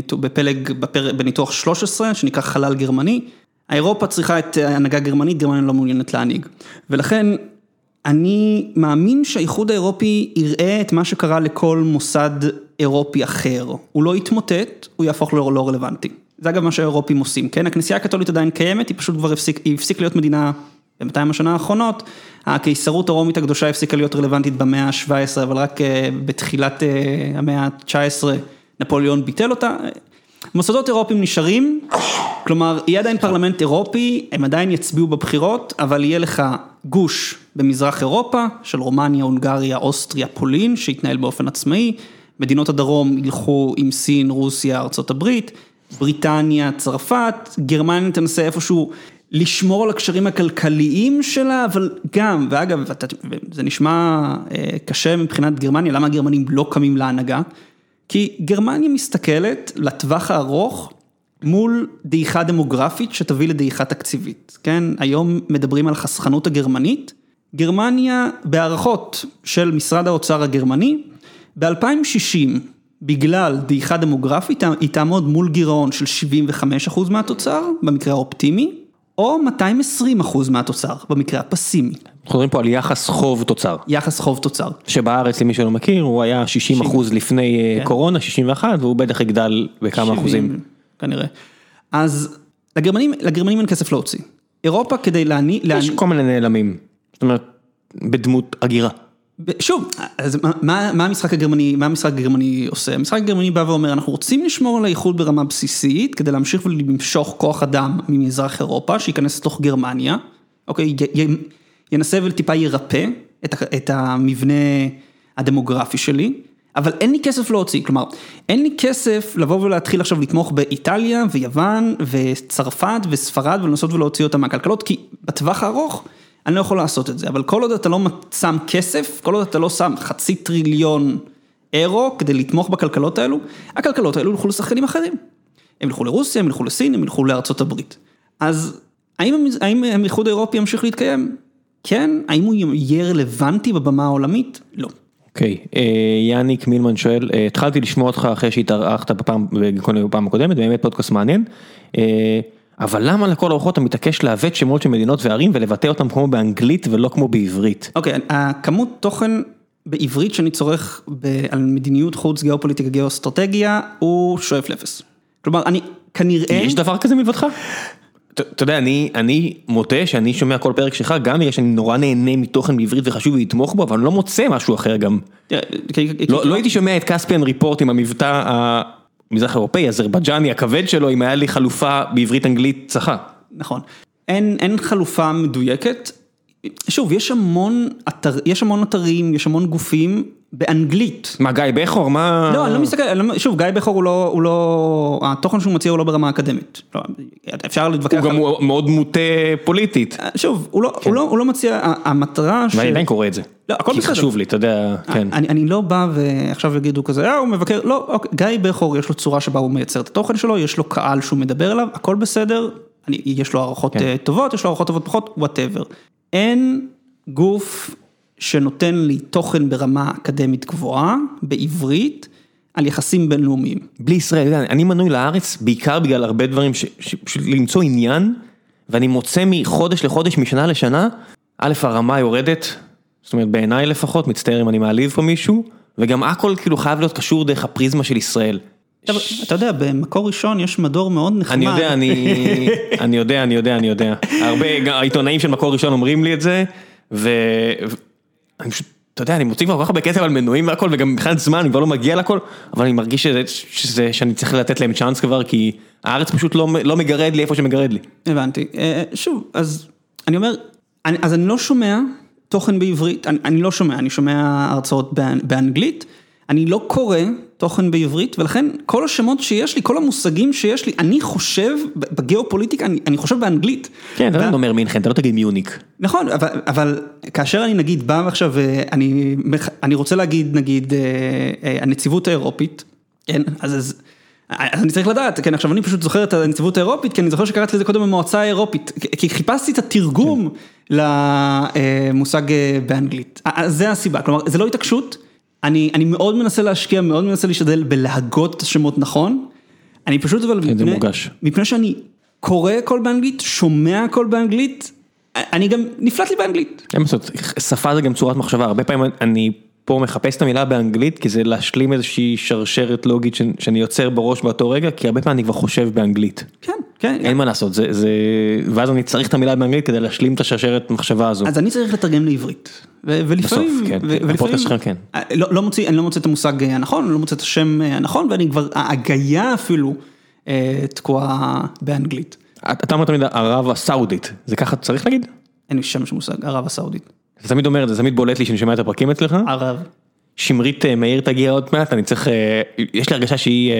בניתוח 13, שנקרא חלל גרמני. האירופה צריכה את הנהגה גרמנית, גרמניה לא מעוניינת להנהיג. ולכן אני מאמין שהאיחוד האירופי יראה את מה שקרה לכל מוסד אירופי אחר. הוא לא יתמוטט, הוא יהפוך לא רלוונטי. זה אגב מה שהאירופים עושים, כן? הכנסייה הקתולית עדיין קיימת, היא פשוט כבר הפסיק להיות מדינה ב-200 השנה האחרונות. הקיסרות הרומית הקדושה הפסיקה להיות רלוונטית במאה ה-17, אבל רק בתחילת המאה ה-19 נפוליאון ביטל אותה. מוסדות אירופיים נשארים, כלומר, יהיה עדיין פרלמנט אירופי, הם עדיין יצביעו בבחירות, אבל יהיה לך גוש במזרח אירופה, של רומניה, הונגריה, אוסטריה, פולין, שיתנהל באופן עצמאי, מדינות הדרום ילכו עם סין, רוסיה, ארצות הברית, בריטניה, צרפת, גרמניה תנסה איפשהו לשמור על הקשרים הכלכליים שלה, אבל גם, ואגב, זה נשמע קשה מבחינת גרמניה, למה הגרמנים לא קמים להנהגה? כי גרמניה מסתכלת לטווח הארוך מול דעיכה דמוגרפית שתביא לדעיכה תקציבית, כן? היום מדברים על חסכנות הגרמנית, גרמניה בהערכות של משרד האוצר הגרמני, ב-2060 בגלל דעיכה דמוגרפית היא תעמוד מול גירעון של 75% מהתוצר, במקרה האופטימי, או 220% מהתוצר, במקרה הפסימי. אנחנו מדברים פה על יחס חוב תוצר. יחס חוב תוצר. שבארץ, למי שלא מכיר, הוא היה 60% לפני קורונה, 61, והוא בטח יגדל בכמה אחוזים. כנראה. אז לגרמנים אין כסף להוציא. אירופה כדי יש כל מיני נעלמים. זאת אומרת, בדמות הגירה. שוב, אז מה המשחק הגרמני עושה? המשחק הגרמני בא ואומר, אנחנו רוצים לשמור על האיחוד ברמה בסיסית, כדי להמשיך ולמשוך כוח אדם ממזרח אירופה, שייכנס לתוך גרמניה, אוקיי, ינסה וטיפה ירפא את המבנה הדמוגרפי שלי, אבל אין לי כסף להוציא, כלומר, אין לי כסף לבוא ולהתחיל עכשיו לתמוך באיטליה ויוון וצרפת וספרד ולנסות ולהוציא אותם מהכלכלות, כי בטווח הארוך אני לא יכול לעשות את זה, אבל כל עוד אתה לא שם כסף, כל עוד אתה לא שם 500 טריליון אירו כדי לתמוך בכלכלות האלו, הכלכלות האלו ילכו לשחקנים אחרים. הם ילכו לרוסיה, הם ילכו לסין, הם ילכו לארצות הברית. אז האם האיחוד האירופי ימשיך להתקיים? כן. האם הוא יהיה רלוונטי בבמה העולמית? לא. אוקיי, יאניק מילמן שואל, התחלתי לשמוע אותך אחרי שהתארחת בפעם הקודמת, באמת פודקאסט מעניין, אבל למה לכל האורחות אתה מתעקש לעוות שמות של מדינות וערים ולבטא אותם כמו באנגלית ולא כמו בעברית? אוקיי, הכמות תוכן בעברית שאני צורך על מדיניות חוץ, גיאופוליטיקה, גיאוסטרטגיה, הוא שואף לאפס. כלומר, אני כנראה... יש דבר כזה מלבדך? אתה יודע, אני מודה שאני שומע כל פרק שלך, גם בגלל שאני נורא נהנה מתוכן בעברית וחשוב להתמוך בו, אבל אני לא מוצא משהו אחר גם. לא הייתי שומע את קספיאן ריפורט עם המבטא המזרח אירופאי, אזרבייג'ני, הכבד שלו, אם היה לי חלופה בעברית-אנגלית צחה. נכון. אין חלופה מדויקת. שוב, יש המון אתרים, יש המון גופים באנגלית. מה, גיא בכור? מה... לא, אני לא מסתכל, שוב, גיא בכור הוא לא, התוכן שהוא מציע הוא לא ברמה אקדמית. אפשר להתווכח... הוא גם מאוד מוטה פוליטית. שוב, הוא לא מציע, המטרה ש... ואני עדיין קורא את זה. לא, הכל בסדר. כי חשוב לי, אתה יודע, כן. אני לא בא ועכשיו יגידו כזה, הוא מבקר, לא, גיא בכור יש לו צורה שבה הוא מייצר את התוכן שלו, יש לו קהל שהוא מדבר עליו, הכל בסדר, יש לו הערכות טובות, יש לו הערכות טובות פחות, whatever. אין גוף שנותן לי תוכן ברמה אקדמית גבוהה, בעברית, על יחסים בינלאומיים. בלי ישראל, אני מנוי לארץ, בעיקר בגלל הרבה דברים, פשוט למצוא עניין, ואני מוצא מחודש לחודש, משנה לשנה, א' הרמה יורדת, זאת אומרת בעיניי לפחות, מצטער אם אני מעליב פה מישהו, וגם הכל כאילו חייב להיות קשור דרך הפריזמה של ישראל. אתה יודע, במקור ראשון יש מדור מאוד נחמד. אני יודע. הרבה העיתונאים של מקור ראשון אומרים לי את זה, ואני פשוט, אתה יודע, אני מוציא כבר כל כך הרבה כסף על מנויים והכל, וגם מבחינת זמן, אני כבר לא מגיע לכל, אבל אני מרגיש שאני צריך לתת להם צ'אנס כבר, כי הארץ פשוט לא מגרד לי איפה שמגרד לי. הבנתי. שוב, אז אני אומר, אז אני לא שומע תוכן בעברית, אני לא שומע, אני שומע הרצאות באנגלית, אני לא קורא תוכן בעברית, ולכן כל השמות שיש לי, כל המושגים שיש לי, אני חושב, בגיאופוליטיקה, אני חושב באנגלית. כן, אתה לא אומר מינכן, אתה לא תגיד מיוניק. נכון, אבל כאשר אני נגיד בא ועכשיו, אני רוצה להגיד, נגיד, הנציבות האירופית, כן, אז אני צריך לדעת, כן, עכשיו אני פשוט זוכר את הנציבות האירופית, כי אני זוכר שקראתי לזה קודם במועצה האירופית, כי חיפשתי את התרגום למושג באנגלית. אז זה הסיבה, כלומר, זה לא התעקשות, אני מאוד מנסה להשקיע, מאוד מנסה להשתדל בלהגות את השמות נכון, אני פשוט אבל מפני שאני קורא הכל באנגלית, שומע הכל באנגלית, אני גם נפלט לי באנגלית. אין מסות, שפה זה גם צורת מחשבה, הרבה פעמים אני פה מחפש את המילה באנגלית, כי זה להשלים איזושהי שרשרת לוגית שאני יוצר בראש באותו רגע, כי הרבה פעמים אני כבר חושב באנגלית. כן, כן. אין מה לעשות, ואז אני צריך את המילה באנגלית כדי להשלים את השרשרת מחשבה הזו. אז אני צריך לתרגם לעברית. ולפעמים, בסוף, כן, הפודקאסט שלך כן. אני לא מוצא את המושג הנכון, אני לא מוצא את השם הנכון, ואני כבר, ההגייה אפילו תקועה באנגלית. אתה אומר תמיד ערב הסעודית, זה ככה צריך להגיד? אין לי שם מושג, ערב הסעודית. אתה תמיד אומר את זה, תמיד בולט לי שאני שומע את הפרקים אצלך. ערב. שמרית מאיר תגיע עוד מעט, אני צריך, יש לי הרגשה שהיא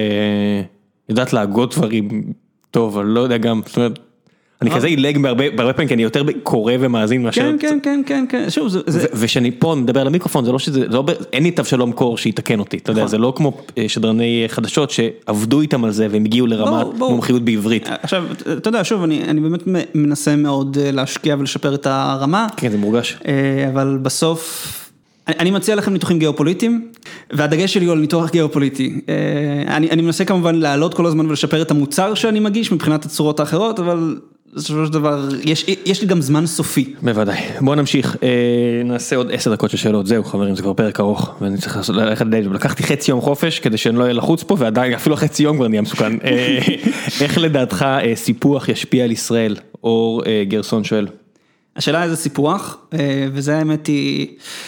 יודעת להגות דברים טוב, אבל לא יודע גם, זאת אומרת, אני כזה אילג בהרבה פעמים, כי אני יותר קורא ומאזין מאשר... כן, שוב, זה... ושאני פה מדבר למיקרופון, זה לא שזה, אין לי תבשלום קור שיתקן אותי, אתה יודע, זה לא כמו שדרני חדשות שעבדו איתם על זה, והם הגיעו לרמת מומחיות בעברית. עכשיו, אתה יודע, שוב, אני באמת מנסה מאוד להשקיע ולשפר את הרמה. כן, זה מורגש. אבל בסוף... אני מציע לכם ניתוחים גיאופוליטיים, והדגש שלי הוא על ניתוח גיאופוליטי. אני מנסה כמובן לעלות כל הזמן ולשפר את המוצר שאני מגיש מבחינת הצורות האחרות, אבל בסופו של דבר, יש לי גם זמן סופי. בוודאי. בואו נמשיך, נעשה עוד 10 דקות של שאלות, זהו חברים, זה כבר פרק ארוך, ואני צריך ללכת לדייט, לקחתי חצי יום חופש, כדי שאני לא אהיה לחוץ פה, ועדיין אפילו חצי יום כבר נהיה מסוכן. איך לדעתך סיפוח ישפיע על ישראל? אור גרסון שואל. השאלה איזה סיפוח, וזה האמת היא...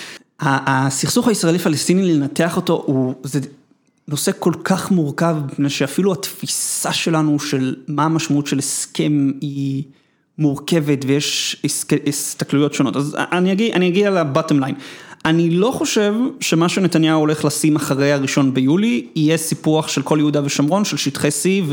הסכסוך הישראלי-פלסטיני לנתח אותו, זה נושא כל כך מורכב, מפני שאפילו התפיסה שלנו של מה המשמעות של הסכם היא מורכבת, ויש הסתכלויות שונות. אז אני אגיע לבטם ליין. אני לא חושב שמה שנתניהו הולך לשים אחרי הראשון ביולי, יהיה סיפוח של כל יהודה ושומרון, של שטחי C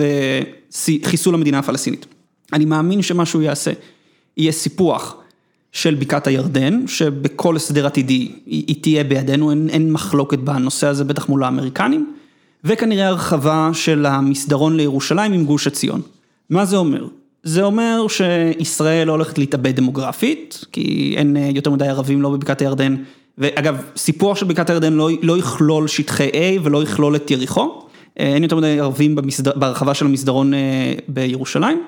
וחיסול המדינה הפלסטינית. אני מאמין שמה שהוא יעשה, יהיה סיפוח, של בקעת הירדן, שבכל הסדר עתידי היא תהיה בידינו, אין מחלוקת בנושא הזה, בטח מול האמריקנים, וכנראה הרחבה של המסדרון לירושלים עם גוש עציון. מה זה אומר? זה אומר שישראל לא הולכת להתאבד דמוגרפית, כי אין יותר מדי ערבים לא בבקעת הירדן, ואגב, סיפוח של בקעת הירדן לא יכלול שטחי A ולא יכלול את יריחו, אין יותר מדי ערבים בהרחבה של המסדרון בירושלים.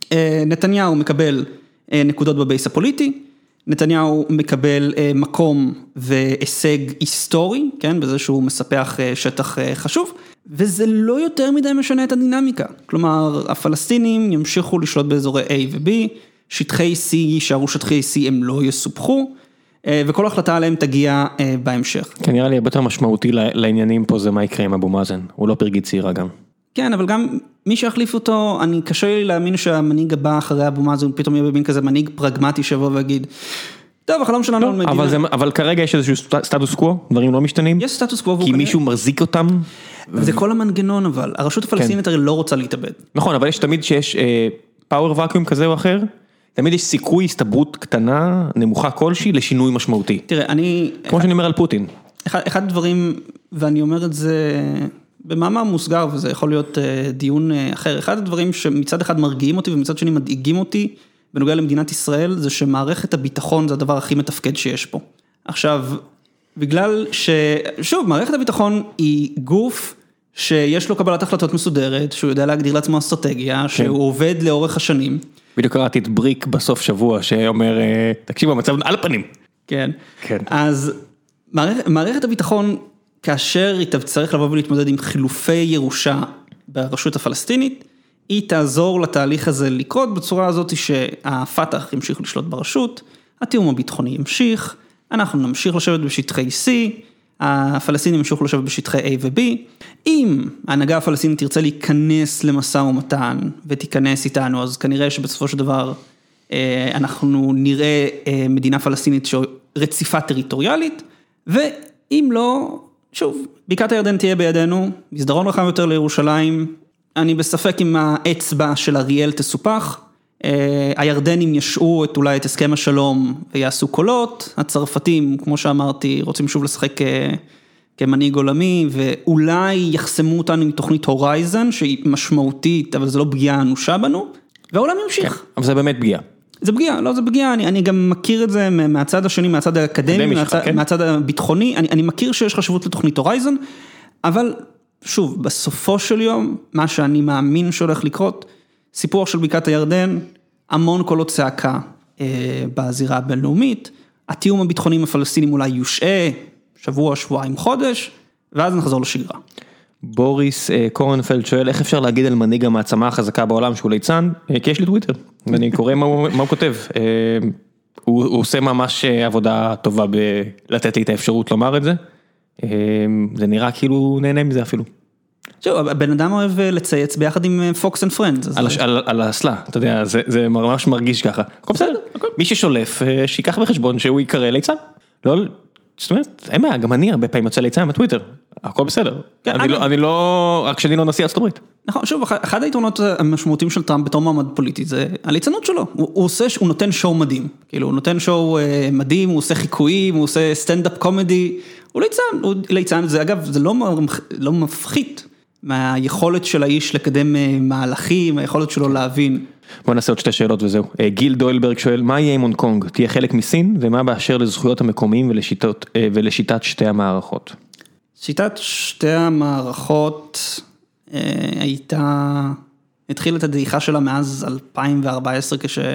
נתניהו מקבל נקודות בבייס הפוליטי, נתניהו מקבל מקום והישג היסטורי, כן, בזה שהוא מספח שטח חשוב, וזה לא יותר מדי משנה את הדינמיקה. כלומר, הפלסטינים ימשיכו לשלוט באזורי A ו-B, שטחי C יישארו שטחי C, הם לא יסופחו, וכל החלטה עליהם תגיע בהמשך. כן, נראה לי הרבה יותר משמעותי לעניינים פה זה מה יקרה עם אבו מאזן, הוא לא פרגית צעירה גם. כן, אבל גם מי שיחליף אותו, אני קשה לי להאמין שהמנהיג הבא אחרי אבו מאזן, פתאום יהיה במין כזה מנהיג פרגמטי שבוא ויגיד, טוב, החלום שלנו על מדינה. אבל כרגע יש איזשהו סטטוס קוו, דברים לא משתנים. יש סטטוס קוו. כי מישהו מחזיק אותם. זה כל המנגנון אבל, הרשות הפלסטינית הרי לא רוצה להתאבד. נכון, אבל יש תמיד שיש פאוור ואקיום כזה או אחר, תמיד יש סיכוי, הסתברות קטנה, נמוכה כלשהי, לשינוי משמעותי. תראה, כמו שאני אומר על פוטין. אחד הדברים, ואני אומר את זה במאמר מוסגר, וזה יכול להיות דיון אחר, אחד הדברים שמצד אחד מרגיעים אותי, ומצד שני מדאיגים אותי, בנוגע למדינת ישראל, זה שמערכת הביטחון זה הדבר הכי מתפקד שיש פה. עכשיו, בגלל שוב, מערכת הביטחון היא גוף שיש לו קבלת החלטות מסודרת, שהוא יודע להגדיר לעצמו אסטרטגיה, שהוא עובד לאורך השנים. בדיוק קראתי את בריק בסוף שבוע, שאומר, תקשיבו, המצב על הפנים. כן. אז מערכת הביטחון, כאשר היא צריך לבוא ולהתמודד עם חילופי ירושה ברשות הפלסטינית, היא תעזור לתהליך הזה לקרות בצורה הזאת שהפתח ימשיך לשלוט ברשות, התיאום הביטחוני ימשיך, אנחנו נמשיך לשבת בשטחי C, הפלסטינים ימשיכו לשבת בשטחי A ו-B, אם ההנהגה הפלסטינית תרצה להיכנס למשא ומתן ותיכנס איתנו, אז כנראה שבסופו של דבר אנחנו נראה מדינה פלסטינית רציפה טריטוריאלית, ואם לא, שוב, בקעת הירדן תהיה בידינו, מסדרון רחב יותר לירושלים, אני בספק אם האצבע של אריאל תסופח, הירדנים ישעו אולי את הסכם השלום ויעשו קולות, הצרפתים, כמו שאמרתי, רוצים שוב לשחק כמנהיג עולמי, ואולי יחסמו אותנו עם תוכנית הורייזן, שהיא משמעותית, אבל זה לא פגיעה אנושה בנו, והעולם ימשיך. כן, אבל זה באמת פגיעה. זה פגיעה, לא זה פגיעה, אני גם מכיר את זה מהצד השני, מהצד האקדמי, מהצד הביטחוני, אני מכיר שיש חשיבות לתוכנית הורייזן, אבל שוב, בסופו של יום, מה שאני מאמין שהולך לקרות, סיפוח של בקעת הירדן, המון קולות צעקה בזירה הבינלאומית, התיאום הביטחוני עם הפלסטינים אולי יושעה, שבוע, שבועיים, חודש, ואז נחזור לשגרה. בוריס קורנפלד שואל, איך אפשר להגיד על מנהיג המעצמה החזקה בעולם שהוא ליצן? כי יש לי טוויטר, ואני קורא מה הוא כותב. הוא עושה ממש עבודה טובה בלתת לי את האפשרות לומר את זה. זה נראה כאילו הוא נהנה מזה אפילו. הבן אדם אוהב לצייץ ביחד עם פוקס אנד פרנדס. על הסלה, אתה יודע, זה ממש מרגיש ככה. הכל בסדר, מי ששולף, שיקח בחשבון שהוא יקרא ליצן. לא, זאת אומרת, אין מה, גם אני הרבה פעמים יוצא ליצן בטוויטר. הכל בסדר. אני לא, רק שאני לא נשיא ארצות הברית. נכון, שוב, אחד היתרונות המשמעותיים של טראמפ בתור מעמד פוליטי, זה הליצנות שלו. הוא נותן שואו מדהים. כאילו, הוא נותן שואו מדהים, הוא עושה חיקויים, הוא עושה סטנדאפ קומדי. הוא ליצן, זה אגב, זה לא מפחית מהיכולת של האיש לקדם מהלכים, היכולת שלו להבין. בוא נעשה עוד שתי שאלות וזהו. גיל דוילברג שואל, מה יהיה עם הונג קונג? תהיה חלק מסין, ומה באשר לזכויות המקומיים ולשיטת שתי המערכות? שיטת שתי המערכות התחילה את הדעיכה שלה מאז 2014,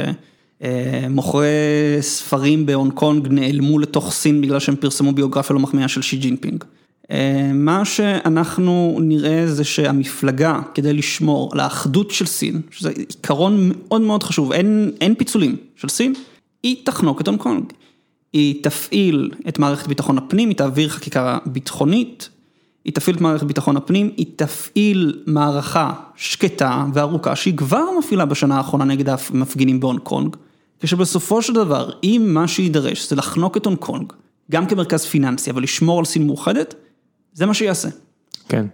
כשמוכרי ספרים בהונג קונג נעלמו לתוך סין, בגלל שהם פרסמו ביוגרפיה לא מחמיאה של שי ג'ינפינג. מה שאנחנו נראה זה שהמפלגה, כדי לשמור על האחדות של סין, שזה עיקרון מאוד מאוד חשוב, אין פיצולים של סין, היא תחנוק את הונג קונג. היא תפעיל את מערכת ביטחון הפנים, היא תעביר חקיקה ביטחונית, היא תפעיל את מערכת ביטחון הפנים, היא תפעיל מערכה שקטה וארוכה, שהיא כבר מפעילה בשנה האחרונה נגד המפגינים בהונג קונג, כשבסופו של דבר, אם מה שידרש זה לחנוק את הונג קונג, גם כמרכז פיננסי, אבל לשמור על סין מאוחדת, זה מה שיעשה. כן,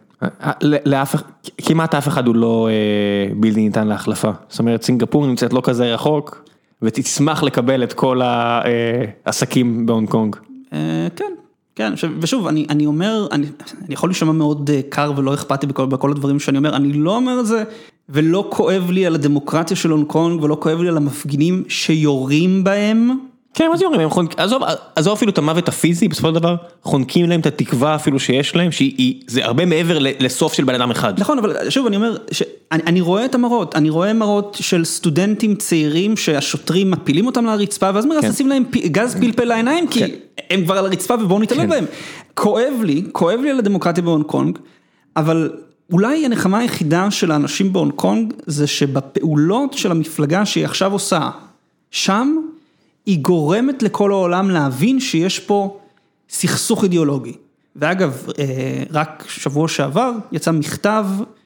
כמעט אף אחד הוא לא בלתי ניתן להחלפה. זאת אומרת, סינגפור נמצאת לא כזה רחוק, ותשמח לקבל את כל העסקים בהונג קונג. כן, כן, ושוב, אני אומר, אני יכול לשמוע מאוד קר ולא אכפתי בכל הדברים שאני אומר, אני לא אומר את זה, ולא כואב לי על הדמוקרטיה של הונג קונג, ולא כואב לי על המפגינים שיורים בהם. כן, מה זה יורים? עזוב אפילו את המוות הפיזי, בסופו של דבר, חונקים להם את התקווה אפילו שיש להם, שזה הרבה מעבר לסוף של בן אדם אחד. נכון, אבל שוב, אני אומר, אני רואה את המראות, אני רואה מראות של סטודנטים צעירים, שהשוטרים מפילים אותם לרצפה, ואז מרססים להם גז פלפל לעיניים, כי הם כבר על הרצפה ובואו נתעלם בהם. כואב לי על הדמוקרטיה בהונג קונג, אבל אולי הנחמה היחידה של האנשים בהונג קונג, זה שבפעולות של המפלגה שהיא עכשיו עושה, שם, היא גורמת לכל העולם להבין שיש פה סכסוך אידיאולוגי. ואגב, רק שבוע שעבר יצא מכתב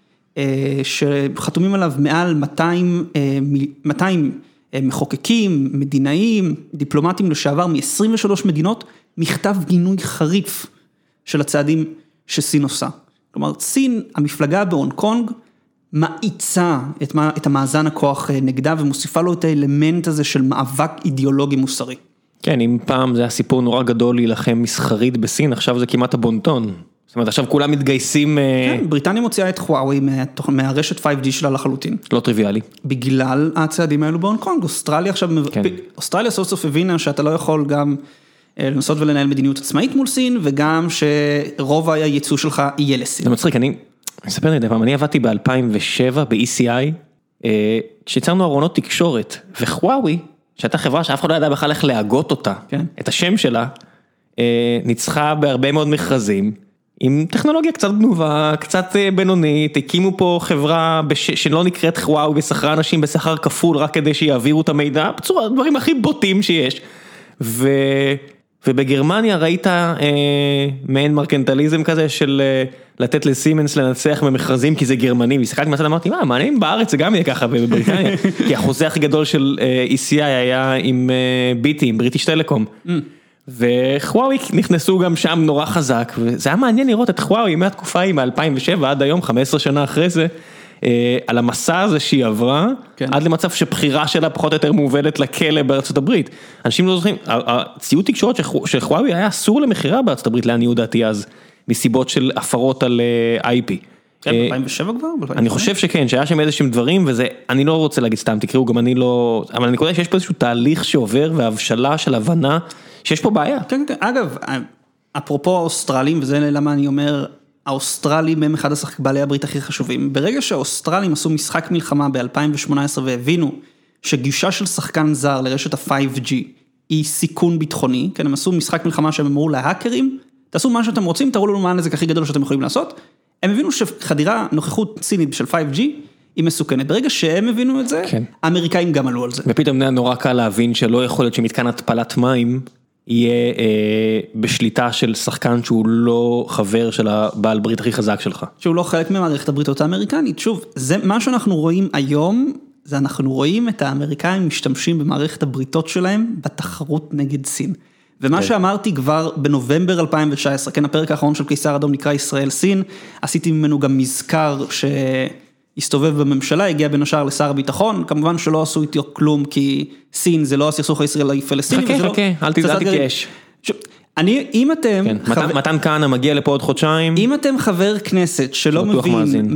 שחתומים עליו מעל 200 מחוקקים, מדינאים, דיפלומטים לשעבר מ-23 מדינות, מכתב גינוי חריף של הצעדים שסין עושה. כלומר, סין, המפלגה בהונג קונג, מאיצה את המאזן הכוח נגדה, ומוסיפה לו את האלמנט הזה של מאבק אידיאולוגי מוסרי. כן, אם פעם זה היה סיפור נורא גדול להילחם מסחרית בסין, עכשיו זה כמעט הבונטון. זאת אומרת, עכשיו כולם מתגייסים. כן, בריטניה מוציאה את חוואוי מהרשת 5G שלה לחלוטין. לא טריוויאלי. בגלל הצעדים האלו בהונג קונג. אוסטרליה עכשיו, אוסטרליה סוף סוף הבינה שאתה לא יכול גם לנסות ולנהל מדיניות עצמאית מול סין, וגם שרוב הייצוא שלך יהיה לסין. זה מצחיק, אני אספר לי פעם, אני עבדתי ב-2007 ב-ECI, כשיצרנו ארונות תקשורת, וחוואוי, שהייתה חברה שאף אחד לא ידע בכלל איך להגות אותה, את השם שלה, ניצחה בהרבה מאוד מכרזים, עם טכנולוגיה קצת גנובה, קצת בינונית, הקימו פה חברה שלא נקראת חוואוי, ושכרה אנשים בשכר כפול, רק כדי שיעבירו את המידע, בצורה, הדברים הכי בוטים שיש, ובגרמניה ראית מעין מרקנטליזם כזה של לתת לסימנס לנצח במכרזים כי זה גרמני, והסתכלתי מהצד אמרתי, מעניין בארץ זה גם יהיה ככה בבריטניה, כי החוזה הכי גדול של ECI היה עם ביטי, עם בריטיש טלקום, וחוואוי נכנסו גם שם נורא חזק, וזה היה מעניין לראות את חוואוי מהתקופה היא מ-2007 עד היום, 15 שנה אחרי זה, על המסע הזה שהיא עברה, עד למצב שבחירה שלה פחות או יותר מובלת לכלא בארצות הברית. אנשים לא זוכרים, הציוד תקשורת של חוואוי היה אסור למחירה בארצות הברית, לעניות דעתי אז, מסיבות של הפרות על IP. כן, ב-2007 כבר? אני חושב שכן, שהיה שם איזשהם דברים, וזה, אני לא רוצה להגיד סתם, תקראו, גם אני לא, אבל אני חושב שיש פה איזשהו תהליך שעובר, והבשלה של הבנה, שיש פה בעיה. כן, כן, אגב, אפרופו האוסטרלים, וזה למה אני אומר, האוסטרלים הם אחד בעלי הברית הכי חשובים. ברגע שהאוסטרלים עשו משחק מלחמה ב-2018 והבינו שגישה של שחקן זר לרשת ה-5G היא סיכון ביטחוני, כן, הם עשו משחק מלחמה שהם אמרו להאקרים, תעשו מה שאתם רוצים, תראו לנו מה הנזק הכי גדול שאתם יכולים לעשות, הם הבינו שחדירה נוכחות סינית של 5G היא מסוכנת, ברגע שהם הבינו את זה, כן. האמריקאים גם עלו על זה. ופתאום נורא קל להבין שלא יכול להיות שמתקן התפלת מים, יהיה בשליטה של שחקן שהוא לא חבר של הבעל ברית הכי חזק שלך. שהוא לא חלק ממערכת הבריתות האמריקנית. שוב, זה מה שאנחנו רואים היום, זה אנחנו רואים את האמריקאים משתמשים במערכת הבריתות שלהם בתחרות נגד סין. ומה שאמרתי כבר בנובמבר 2019, כן, הפרק האחרון של קיסר אדום נקרא ישראל סין, עשיתי ממנו גם מזכר שהסתובב בממשלה, הגיע בין השאר לשר הביטחון, כמובן שלא עשו איתי כלום, כי סין זה לא הסכסוך הישראלי-פלסטיני. חכה, אל תתייאש. אם אתם... מתן כהנא מגיע לפה עוד חודשיים. אם אתם חבר כנסת שלא מבין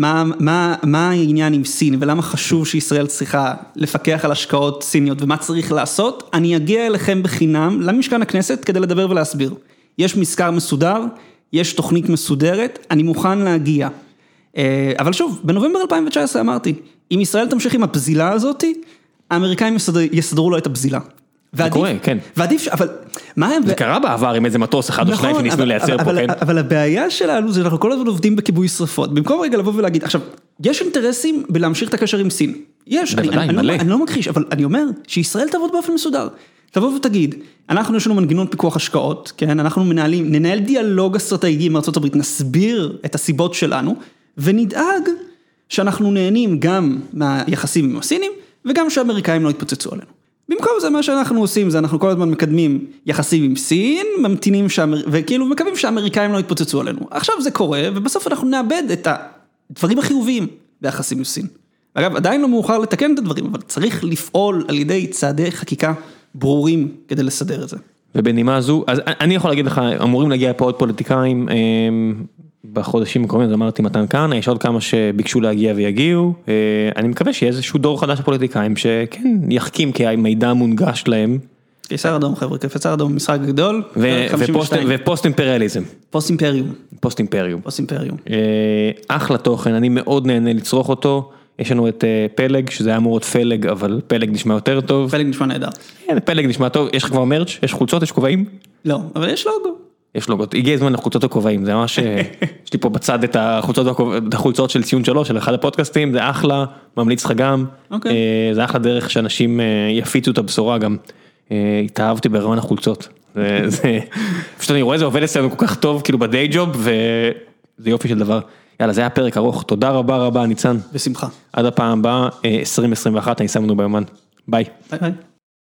מה העניין עם סין, ולמה חשוב שישראל צריכה לפקח על השקעות סיניות, ומה צריך לעשות, אני אגיע אליכם בחינם למשכן הכנסת כדי לדבר ולהסביר. יש מזכר מסודר, יש תוכנית מסודרת, אני מוכן להגיע. אבל שוב, בנובמבר 2019 אמרתי, אם ישראל תמשיך עם הפזילה הזאת, האמריקאים יסדרו לו את הפזילה. זה קורה, כן. ועדיף, אבל מה הם... זה קרה בעבר עם איזה מטוס אחד או שניים שניסנו לייצר פה, כן? אבל הבעיה שלנו זה אנחנו כל הזמן עובדים בכיבוי שרפות. במקום רגע לבוא ולהגיד, עכשיו, יש אינטרסים בלהמשיך את הקשר עם סין. יש, אני לא מכחיש, אבל אני אומר שישראל תעבוד באופן מסודר. תבוא ותגיד, אנחנו יש לנו מנגנון פיקוח השקעות, כן? אנחנו ננהל דיאלוג אסטרטגי עם ארצות הברית, נסביר את הסיבות שלנו, ונדאג שאנחנו נהנים גם מהיחסים עם הסינים, וגם שהאמריקאים לא יתפוצצו עלינו. במקום זה מה שאנחנו עושים, זה אנחנו כל הזמן מקדמים יחסים עם סין, ממתינים וכאילו מקווים שהאמריקאים לא יתפוצצו עלינו. עכשיו זה קורה, ובסוף אנחנו נאבד את הדברים החיוביים ביחסים עם סין. אגב, עדיין לא מאוחר לתקן את הדברים, אבל צריך לפעול על ידי צעדי חקיקה ברורים כדי לסדר את זה. ובנימה זו, אז אני יכול להגיד לך, אמורים להגיע פה עוד פוליטיקאים, בחודשים הקרובים, אז אמרתי מתן כהנא, יש עוד כמה שביקשו להגיע ויגיעו, אני מקווה שיהיה איזשהו דור חדש לפוליטיקאים, שכן יחכים כי המידע מונגש להם. קיסר אדום חבר'ה, קיסר אדום משחק גדול, ופוסט אימפריאליזם. פוסט אימפריום. פוסט אימפריום. פוסט אימפריום. אחלה תוכן, אני מאוד נהנה לצרוך אותו, יש לנו את פלג, שזה היה אמור להיות פלג, אבל פלג נשמע יותר טוב. פלג נשמע נהדר. כן, פלג נשמע טוב, יש לך כבר מרץ', יש חולצות, יש כובעים? לא, אבל יש לוגו. יש לוגות, הגיע הזמן לחולצות הכובעים, זה ממש, יש לי פה בצד את החולצות של ציון 3, של אחד הפודקאסטים, זה אחלה, ממליץ לך גם, זה אחלה דרך שאנשים יפיצו את הבשורה גם, התאהבתי ברמן החולצות, פשוט אני רואה זה עובד אצלנו כל כך טוב, כאילו בדיי ג'וב, וזה יופי של דבר, יאללה זה היה פרק ארוך, תודה רבה ניצן, בשמחה, עד הפעם הבאה, 2021, אני שם לנו ביומן, ביי. ביי ביי.